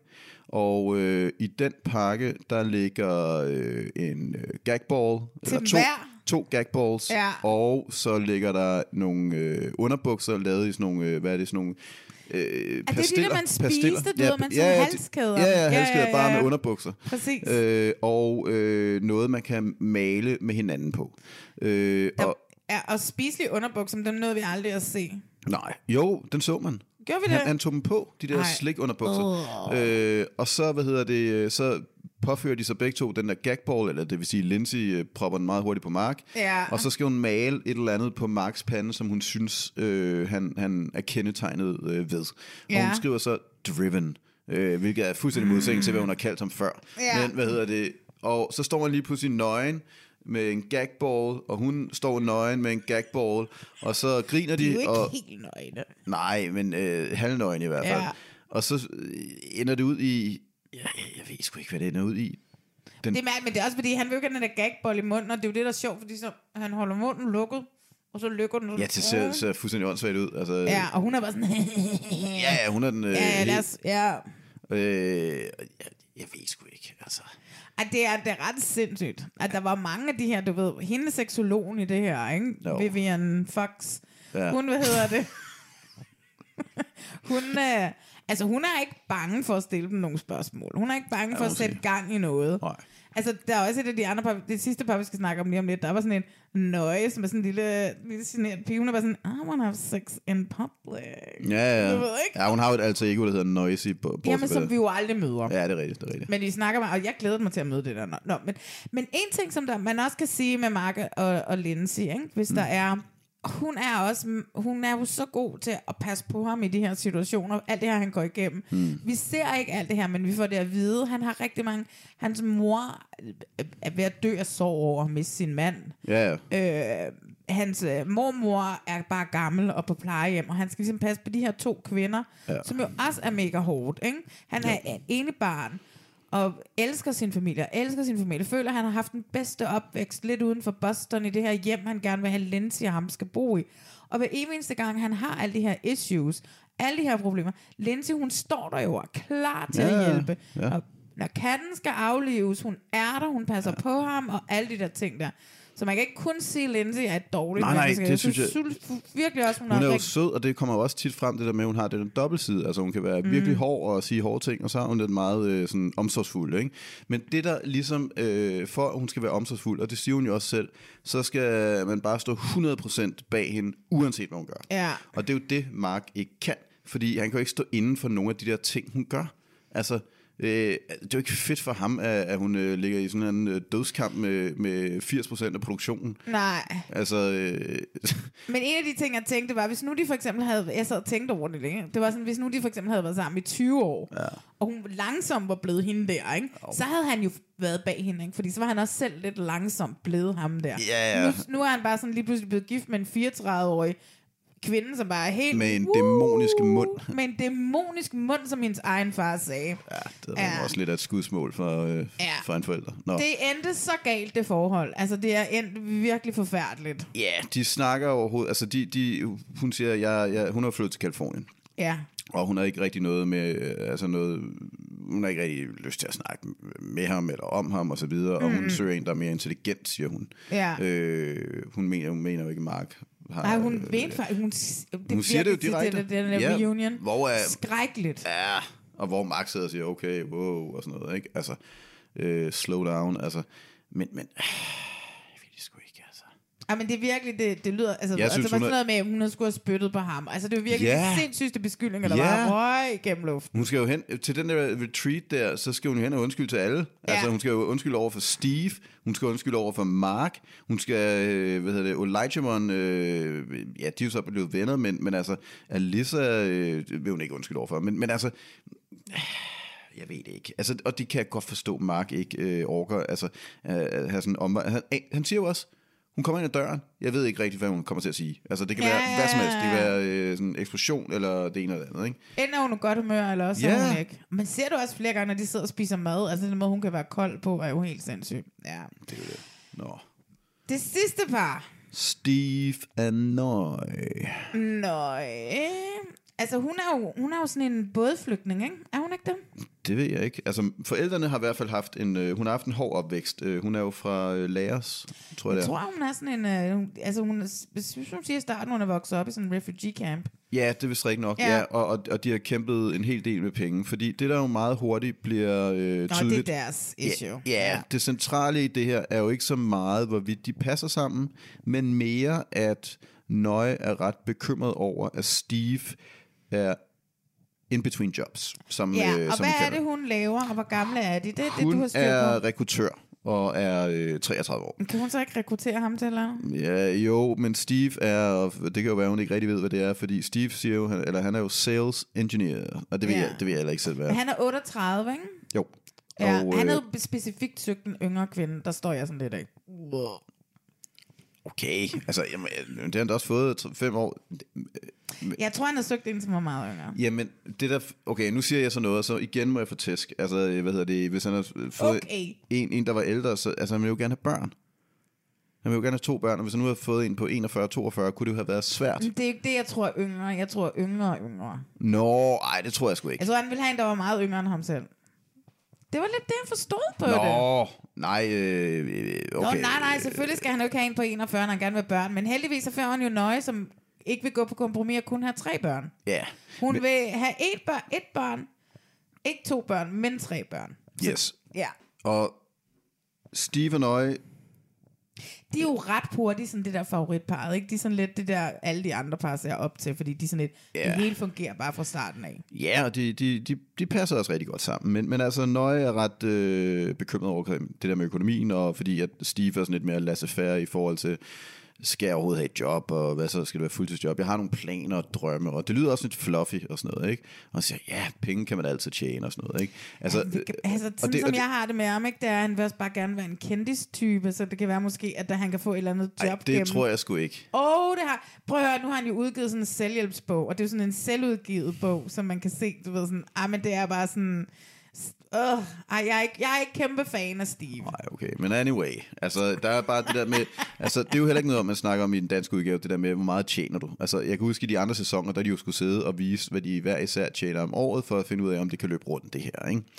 [SPEAKER 4] og øh, i den pakke, der ligger øh, en øh, gagball.
[SPEAKER 3] Til
[SPEAKER 4] eller to,
[SPEAKER 3] hver?
[SPEAKER 4] To gagballs.
[SPEAKER 3] Ja.
[SPEAKER 4] Og så ligger der nogle øh, underbukser lavet i sådan nogle, øh, hvad er det, sådan nogle... Øh,
[SPEAKER 3] er det de der, man spiste, du ved, man sådan
[SPEAKER 4] ja,
[SPEAKER 3] halskæder?
[SPEAKER 4] Ja, ja, halskæder,
[SPEAKER 3] ja, ja, ja.
[SPEAKER 4] bare med underbukser.
[SPEAKER 3] Præcis.
[SPEAKER 4] Øh, og øh, noget, man kan male med hinanden på. Øh,
[SPEAKER 3] der
[SPEAKER 4] og,
[SPEAKER 3] er, og spiselige underbukser, men dem nåede vi aldrig at se.
[SPEAKER 4] Nej, jo, den så man.
[SPEAKER 3] Gjorde vi det?
[SPEAKER 4] Han, han tog dem på, de der slik underbukser. Oh. Øh, og så, hvad hedder det, så påfører de så begge to den der gagball, eller det vil sige, Lindsay propper den meget hurtigt på Mark.
[SPEAKER 3] Ja.
[SPEAKER 4] Og så skal hun male et eller andet på Marks pande, som hun synes, øh, han, han er kendetegnet øh, ved.
[SPEAKER 3] Ja.
[SPEAKER 4] Og hun skriver så driven, øh, hvilket er fuldstændig modsætning til, hvad hun har kaldt ham før.
[SPEAKER 3] Ja.
[SPEAKER 4] Men, hvad hedder det, og så står han lige pludselig nøgen, med en gagball, og hun står nøgen med en gagball, og så griner de.
[SPEAKER 3] De er jo ikke
[SPEAKER 4] og,
[SPEAKER 3] helt nøgne.
[SPEAKER 4] Nej, men øh, halvnøgen i hvert fald.
[SPEAKER 3] Ja.
[SPEAKER 4] Og så ender det ud i... Ja, jeg ved sgu ikke, hvad det ender ud i. Den...
[SPEAKER 3] Det er mærkeligt, men det er også fordi, han vil jo ikke have den der gagball i munden, og det er jo det, der er sjovt, fordi så, han holder munden lukket, og så lykker den.
[SPEAKER 4] Ja, det ser, ser fuldstændig åndssvagt ud. Altså,
[SPEAKER 3] ja, og hun er bare sådan...
[SPEAKER 4] ja, ja, hun er den... Øh,
[SPEAKER 3] ja, ja, os, ja.
[SPEAKER 4] Øh, jeg, jeg ved sgu ikke, altså.
[SPEAKER 3] At det er, det er ret sindssygt, at der var mange af de her, du ved, hende seksologen i det her, ikke?
[SPEAKER 4] No.
[SPEAKER 3] Vivian Fox.
[SPEAKER 4] Ja.
[SPEAKER 3] Hun, hvad hedder det? hun, øh, altså hun er ikke bange for at stille dem nogle spørgsmål. Hun er ikke bange for at sætte gang i noget.
[SPEAKER 4] Nej.
[SPEAKER 3] Altså, der er også et af de andre par, det sidste par, vi skal snakke om lige om lidt, der var sådan en nøje, som er sådan en lille, lille generet pige. Hun er bare sådan, I want to have sex in public.
[SPEAKER 4] Ja, ja.
[SPEAKER 3] Du ved ikke?
[SPEAKER 4] Ja, hun har jo et alter ego, der hedder Noisy. På,
[SPEAKER 3] Jamen, som vi jo aldrig møder.
[SPEAKER 4] Ja, det er rigtigt, det er rigtigt.
[SPEAKER 3] Men vi snakker med, og jeg glæder mig til at møde det der. Nå, men, men en ting, som der, man også kan sige med Mark og, og Lindsay, ikke? Hvis mm. der er, hun er også, hun er jo så god til at passe på ham i de her situationer, alt det her, han går igennem. Mm. Vi ser ikke alt det her, men vi får det at vide. Han har rigtig mange, hans mor er ved at dø af sorg over at miste sin mand.
[SPEAKER 4] Ja,
[SPEAKER 3] ja. Øh, hans øh, mormor er bare gammel og på plejehjem, og han skal ligesom passe på de her to kvinder, ja. Som jo også er mega hårdt, ikke? Han er ja. En ene barn, og elsker sin familie, elsker sin familie, føler, at han har haft den bedste opvækst lidt uden for Boston i det her hjem, han gerne vil have Lindsay og ham skal bo i. Og hver eneste gang, han har alle de her issues, alle de her problemer, Lindsay, hun står der jo og er klar til ja, at hjælpe. Ja. Og når katten skal aflives, hun er der, hun passer ja. På ham, og alle de der ting der. Så man kan ikke kun sige, at Lindsay er et dårligt
[SPEAKER 4] nej, nej,
[SPEAKER 3] menneske.
[SPEAKER 4] det
[SPEAKER 3] jeg
[SPEAKER 4] synes jeg...
[SPEAKER 3] synes virkelig også, hun,
[SPEAKER 4] hun er jo
[SPEAKER 3] rigtig...
[SPEAKER 4] sød, og det kommer jo også tit frem, det der med, at hun har den dobbeltside. Altså hun kan være mm. virkelig hård og sige hårde ting, og så er hun lidt meget øh, sådan, omsorgsfuld. Ikke? Men det der ligesom, øh, for at hun skal være omsorgsfuld, og det siger hun jo også selv, så skal man bare stå hundrede procent bag hende, uanset hvad hun gør.
[SPEAKER 3] Ja.
[SPEAKER 4] Og det er jo det, Mark ikke kan, fordi han kan jo ikke stå inden for nogle af de der ting, hun gør. Altså... Øh, det er jo ikke fedt for ham, at, at hun øh, ligger i sådan en øh, dødskamp med, med firs procent af produktionen.
[SPEAKER 3] Nej.
[SPEAKER 4] Altså... Øh,
[SPEAKER 3] Men en af de ting, jeg tænkte, var, hvis nu de for eksempel havde... Jeg sad og tænkte over det længe. Det var sådan, hvis nu de for eksempel havde været sammen i tyve år, ja. Og hun langsomt var blevet hende der, ikke? Oh. Så havde han jo været bag hende, ikke? Fordi så var han også selv lidt langsomt blevet ham der.
[SPEAKER 4] Ja, ja.
[SPEAKER 3] Nu, nu er han bare sådan lige pludselig blevet gift med en fireogtredive-årig kvinde, som bare er helt...
[SPEAKER 4] med en dæmonisk mund.
[SPEAKER 3] Med en dæmonisk mund, som hendes egen far sagde.
[SPEAKER 4] Ja, det var ja. Også lidt af et skudsmål for, øh, ja. For en forælder. Nå.
[SPEAKER 3] Det endte så galt, det forhold. Altså, det er endt virkelig forfærdeligt.
[SPEAKER 4] Ja, yeah, de snakker overhovedet... Altså, de, de, hun siger, jeg, jeg, hun er flyttet til Kalifornien.
[SPEAKER 3] Ja.
[SPEAKER 4] Og hun har ikke rigtig noget med... Altså noget... Hun har ikke rigtig lyst til at snakke med ham eller om ham og så videre. Mm. Og hun søger en, der er mere intelligent, siger hun.
[SPEAKER 3] Ja.
[SPEAKER 4] Øh, hun mener, hun mener jo ikke Mark... Har,
[SPEAKER 3] Nej, hun øh, mente faktisk, hun, det
[SPEAKER 4] hun siger det jo direkte.
[SPEAKER 3] Det, det, det, ja, reunion.
[SPEAKER 4] Hvor er,
[SPEAKER 3] skrækkeligt.
[SPEAKER 4] Ja, og hvor Mark sidder og siger, okay, wow, og sådan noget, ikke? Altså, øh, slow down, altså, men, men, øh, jeg ved det sgu ikke, altså.
[SPEAKER 3] Ja, men det er virkelig, det, det lyder, altså,
[SPEAKER 4] jeg
[SPEAKER 3] altså
[SPEAKER 4] synes,
[SPEAKER 3] var sådan
[SPEAKER 4] er...
[SPEAKER 3] noget med, at hun havde skulle have spyttet på ham. Altså, det var virkelig
[SPEAKER 4] ja.
[SPEAKER 3] de sindssygste beskyldninger, der
[SPEAKER 4] ja.
[SPEAKER 3] var røg gennem luften.
[SPEAKER 4] Hun skal jo hen til den der retreat der, så skal hun jo hen og undskylde til alle. Ja. Altså, hun skal jo undskylde over for Steve, hun skal undskylde over for Mark, hun skal, øh, hvad hedder det, Olajuwon, øh, ja, de er jo så blevet venner, men, men altså, Alyssa øh, vil hun ikke undskylde over for, men, men altså... Jeg ved det ikke. Altså, og det kan jeg godt forstå, Mark ikke øh, orker. Altså, øh, have sådan omvej. Han, han siger jo også, hun kommer ind ad døren. Jeg ved ikke rigtig, hvad hun kommer til at sige. Altså, det kan ja, være hvad som helst. Det kan være øh, sådan en eksplosion, eller det ene eller det andet, ikke?
[SPEAKER 3] Enten er hun i godt humør, eller også
[SPEAKER 4] ja.
[SPEAKER 3] er hun ikke. Men ser du også flere gange, når de sidder og spiser mad, altså den måde, hun kan være kold på, er jo helt sindssygt. Ja.
[SPEAKER 4] Det er det. Nå.
[SPEAKER 3] Det sidste par.
[SPEAKER 4] Steve og Nøj.
[SPEAKER 3] Nøj. Altså, hun er jo, hun er jo sådan en bådflygtning, ikke? Er hun ikke det?
[SPEAKER 4] Det ved jeg ikke. Altså, forældrene har i hvert fald haft en... Øh, hun har haft en hård opvækst. Øh, hun er jo fra øh, Laos, tror jeg,
[SPEAKER 3] jeg
[SPEAKER 4] det er.
[SPEAKER 3] Jeg tror, hun er sådan en... Øh, altså, hun, hvis hun siger i starten, hun er vokset op i sådan en refugee camp.
[SPEAKER 4] Ja, det er vist ikke nok. Ja. Ja, og, og, og de har kæmpet en hel del med penge. Fordi det, der jo meget hurtigt bliver øh, tydeligt...
[SPEAKER 3] Nå, det er deres issue.
[SPEAKER 4] Ja, ja, ja, det centrale i det her er jo ikke så meget, hvorvidt de passer sammen, men mere, at Nøje er ret bekymret over, at Steve er in between jobs. Som,
[SPEAKER 3] ja,
[SPEAKER 4] øh,
[SPEAKER 3] og
[SPEAKER 4] som
[SPEAKER 3] hvad er det, hun laver, og hvor gamle er de? Det er
[SPEAKER 4] hun
[SPEAKER 3] det, du har styr
[SPEAKER 4] er
[SPEAKER 3] på.
[SPEAKER 4] rekruttør og er øh, treogtredive år.
[SPEAKER 3] Kan hun så ikke rekruttere ham til eller?
[SPEAKER 4] Ja, jo, men Steve er, og det kan jo være, hun ikke rigtig ved, hvad det er, fordi Steve siger jo, han, eller han er jo sales engineer, og det vil, ja. jeg, det vil jeg heller ikke selv være.
[SPEAKER 3] Men han er otteogtredive, ikke?
[SPEAKER 4] Jo.
[SPEAKER 3] Ja,
[SPEAKER 4] og,
[SPEAKER 3] han
[SPEAKER 4] øh,
[SPEAKER 3] er jo specifikt søgt en yngre kvinde, der står jeg sådan lidt af.
[SPEAKER 4] Okay, altså, jamen, det har han da også fået fem år.
[SPEAKER 3] Jeg tror, han har søgt en, som var meget yngre.
[SPEAKER 4] Jamen, det der... Okay, nu siger jeg så noget, så igen må jeg få tæsk. Altså, hvad hedder det? Hvis han har fået
[SPEAKER 3] okay.
[SPEAKER 4] en, en, der var ældre, så altså, han vil jo gerne have børn. Han vil jo gerne have to børn, og hvis han nu havde fået en på enogfyrre toogfyrre, kunne det jo have været svært.
[SPEAKER 3] Det er ikke det, jeg tror er yngre. Jeg tror yngre og yngre.
[SPEAKER 4] Nå, ej, det tror jeg sgu ikke.
[SPEAKER 3] Jeg tror, han ville have en, der var meget yngre end ham selv. Det var lidt det, han forstod på
[SPEAKER 4] Nå,
[SPEAKER 3] det.
[SPEAKER 4] Nå, nej, øh, okay.
[SPEAKER 3] Nå, nej, nej, selvfølgelig skal han jo ikke have en på enogfyrre, når han gerne vil have børn. Men heldigvis så får han jo Nøje, som ikke vil gå på kompromis og kun have tre børn.
[SPEAKER 4] Ja.
[SPEAKER 3] Hun
[SPEAKER 4] men...
[SPEAKER 3] vil have et børn, et barn, ikke to børn, men tre børn. Så,
[SPEAKER 4] yes.
[SPEAKER 3] Ja.
[SPEAKER 4] Og Steve og Nøje...
[SPEAKER 3] De er jo ret hurtigt sådan det der favoritparret, ikke? De er sådan lidt det der, alle de andre par ser op til, fordi de sådan lidt, yeah. det hele fungerer bare fra starten af.
[SPEAKER 4] Ja, og de, de, de, de passer også rigtig godt sammen. Men, men altså, Nøje er ret øh, bekymret over det der med økonomien, og fordi at Steve er sådan lidt mere laissez-faire i forhold til, skal jeg overhovedet have et job, og hvad så skal det være fuldtidsjob? Jeg har nogle planer og drømme, og det lyder også lidt fluffy og sådan noget, ikke? Og så siger ja, penge kan man altid tjene og sådan noget, ikke? Altså,
[SPEAKER 3] altså, det, altså sådan
[SPEAKER 4] det,
[SPEAKER 3] som
[SPEAKER 4] det,
[SPEAKER 3] jeg har det med ham, ikke? Det er, at han vil også bare gerne være en kendistype, så det kan være måske, at han kan få et eller andet job.
[SPEAKER 4] Ej, det
[SPEAKER 3] gennem.
[SPEAKER 4] tror jeg sgu ikke.
[SPEAKER 3] Åh, oh, det har... Prøv at høre, nu har han jo udgivet sådan en selvhjælpsbog, og det er jo sådan en selvudgivet bog, som man kan se, du ved sådan, ah, men det er bare sådan... Uh, ej, jeg, er ikke, jeg er ikke kæmpe fan af Steve.
[SPEAKER 4] Nej, okay. Men anyway, altså, der er bare det der med... Altså, det er jo heller ikke noget, man snakker om i den danske udgave, det der med, hvor meget tjener du. Altså, jeg kan huske i de andre sæsoner, der de jo skulle sidde og vise, hvad de hver især tjener om året, for at finde ud af, om det kan løbe rundt det her, ikke?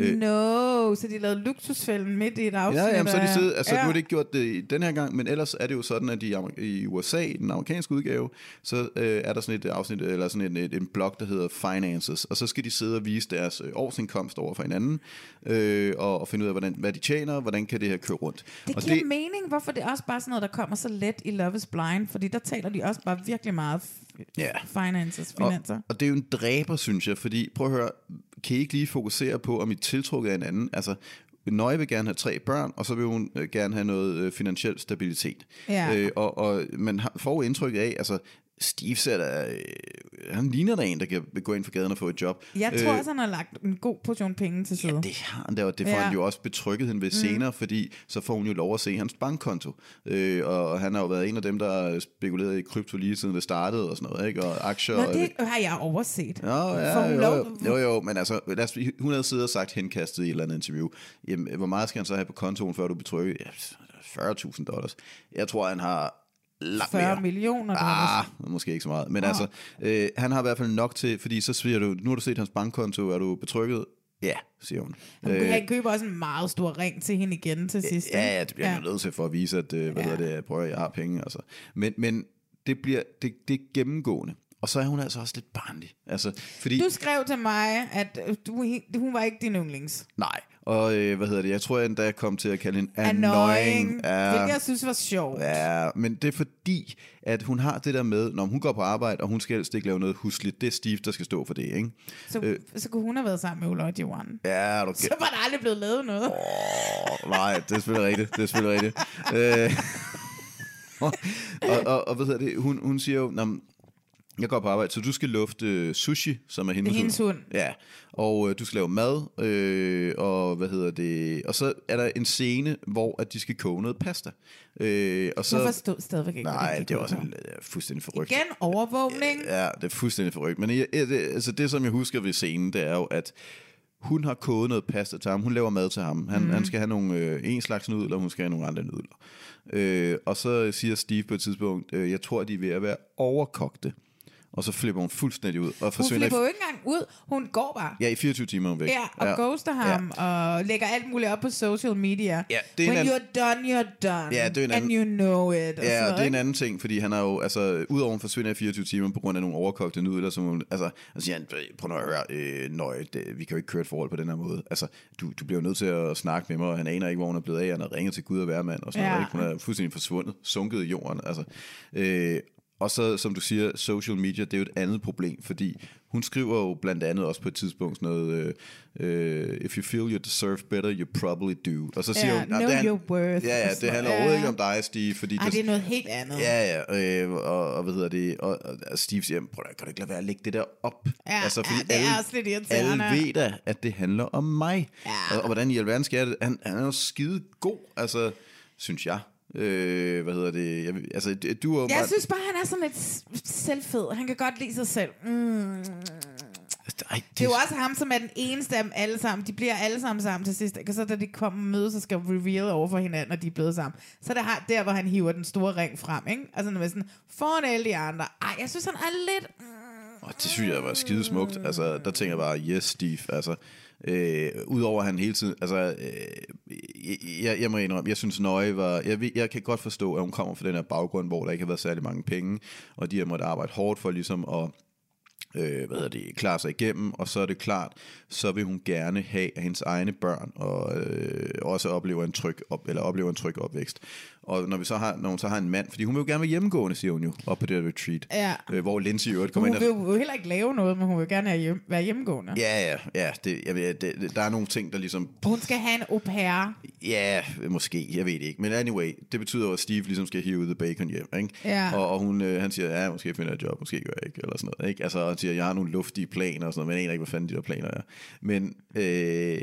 [SPEAKER 3] No, så de lavede luksusfælden midt i et afsnit.
[SPEAKER 4] Ja, jamen, så de sidder, altså,
[SPEAKER 3] ja.
[SPEAKER 4] nu har de ikke gjort det den her gang, men ellers er det jo sådan, at i, i U S A, i den amerikanske udgave, så øh, er der sådan et afsnit, eller sådan en, en, en blog, der hedder Finances, og så skal de sidde og vise deres øh, årsindkomst over for hinanden, øh, og, og finde ud af, hvordan, hvad de tjener, hvordan kan det her køre rundt.
[SPEAKER 3] Det
[SPEAKER 4] og
[SPEAKER 3] giver
[SPEAKER 4] det,
[SPEAKER 3] mening, hvorfor det er også bare sådan noget, der kommer så let i Love is Blind, fordi der taler de også bare virkelig meget f-
[SPEAKER 4] ja.
[SPEAKER 3] finances, finanser.
[SPEAKER 4] Og, og det er jo en dræber, synes jeg, fordi prøv at høre, kan I ikke lige fokusere på, om I tiltrukket af en anden? Altså, Nøje vil gerne have tre børn, og så vil hun øh, gerne have noget øh, finansiel stabilitet.
[SPEAKER 3] Ja.
[SPEAKER 4] Øh, og, og man har, får jo indtryk af, altså, Steve sætter, øh, han ligner da en, der kan gå ind for gaden og få et job.
[SPEAKER 3] Jeg tror
[SPEAKER 4] øh,
[SPEAKER 3] også, han har lagt en god portion penge til side.
[SPEAKER 4] Ja, det har han da, og det får
[SPEAKER 3] ja.
[SPEAKER 4] han jo også betrykket hende ved senere, mm. fordi så får hun jo lov at se hans bankkonto. Øh, og han har jo været en af dem, der har spekuleret i krypto lige siden det startede og sådan noget, ikke? Og aktier.
[SPEAKER 3] Nå,
[SPEAKER 4] og
[SPEAKER 3] det har jeg overset.
[SPEAKER 4] Jo, ja, jo, jo, jo, jo, men altså, lad os, hun havde siddet og sagt henkastet i et eller andet interview. Jamen, hvor meget skal han så have på kontoen, før du betrykket? Ja, fyrre tusind dollars. Jeg tror, han har langt
[SPEAKER 3] fyrre
[SPEAKER 4] mere.
[SPEAKER 3] millioner
[SPEAKER 4] Ah, måske ikke så meget. Men ah. altså, øh, han har i hvert fald nok til, fordi så siger du, nu har du set hans bankkonto, er du betrykket? Ja, siger hun.
[SPEAKER 3] Han, øh, han køber også en meget stor ring til hende igen til sidst.
[SPEAKER 4] Ja, ja, det bliver ja. nødt til for at vise, at øh, hvad ja. det, prøver, jeg har penge. Altså. Men, men det, bliver, det, det er gennemgående. Og så er hun altså også lidt barnlig. Altså, fordi,
[SPEAKER 3] du skrev til mig, at du, hun var ikke din yndlings.
[SPEAKER 4] Nej, og øh, hvad hedder det? Jeg tror jeg endda kom til at kalde hende
[SPEAKER 3] annoying.
[SPEAKER 4] Annoying.
[SPEAKER 3] Ja, hvilket jeg synes var sjovt.
[SPEAKER 4] Ja, men det er fordi, at hun har det der med, når hun går på arbejde, og hun skal helst ikke lave noget husligt. Det er Steve, der skal stå for det, ikke?
[SPEAKER 3] Så, øh, så kunne hun have været sammen med Ulla Johan.
[SPEAKER 4] Ja, du
[SPEAKER 3] så var der aldrig blevet lavet noget.
[SPEAKER 4] Åh, nej, det er selvfølgelig rigtigt. Det er selvfølgelig rigtigt. øh, og, og, og, og hvad hedder det? Hun, hun siger jo, jeg går på arbejde, så du skal lufte sushi, som er hendes,
[SPEAKER 3] hendes hund.
[SPEAKER 4] Ja, og øh, du skal lave mad, øh, og hvad hedder det? Og så er der en scene, hvor at de skal koge noget pasta. Øh, og så,
[SPEAKER 3] jeg forstod stadigvæk ikke.
[SPEAKER 4] Nej, det, det er også en, fuldstændig forrygt.
[SPEAKER 3] Igen overvågning.
[SPEAKER 4] Ja, det er fuldstændig forrygt. Men jeg, det, altså, det, som jeg husker ved scenen, det er jo, at hun har koget noget pasta til ham. Hun laver mad til ham. Han, mm. han skal have nogle, øh, en slags nudler, og hun skal have nogle andre nudler. Øh, og så siger Steve på et tidspunkt, øh, jeg tror, de er ved at være overkogte. Og så flipper hun fuldstændig ud. Og
[SPEAKER 3] hun flipper jo ikke engang ud. Hun går bare.
[SPEAKER 4] Ja, i fireogtyve timer hun væk.
[SPEAKER 3] Ja, og ja. ghoster ham, ja. og lægger alt muligt op på social media.
[SPEAKER 4] Ja, det er
[SPEAKER 3] When
[SPEAKER 4] anden...
[SPEAKER 3] you're done, you're done.
[SPEAKER 4] Ja, det er en anden...
[SPEAKER 3] And you know it.
[SPEAKER 4] Ja, det er en anden ting, fordi han har jo, altså, udover at forsvinde i fireogtyve timer på grund af nogle overkogte nudler, som hun, altså, altså siger han, prøv at høre, øh, nøj, det, vi kan jo ikke køre et forhold på den her måde. Altså, du, du bliver nødt til at snakke med mig, og han aner ikke, hvor hun er blevet af, han har ringet til Gud og hvermand, og sådan ja. noget, ikke? Hun er fuldstændig forsvundet, sunket i jorden, altså. Øh, Og så, som du siger, social media, det er jo et andet problem, fordi hun skriver jo blandt andet også på et tidspunkt sådan noget, uh, if you feel you deserve better, you probably do. Og så siger
[SPEAKER 3] yeah,
[SPEAKER 4] hun,
[SPEAKER 3] know
[SPEAKER 4] det,
[SPEAKER 3] your worth.
[SPEAKER 4] ja, ja, det handler overhovedet ikke om dig, Steve. Fordi
[SPEAKER 3] Ej,
[SPEAKER 4] det,
[SPEAKER 3] det er noget helt andet.
[SPEAKER 4] Ja, ja, øh, og, og hvad hedder det, og, og Steve siger, prøv da, kan du ikke lade være at lægge det der op?
[SPEAKER 3] Ja,
[SPEAKER 4] altså, fordi
[SPEAKER 3] ja, det
[SPEAKER 4] alle,
[SPEAKER 3] er også lidt irriterende.
[SPEAKER 4] alle ved da, at det handler om mig.
[SPEAKER 3] Ja.
[SPEAKER 4] Og, og hvordan i alverden skal det? Han, han er jo skide god, altså, synes jeg. Øh, hvad hedder det? Jeg, altså, du er
[SPEAKER 3] jeg
[SPEAKER 4] bare...
[SPEAKER 3] synes bare, han er sådan lidt selvfed. Han kan godt lide sig selv. Mm.
[SPEAKER 4] Det Ej, det...
[SPEAKER 3] det er jo også ham, som er den eneste af dem alle sammen. De bliver alle sammen sammen til sidst. Og så da de kommer og mødes, så skal reveal over for hinanden, og de er blevet sammen. Så det har der, hvor han hiver den store ring frem, ikke? Altså når man sådan, foran alle de andre. Ej, jeg synes, han er lidt...
[SPEAKER 4] Og det synes jeg var skidesmukt. Altså, der tænker jeg bare, yes, Steve. Altså, øh, udover han hele tiden... Altså, øh, jeg, jeg må indrømme, jeg synes Nøje var... Jeg, jeg kan godt forstå, at hun kommer fra den her baggrund, hvor der ikke har været særlig mange penge, og de har måttet arbejde hårdt for ligesom at... Øh, hvad hedder det, klare sig igennem, og så er det klart, så vil hun gerne have af hendes egne børn, og øh, også oplever en tryg op, eller oplever en tryg opvækst. Og når vi så har, når hun så har en mand, fordi hun vil jo gerne være hjemmegående, siger hun jo, op på det retreat,
[SPEAKER 3] ja.
[SPEAKER 4] øh, hvor Lindsay i øvrigt kommer
[SPEAKER 3] ind.
[SPEAKER 4] Hun
[SPEAKER 3] vil jo heller ikke lave noget, men hun vil gerne hjem, være hjemmegående.
[SPEAKER 4] Ja, ja, ja. Det, jeg ved, det, der er nogle ting, der ligesom...
[SPEAKER 3] Hun skal have en au pair.
[SPEAKER 4] Ja, måske, jeg ved det ikke. Men anyway, det betyder jo, at Steve ligesom skal hive the bacon hjem, ikke?
[SPEAKER 3] Ja.
[SPEAKER 4] Og, og hun, øh, han siger, ja, måske finder jeg et job, måske gør jeg ikke, eller sådan noget, ikke? Altså, han siger, jeg har nogle luftige planer og sådan noget, men jeg aner ikke, hvad fanden de der planer er. Men, øh,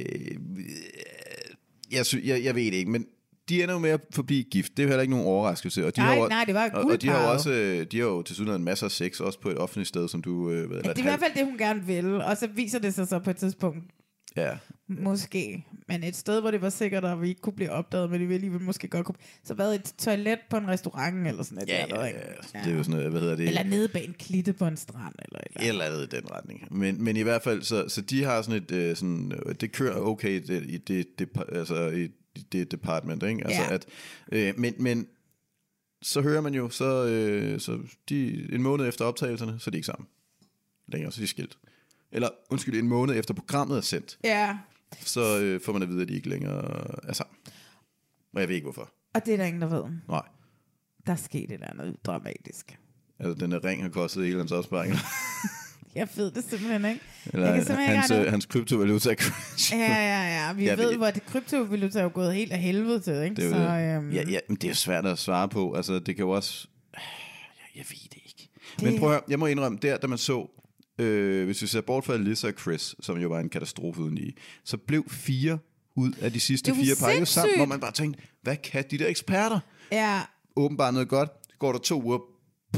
[SPEAKER 4] jeg, sy- jeg, jeg ved det ikke, men de ender jo med at forblive gift. Det er jo heller ikke nogen overraskelse. Og de
[SPEAKER 3] nej,
[SPEAKER 4] har,
[SPEAKER 3] nej, det var
[SPEAKER 4] og, og de har jo også, de har jo til sådan en masse af sex, også på et offentligt sted, som du øh, ved.
[SPEAKER 3] Ja, det er i hvert fald det, hun gerne vil, og så viser det sig så på et tidspunkt.
[SPEAKER 4] Ja.
[SPEAKER 3] Måske. Men et sted, hvor det var sikkert, at vi ikke kunne blive opdaget, men det ville vi måske godt kunne. Så hvad, et toilet på en restaurant, eller sådan et
[SPEAKER 4] ja,
[SPEAKER 3] eller
[SPEAKER 4] ja, ja. ja. Det er jo sådan noget, hvad hedder det?
[SPEAKER 3] Eller nede bag en klitte på en strand, eller et
[SPEAKER 4] eller andet i den retning. Men, men i hvert fald, så, så de har sådan et, øh, sådan, det kører okay i det, i det, det, altså i det department, ikke? Altså
[SPEAKER 3] ja.
[SPEAKER 4] at, øh, men, men så hører man jo, så, øh, så de, en måned efter optagelserne, så er de ikke sammen længere, så er de skilt. Eller, undskyld, en måned efter programmet er sendt.
[SPEAKER 3] Ja.
[SPEAKER 4] Så øh, får man at vide, at de ikke længere er sammen. Og jeg ved ikke, hvorfor.
[SPEAKER 3] Og det er der ingen, der ved.
[SPEAKER 4] Nej.
[SPEAKER 3] Der skete et andet dramatisk.
[SPEAKER 4] Altså, den her ring har kostet hele hans opsparinger.
[SPEAKER 3] Jeg ved det simpelthen ikke.
[SPEAKER 4] Eller
[SPEAKER 3] jeg kan simpelthen
[SPEAKER 4] hans,
[SPEAKER 3] ikke
[SPEAKER 4] øh, hans kryptovaluta crash.
[SPEAKER 3] Ja, ja, ja. Vi
[SPEAKER 4] jeg
[SPEAKER 3] ved,
[SPEAKER 4] ved,
[SPEAKER 3] hvor det kryptovaluta er jo gået helt af helvede til, ikke?
[SPEAKER 4] Det er,
[SPEAKER 3] så, øhm...
[SPEAKER 4] ja, ja, men det er svært at svare på. Altså, det kan jo også... Jeg, jeg ved det ikke. Det... Men prøv at høre, jeg må indrømme, der, da man så... Øh, hvis vi ser bort fra Alyssa og Chris, som jo var en katastrofe uden i, så blev fire ud af de sidste fire par jo sammen, hvor man bare tænkte, hvad kan de der eksperter?
[SPEAKER 3] Ja.
[SPEAKER 4] Åbenbart noget godt. Går der to uger,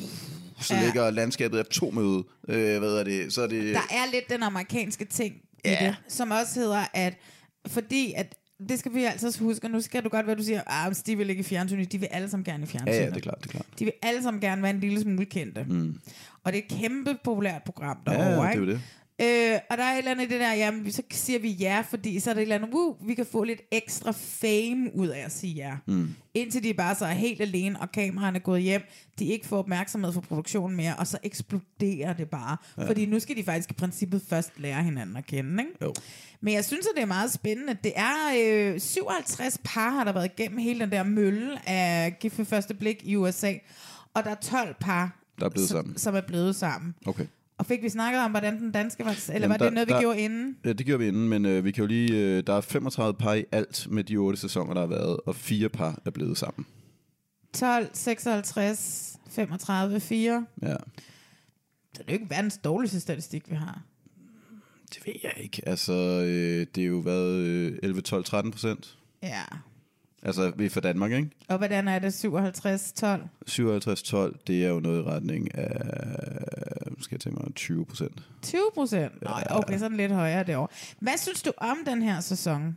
[SPEAKER 4] så ja. ligger landskabet atommøde. Øh, hvad er det? Så er det...
[SPEAKER 3] Der er lidt den amerikanske ting
[SPEAKER 4] ja.
[SPEAKER 3] i det, som også hedder, at fordi at det skal vi altid huske, og nu skal du godt, hvad du siger, ah, de vil ikke i fjernsynet, de vil alle sammen gerne i fjernsynet.
[SPEAKER 4] Ja, ja, det er klart, det er klart.
[SPEAKER 3] De vil alle sammen gerne være en lille smule kendte.
[SPEAKER 4] Mm.
[SPEAKER 3] Og det er et kæmpe populært program derovre,
[SPEAKER 4] ja, ja,
[SPEAKER 3] ikke?
[SPEAKER 4] det er det.
[SPEAKER 3] Øh, og der er et eller andet i det der, jamen, så siger vi ja, fordi så er det et eller andet, uh, vi kan få lidt ekstra fame ud af at sige ja.
[SPEAKER 4] Mm.
[SPEAKER 3] Indtil de bare så er helt alene, og kameraerne er gået hjem, de ikke får opmærksomhed for produktionen mere, og så eksploderer det bare. Ja. Fordi nu skal de faktisk i princippet først lære hinanden at kende, ikke?
[SPEAKER 4] Jo.
[SPEAKER 3] Men jeg synes, at det er meget spændende. Det er øh, syvoghalvtreds par, har der været igennem hele den der mølle af Gift ved første blik i U S A, og der er tolv par,
[SPEAKER 4] der er blevet
[SPEAKER 3] som,
[SPEAKER 4] sammen.
[SPEAKER 3] som er blevet sammen.
[SPEAKER 4] Okay.
[SPEAKER 3] Og fik vi snakket om, hvordan den danske var, eller
[SPEAKER 4] Jamen,
[SPEAKER 3] var det
[SPEAKER 4] der,
[SPEAKER 3] noget, vi
[SPEAKER 4] der,
[SPEAKER 3] gjorde inden?
[SPEAKER 4] Ja, det gjorde vi inden, men øh, vi kan jo lige, øh, der er femogtredive par i alt med de otte sæsoner, der har været, og fire par er blevet sammen.
[SPEAKER 3] tolv, seksoghalvtreds, femogtredive, fire.
[SPEAKER 4] Ja.
[SPEAKER 3] Så det er jo ikke verdens dårligste statistik, vi har.
[SPEAKER 4] Det ved jeg ikke. Altså, øh, det er jo været øh, elleve, tolv, tretten procent.
[SPEAKER 3] Ja.
[SPEAKER 4] Altså, vi er fra Danmark, ikke?
[SPEAKER 3] Og hvordan er det? syvoghalvtreds, tolv?
[SPEAKER 4] syvoghalvtreds, tolv, det er jo noget i retning af, skal jeg tænke mig, tyve procent.
[SPEAKER 3] tyve procent? Ja. Okay, sådan lidt højere derovre. Hvad synes du om den her sæson?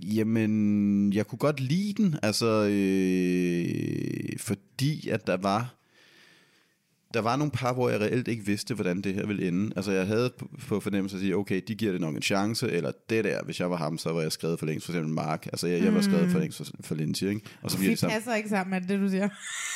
[SPEAKER 4] Jamen, jeg kunne godt lide den, altså, øh, fordi at der var, der var nogle par, hvor jeg reelt ikke vidste, hvordan det her ville ende. Altså, jeg havde på fornemmelse at sige, okay, de giver det nok en chance, eller det der, hvis jeg var ham, så var jeg skrevet for længst, for eksempel Mark. Altså, jeg, jeg var skrevet for længst for, for Lindsay, ikke? Og så bliver
[SPEAKER 3] Vi
[SPEAKER 4] det sammen.
[SPEAKER 3] passer ikke sammen med det, du siger.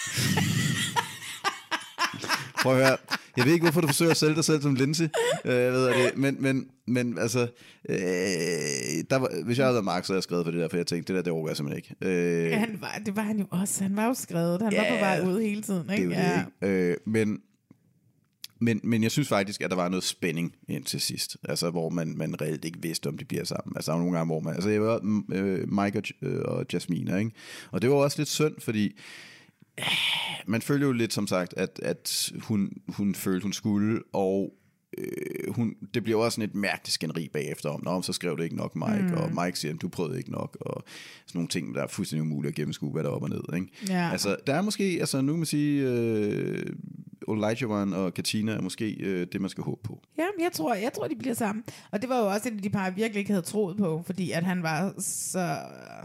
[SPEAKER 4] Prøv at høre. Jeg ved ikke, hvorfor du forsøger at sælge dig selv som Lindsay. Øh, jeg ved det. Men, men, men altså, øh, der var, hvis jeg havde været Mark, så havde jeg skrevet for det der, for jeg tænkte, det der, det overgår jeg simpelthen ikke. Øh,
[SPEAKER 3] ja, han var, det var han jo også. Han var jo skrevet. Han ja, var på vej ud hele tiden, ikke?
[SPEAKER 4] Det er jo det, ikke? Øh, men, men, men jeg synes faktisk, at der var noget spænding indtil sidst. Altså, hvor man, man reelt ikke vidste, om de bliver sammen. Altså, der var nogle gange, hvor man... Altså, jeg var øh, Mike og, øh, og Jasmina, ikke? Og det var også lidt synd, fordi... Man følte jo lidt, som sagt, at, at hun, hun følte, hun skulle, og øh, hun, det bliver også sådan et mærkeligt skænderi bagefter om, Nå, så skrev du ikke nok, Mike, mm. og Mike siger, du prøvede ikke nok, og sådan nogle ting, der er fuldstændig umuligt at gennemskue, hvad der er op og ned, ikke?
[SPEAKER 3] Ja.
[SPEAKER 4] Altså, der er måske, altså nu kan man sige, øh, Olajuwon og Katina er måske øh, det, man skal håbe på.
[SPEAKER 3] Ja, jeg tror, jeg tror, de bliver sammen. Og det var jo også et af de par, jeg virkelig ikke havde troet på, fordi at han var så...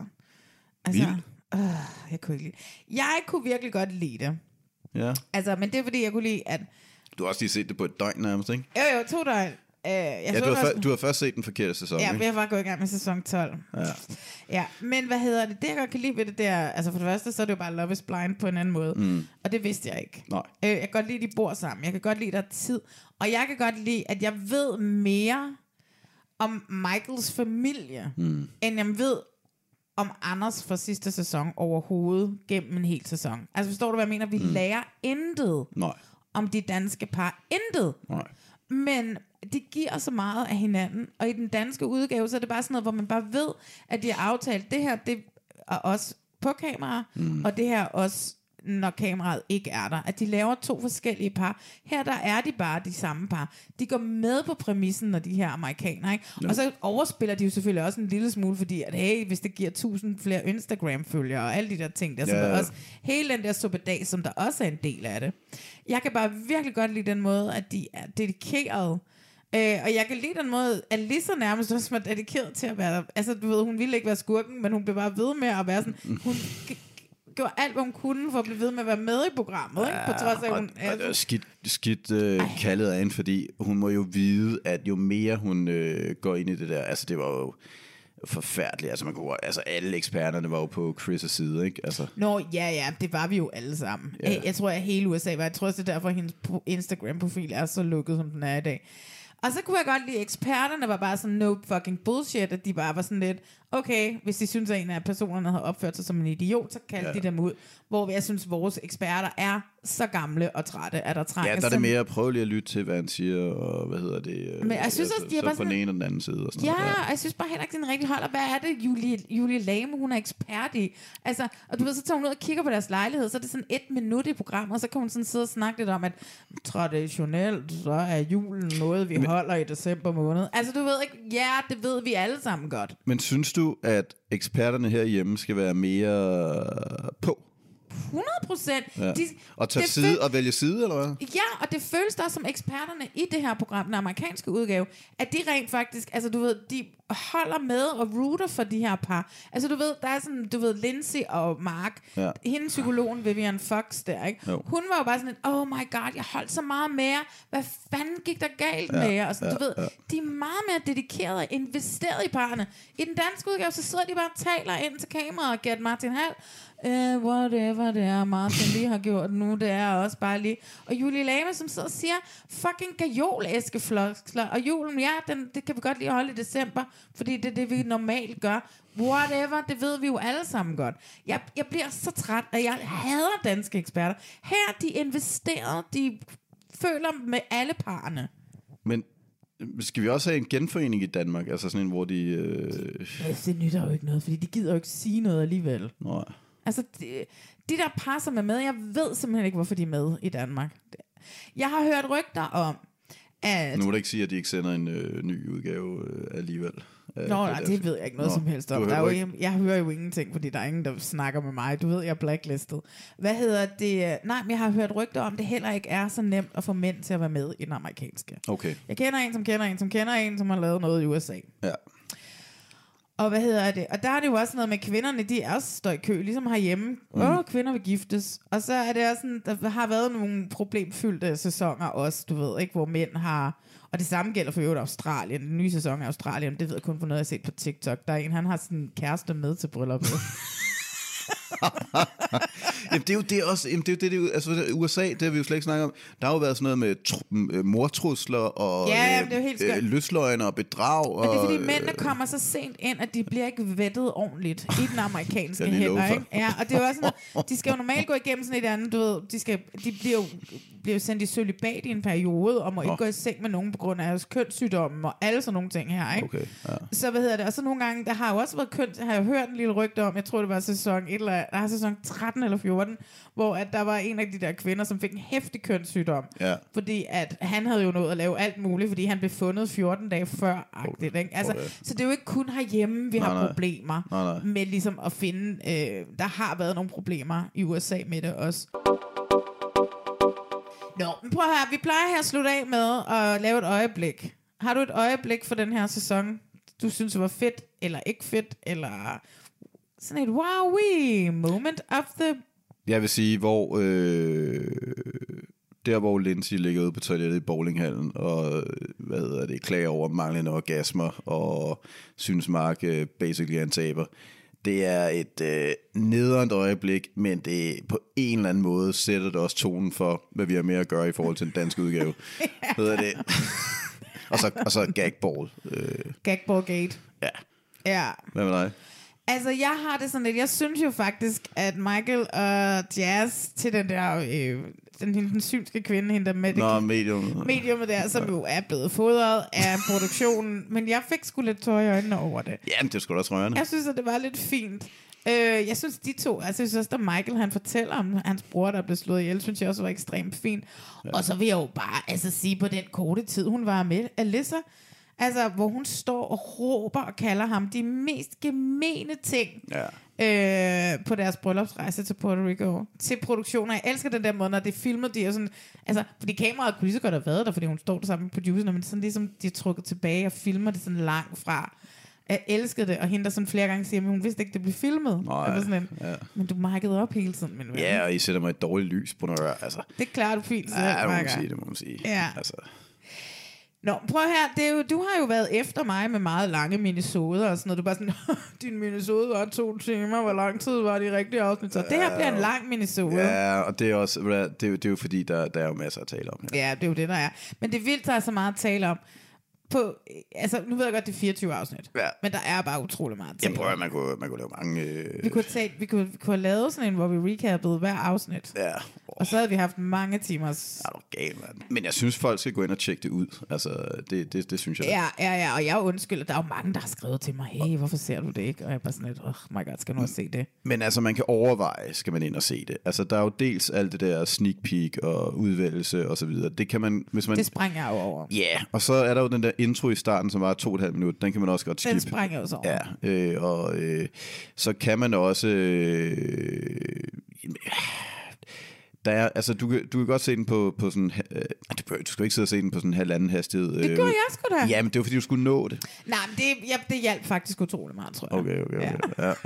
[SPEAKER 3] Altså, øh, jeg kunne ikke lide. Jeg kunne virkelig godt lide det.
[SPEAKER 4] Ja.
[SPEAKER 3] Altså, men det er fordi, jeg kunne lide, at...
[SPEAKER 4] Du har også lige set det på et døgn nærmest, ikke?
[SPEAKER 3] Jo, jo, to døgn. Uh, jeg
[SPEAKER 4] ja,
[SPEAKER 3] så
[SPEAKER 4] du har,
[SPEAKER 3] også...
[SPEAKER 4] fa- du har først set den forkerte sæson,
[SPEAKER 3] ja,
[SPEAKER 4] ikke?
[SPEAKER 3] jeg var gået i gang med sæson tolv.
[SPEAKER 4] Ja.
[SPEAKER 3] Ja, men hvad hedder det? Det, jeg godt kan lide ved det, der... Altså, for det første, så er det jo bare Love is Blind på en anden måde. Mm. Og det vidste jeg ikke.
[SPEAKER 4] Nej.
[SPEAKER 3] Uh, jeg kan godt lide, at de bor sammen. Jeg kan godt lide, at der er tid. Og jeg kan godt lide, at jeg ved mere om Michaels familie, mm. end jeg ved om Anders fra sidste sæson overhovedet gennem en hel sæson. Altså, forstår du, hvad jeg mener? Vi mm. lærer intet
[SPEAKER 4] Nej.
[SPEAKER 3] om de danske par. Intet.
[SPEAKER 4] Nej.
[SPEAKER 3] Men de giver så meget af hinanden, og i den danske udgave, så er det bare sådan noget, hvor man bare ved, at de har aftalt, det her, det er også på kamera, mm. og det her også, når kameraet ikke er der. At de laver to forskellige par. Her der er de bare de samme par. De går med på præmissen, når de her amerikanere, ikke? Ja. Og så overspiller de jo selvfølgelig også en lille smule, fordi at hey, hvis det giver tusind flere Instagram-følgere, og alle de der ting, der, ja. Så der også hele den der suppedag, som der også er en del af det. Jeg kan bare virkelig godt lide den måde, at de er dedikerede. Øh, og jeg kan lide den måde, at Lisa nærmest også var dedikeret til at være, altså du ved, hun ville ikke være skurken, men hun blev bare ved med at være sådan, hun gjorde alt, hvad hun kunne for at blive ved med at være med i programmet, ikke? På trods af, at hun...
[SPEAKER 4] Og, og skidt, skidt øh, kaldet af hende, fordi hun må jo vide, at jo mere hun øh, går ind i det der, altså det var jo forfærdeligt, altså man kunne, altså alle eksperterne var jo på Chris' side, ikke? Altså.
[SPEAKER 3] Nå, ja, ja, det var vi jo alle sammen. Ja. Jeg, jeg tror, at hele U S A var, jeg tror også, det er derfor, at hendes Instagram-profil er så lukket, som den er i dag. Og så kunne jeg godt lide, at eksperterne var bare sådan no fucking bullshit, at de bare var sådan lidt, okay, hvis de synes, at en af personerne havde opført sig som en idiot, så kaldte ja. de dem ud. Hvor jeg synes, vores eksperter er så gamle og trætte, at der trænger.
[SPEAKER 4] Ja, der er det mere at prøve lige at lytte til, hvad han siger, og hvad hedder det,
[SPEAKER 3] men jeg synes
[SPEAKER 4] altså,
[SPEAKER 3] også, de er
[SPEAKER 4] så
[SPEAKER 3] bare
[SPEAKER 4] på den ene og den anden side. Og sådan
[SPEAKER 3] ja,
[SPEAKER 4] noget.
[SPEAKER 3] Ja, jeg synes bare heller ikke, det er en rigtig hold. Og hvad er det, Julie, Julie Lame, hun er ekspert i? Altså, og du ved, så tager hun ud og kigger på deres lejlighed, så er det sådan et minut i programmet, og så kan hun sådan sidde og snakke lidt om, at traditionelt, så er julen noget, vi men, holder i december måned. Altså, du ved ikke, ja, det ved vi alle sammen godt.
[SPEAKER 4] Men synes du, at eksperterne herhjemme skal være mere på?
[SPEAKER 3] hundrede procent.
[SPEAKER 4] Ja. Og tage side føl- og vælge side, eller hvad?
[SPEAKER 3] Ja, og det føles der som eksperterne i det her program, den amerikanske udgave, at de rent faktisk, altså du ved, de holder med og rooter for de her par. Altså du ved, der er sådan, du ved, Lindsay og Mark, ja. Hende psykologen Vivian Fox der, ikke? Jo. Hun var jo bare sådan, oh my god, jeg holdt så meget med jer. Hvad fanden gik der galt ja. med jer? Og sådan, ja. du ved, ja. de er meget mere dedikerede og investeret i parerne. I den danske udgave, så sidder de bare og taler ind til kameraet og Gert Martin Hall. Uh, whatever det er, Martin lige har gjort nu, det er også bare lige. Og Julie Lame, som sidder og siger fucking gajolæskefloskler. Og julen, ja, den, det kan vi godt lige holde i december, fordi det er det, vi normalt gør. Whatever, det ved vi jo alle sammen godt. Jeg, jeg bliver så træt, at jeg hader danske eksperter. Her, de investerer, de føler med alle parerne.
[SPEAKER 4] Men skal vi også have en genforening i Danmark? Altså sådan en, hvor de... Øh...
[SPEAKER 3] Ja, det nytter jo ikke noget, fordi de gider jo ikke sige noget alligevel.
[SPEAKER 4] Nej.
[SPEAKER 3] Altså, de, de der par, som er med, jeg ved simpelthen ikke, hvorfor de er med i Danmark. Jeg har hørt rygter om, at...
[SPEAKER 4] Nu må du ikke sige, at de ikke sender en øh, ny udgave øh, alligevel.
[SPEAKER 3] Nå, nej, det ved jeg ikke noget Nå, som helst om. Der er jo ikke, jeg hører jo ingenting, fordi der er ingen, der snakker med mig. Du ved, jeg er blacklistet. Hvad hedder det? Nej, men jeg har hørt rygter om, at det heller ikke er så nemt at få mænd til at være med i den amerikanske.
[SPEAKER 4] Okay.
[SPEAKER 3] Jeg kender en, som kender en, som kender en, som har lavet noget i U S A.
[SPEAKER 4] Ja.
[SPEAKER 3] Og hvad hedder det? Og der er det jo også noget med kvinderne, de er også står i kø, ligesom herhjemme. Åh, mm. oh, kvinder vil giftes. Og så er det også sådan, der har været nogle problemfyldte sæsoner også, du ved, ikke, hvor mænd har... Og det samme gælder for øvrigt Australien. Den nye sæson af Australien, det ved jeg kun for noget, jeg har set på TikTok. Der er en, han har sådan en kæreste med til brylluppet.
[SPEAKER 4] Jamen, det er jo det også, jamen, det er jo det, det er, altså U S A, det har vi jo slet ikke snakket om. Der har jo været sådan noget med tr- mortrusler og
[SPEAKER 3] ja, det er jo helt
[SPEAKER 4] øh, løsløgn og bedrag. Og,
[SPEAKER 3] og det er fordi mændene kommer så sent ind, at de bliver ikke vettet ordentligt i den amerikanske hænder, ikke? Ja, og det er jo også sådan, de skal jo normalt gå igennem sådan et andet, du ved, de, skal, de bliver jo bliver jo sendt i sølibat i en periode, og må oh. ikke gå i seng med nogen på grund af deres kønssygdomme og alle sådan nogle ting her, ikke?
[SPEAKER 4] Okay, ja.
[SPEAKER 3] Så hvad hedder det? Og så nogle gange, der har jo også været køn, har jeg hørt en lille rygte om, jeg tror det var sæson et eller der har sæson tretten eller fjorten, hvor at der var en af de der kvinder, som fik en heftig kønssygdom,
[SPEAKER 4] ja.
[SPEAKER 3] fordi at han havde jo nået at lave alt muligt, fordi han blev fundet fjorten dage før-agtigt, ikke? Altså, okay. Så det er jo ikke kun herhjemme, vi nej, har nej. problemer
[SPEAKER 4] nej, nej.
[SPEAKER 3] med ligesom at finde, øh, der har været nogle problemer i U S A med det også. Nå, men prøv her. Vi plejer her at slutte af med at lave et øjeblik. Har du et øjeblik for den her sæson, du synes var fedt, eller ikke fedt, eller sådan et wow-wee moment of the...
[SPEAKER 4] Jeg vil sige, hvor... Øh, der, hvor Lindsay ligger ude på toilettet i bowlinghallen, og hvad hedder det, klager over manglende orgasmer, og synes Mark øh, basically er en taber. Det er et øh, nederligt øjeblik, men det på en eller anden måde sætter det også tonen for, hvad vi har med at gøre i forhold til den danske udgave. Hvad er det? og, så, og så gagball. Øh.
[SPEAKER 3] Gagball gate.
[SPEAKER 4] Ja.
[SPEAKER 3] Ja.
[SPEAKER 4] Hvad med dig?
[SPEAKER 3] Altså, jeg har det sådan lidt, jeg synes jo faktisk, at Michael og Jazz til den der, øh, den, den synske kvinde, hende der med det,
[SPEAKER 4] Nå, medium.
[SPEAKER 3] mediumet der, som jo er blevet fodret af produktionen, men jeg fik sgu lidt tår i øjnene over det.
[SPEAKER 4] Ja, det er sgu da også rørende.
[SPEAKER 3] Jeg synes, at det var lidt fint. Øh, jeg synes, de to, altså jeg synes også, at Michael, han fortæller om hans bror, der blev slået ihjel, synes jeg også var ekstremt fint. Ja. Og så vil jeg jo bare altså, sige, på den korte tid, hun var med, Alyssa, altså, hvor hun står og råber og kalder ham de mest gemene ting ja. øh, på deres bryllupsrejse til Puerto Rico, til produktioner. Jeg elsker den der måde, når det er filmet, de er sådan, altså, fordi kameraet kunne lige så godt have været der, fordi hun står der sammen med producerne, men sådan ligesom, de er trukket tilbage og filmer det sådan langt fra. Jeg elskede det, og hende der sådan flere gange siger, men hun vidste ikke, det blev filmet.
[SPEAKER 4] Nej,
[SPEAKER 3] sådan en,
[SPEAKER 4] ja.
[SPEAKER 3] Men du markede op hele tiden, min ven.
[SPEAKER 4] Ja, og I sætter mig et dårligt lys på noget. Altså.
[SPEAKER 3] Det klarer du fint.
[SPEAKER 4] Ja, det må man sige, det må man sige.
[SPEAKER 3] Ja.
[SPEAKER 4] Altså.
[SPEAKER 3] Nå, prøv her, det er jo, du har jo været efter mig med meget lange minisoder og sådan noget. Du er bare sådan, din minisode var to timer, hvor lang tid var de rigtige afsnit? Så ja, det her bliver en lang minisode.
[SPEAKER 4] Ja, og det er også, det er, det er jo fordi, der, der er jo masser at tale om.
[SPEAKER 3] Ja, det er jo det, der er. Men det er vildt, der er så meget at tale om. På, altså, nu ved jeg godt, det er fireogtyve afsnit, ja. Men der er bare utrolig meget at tale.
[SPEAKER 4] Jeg prøver, man kunne, man kunne lave mange... Øh...
[SPEAKER 3] Vi, kunne tage, vi, kunne, vi kunne have lavet sådan en, hvor vi recappede hver afsnit.
[SPEAKER 4] Ja.
[SPEAKER 3] Og så havde vi haft mange timers...
[SPEAKER 4] Er du gal, mand. Men jeg synes, folk skal gå ind og tjekke det ud. Altså, det, det, det synes jeg.
[SPEAKER 3] Ja, ja, ja, og jeg undskylder. Der er jo mange, der har skrevet til mig, hey, hvorfor ser du det ikke? Og jeg er bare sådan lidt, oh my god, skal nu også se det?
[SPEAKER 4] Men altså, man kan overveje, skal man ind og se det. Altså, der er jo dels alt det der sneak peek og udvælgelse og så videre. Det kan man, hvis man...
[SPEAKER 3] Det springer jeg jo over.
[SPEAKER 4] Ja, yeah. Og så er der jo den der intro i starten, som var to og et halvt minut. Den kan man også godt skippe.
[SPEAKER 3] Den springer jo så over.
[SPEAKER 4] Ja, øh, og øh, så kan man også... Øh, Der er, altså, du, du kan godt se den på, på sådan... Øh, du, du skal ikke sidde og se den på sådan en halvanden hastighed.
[SPEAKER 3] Det gjorde øh, jeg sgu da.
[SPEAKER 4] Ja, men det var fordi, du skulle nå det.
[SPEAKER 3] Nej, men det, ja, det hjalp faktisk utrolig meget, tror jeg.
[SPEAKER 4] Okay, okay, okay. Ja. Ja.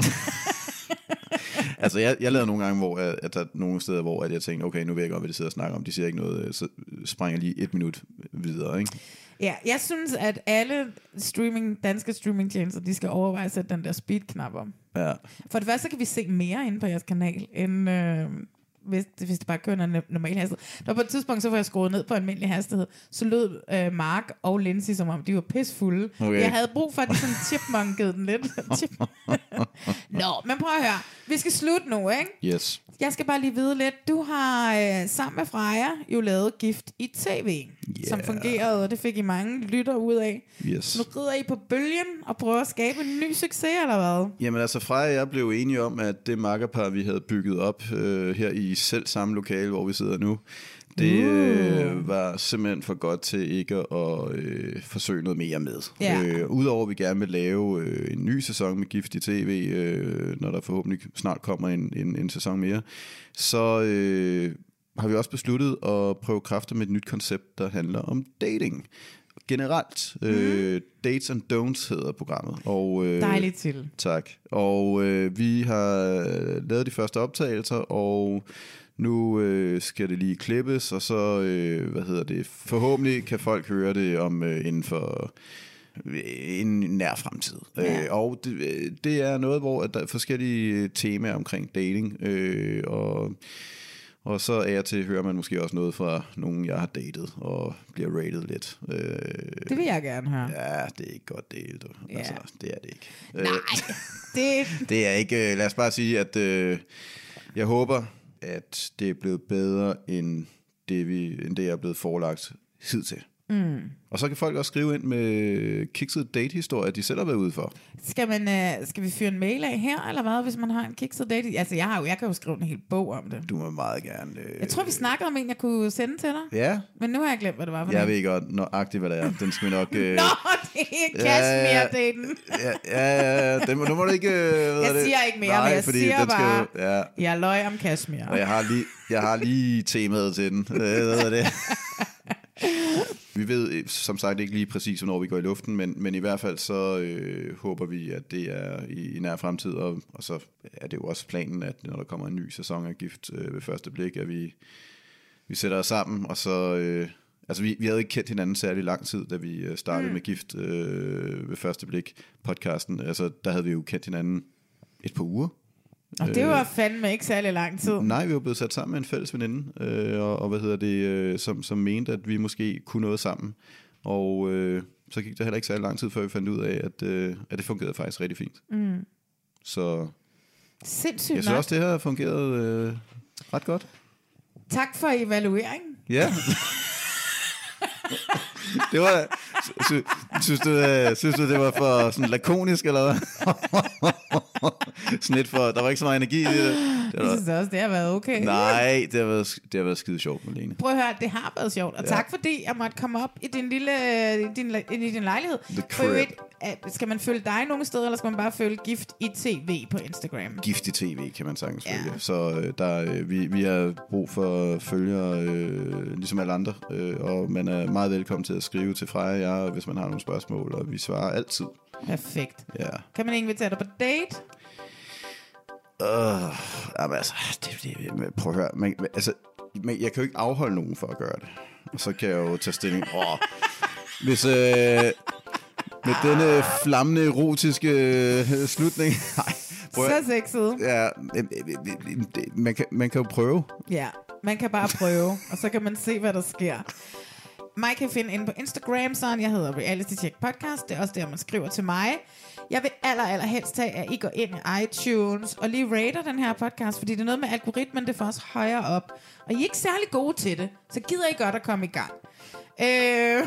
[SPEAKER 4] Altså, jeg, jeg lavede nogle gange, hvor at, at der er nogle steder, hvor at jeg tænkte, okay, nu ved jeg godt, hvad de sidder og snakker om. De siger ikke noget, så springer lige et minut videre, ikke?
[SPEAKER 3] Ja, jeg synes, at alle streaming, danske streamingtjenester, de skal overveje at sætte den der speed-knap om.
[SPEAKER 4] Ja.
[SPEAKER 3] For det første, så kan vi se mere inde på jeres kanal, end... Øh, Hvis det, hvis det bare kører en normal hastighed. Der var på et tidspunkt, så var jeg skruet ned på almindelig hastighed, så lød øh, Mark og Lindsay, som om de var pissfulde. Okay. Jeg havde brug for, at de sådan chipmunkede den lidt. Nå, men prøv at høre. Vi skal slutte nu, ikke?
[SPEAKER 4] Yes.
[SPEAKER 3] Jeg skal bare lige vide lidt. Du har øh, sammen med Freja jo lavet Gift i tv, yeah. som fungerede, og det fik I mange lytter ud af.
[SPEAKER 4] Yes.
[SPEAKER 3] Nu rider I på bølgen og prøver at skabe en ny succes, eller hvad?
[SPEAKER 4] Jamen altså, Freja og jeg blev enige om, at det makkerpar, vi havde bygget op øh, her i selv samme lokale, hvor vi sidder nu, det øh, var simpelthen for godt til ikke at øh, forsøge noget mere med.
[SPEAKER 3] Ja.
[SPEAKER 4] Øh, Udover at vi gerne vil lave øh, en ny sæson med Gift i tv, øh, når der forhåbentlig snart kommer en, en, en sæson mere, så øh, har vi også besluttet at prøve kræfter med et nyt koncept, der handler om dating. Generelt. Mm. Øh, Dates and Don'ts hedder programmet. Og, øh,
[SPEAKER 3] Dejligt til.
[SPEAKER 4] Tak. Og øh, vi har lavet de første optagelser, og nu øh, skal det lige klippes, og så, øh, hvad hedder det, forhåbentlig kan folk høre det om øh, inden for en nær fremtid. Ja. Øh, og det, det er noget, hvor der er forskellige temaer omkring dating, øh, og Og så er jeg til at høre man måske også noget fra nogen, jeg har datet, og bliver rated lidt. Øh,
[SPEAKER 3] det vil jeg gerne høre.
[SPEAKER 4] Ja, det er ikke godt delt. Du.
[SPEAKER 3] Ja.
[SPEAKER 4] Altså, det er det ikke.
[SPEAKER 3] Nej, det...
[SPEAKER 4] det er ikke... Lad os bare sige, at øh, jeg håber, at det er blevet bedre, end det, vi, end det jeg er blevet forelagt hidtil.
[SPEAKER 3] Mm.
[SPEAKER 4] Og så kan folk også skrive ind med kikset date-historier, de selv har været ude for.
[SPEAKER 3] Skal, man, uh, skal vi fyre en mail af her, eller hvad, hvis man har en kikset date? Altså, jeg, har jo, jeg kan jo skrive en hel bog om det.
[SPEAKER 4] Du må meget gerne... Øh...
[SPEAKER 3] Jeg tror, vi snakkede om en, jeg kunne sende til dig.
[SPEAKER 4] Ja.
[SPEAKER 3] Men nu har jeg glemt, hvad det var for
[SPEAKER 4] Jeg
[SPEAKER 3] noget.
[SPEAKER 4] ved godt nøjagtigt, hvad det er. Den skal vi nok... Øh...
[SPEAKER 3] Nå, det er Kashmir-daten.
[SPEAKER 4] Ja, ja, ja, ja. Den, nu må du ikke... Øh,
[SPEAKER 3] jeg
[SPEAKER 4] det?
[SPEAKER 3] siger ikke mere,
[SPEAKER 4] Nej,
[SPEAKER 3] men jeg
[SPEAKER 4] fordi
[SPEAKER 3] siger
[SPEAKER 4] den
[SPEAKER 3] bare,
[SPEAKER 4] skal, ja.
[SPEAKER 3] jeg løg om Kashmir.
[SPEAKER 4] Og jeg har lige, jeg har lige temaet til den. Hvad er det? Vi ved som sagt ikke lige præcis, hvornår vi går i luften, men, men i hvert fald så øh, håber vi, at det er i, i nær fremtid, og, og så er det jo også planen, at når der kommer en ny sæson af Gift øh, ved første blik, at vi, vi sætter os sammen, og så... Øh, altså vi, vi havde ikke kendt hinanden særlig lang tid, da vi startede mm. med Gift øh, ved første blik podcasten. Altså der havde vi jo kendt hinanden et par uger.
[SPEAKER 3] Og det var fandme ikke særlig lang tid.
[SPEAKER 4] Nej, vi var blevet sat sammen med en fælles veninde, øh, og, og hvad hedder det, øh, som, som mente, at vi måske kunne noget sammen. Og øh, så gik det heller ikke særlig lang tid, før vi fandt ud af, at, øh, at det fungerede faktisk rigtig fint.
[SPEAKER 3] Mm.
[SPEAKER 4] Så
[SPEAKER 3] sindssygt
[SPEAKER 4] jeg synes også, det her fungerede øh, ret godt.
[SPEAKER 3] Tak for evalueringen.
[SPEAKER 4] Ja. Det var... Sy, synes, du, øh, synes du, det var for sådan lakonisk, eller hvad? Sådan lidt for... Der var ikke så meget energi i det. det
[SPEAKER 3] Jeg synes også, det har været okay.
[SPEAKER 4] Nej, det har været, det har været skide sjovt, Malene.
[SPEAKER 3] Prøv at høre, det har været sjovt. Og
[SPEAKER 4] ja.
[SPEAKER 3] Tak fordi jeg måtte komme op i din lille i din, i din lejlighed.
[SPEAKER 4] For øvrigt,
[SPEAKER 3] skal man følge dig nogle steder, eller skal man bare følge Gift i T V på Instagram?
[SPEAKER 4] Gift i T V kan man sagtens følge. Ja. Så øh, der, øh, vi, vi har brug for følgere, øh, ligesom alle andre. Øh, og man er meget velkommen til at skrive til Freja og jeg, hvis man har nogle spørgsmål, og vi svarer altid.
[SPEAKER 3] Perfekt.
[SPEAKER 4] Ja.
[SPEAKER 3] Kan man invitere dig på date?
[SPEAKER 4] Uh, jamen altså, det, det, prøv at høre. Man, altså, man, jeg kan jo ikke afholde nogen for at gøre det. Og så kan jeg jo tage stilling. Oh, hvis... Øh, med denne flammende erotiske øh, slutning. Nej,
[SPEAKER 3] så sexet.
[SPEAKER 4] Ja, man kan, man kan jo prøve.
[SPEAKER 3] Ja, man kan bare prøve, og så kan man se, hvad der sker. Mig kan finde inde på Instagram, sådan jeg hedder Reality Check Podcast. Det er også der, man skriver til mig. Jeg vil aller, aller helst have, at I går ind i iTunes og lige rater den her podcast, fordi det er noget med algoritmen, det får os højere op. Og I er ikke særlig gode til det, så gider I godt at komme i gang. Øh...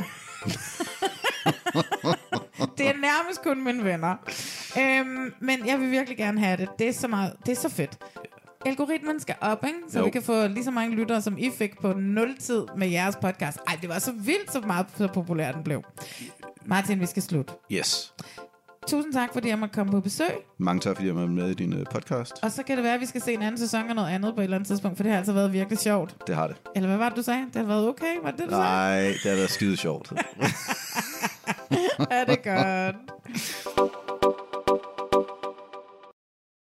[SPEAKER 3] Det er nærmest kun mine venner. Øhm, men jeg vil virkelig gerne have det. Det er så meget, det er så fedt. Algoritmen skal op, ikke? Så jo. Vi kan få lige så mange lyttere, som I fik på nul tid med jeres podcast. Ej, det var så vildt, så meget så populær den blev. Martin, vi skal slutte.
[SPEAKER 4] Yes.
[SPEAKER 3] Tusind tak, fordi jeg måtte komme på besøg.
[SPEAKER 4] Mange tak, fordi jeg var med i din uh, podcast.
[SPEAKER 3] Og så kan det være, at vi skal se en anden sæson og noget andet på et eller andet tidspunkt, for det har altså været virkelig sjovt.
[SPEAKER 4] Det har det.
[SPEAKER 3] Eller hvad var det, du sagde? Det har været okay? Var det det, du
[SPEAKER 4] Nej,
[SPEAKER 3] sagde?
[SPEAKER 4] det har været skide sjovt.
[SPEAKER 3] Er det godt?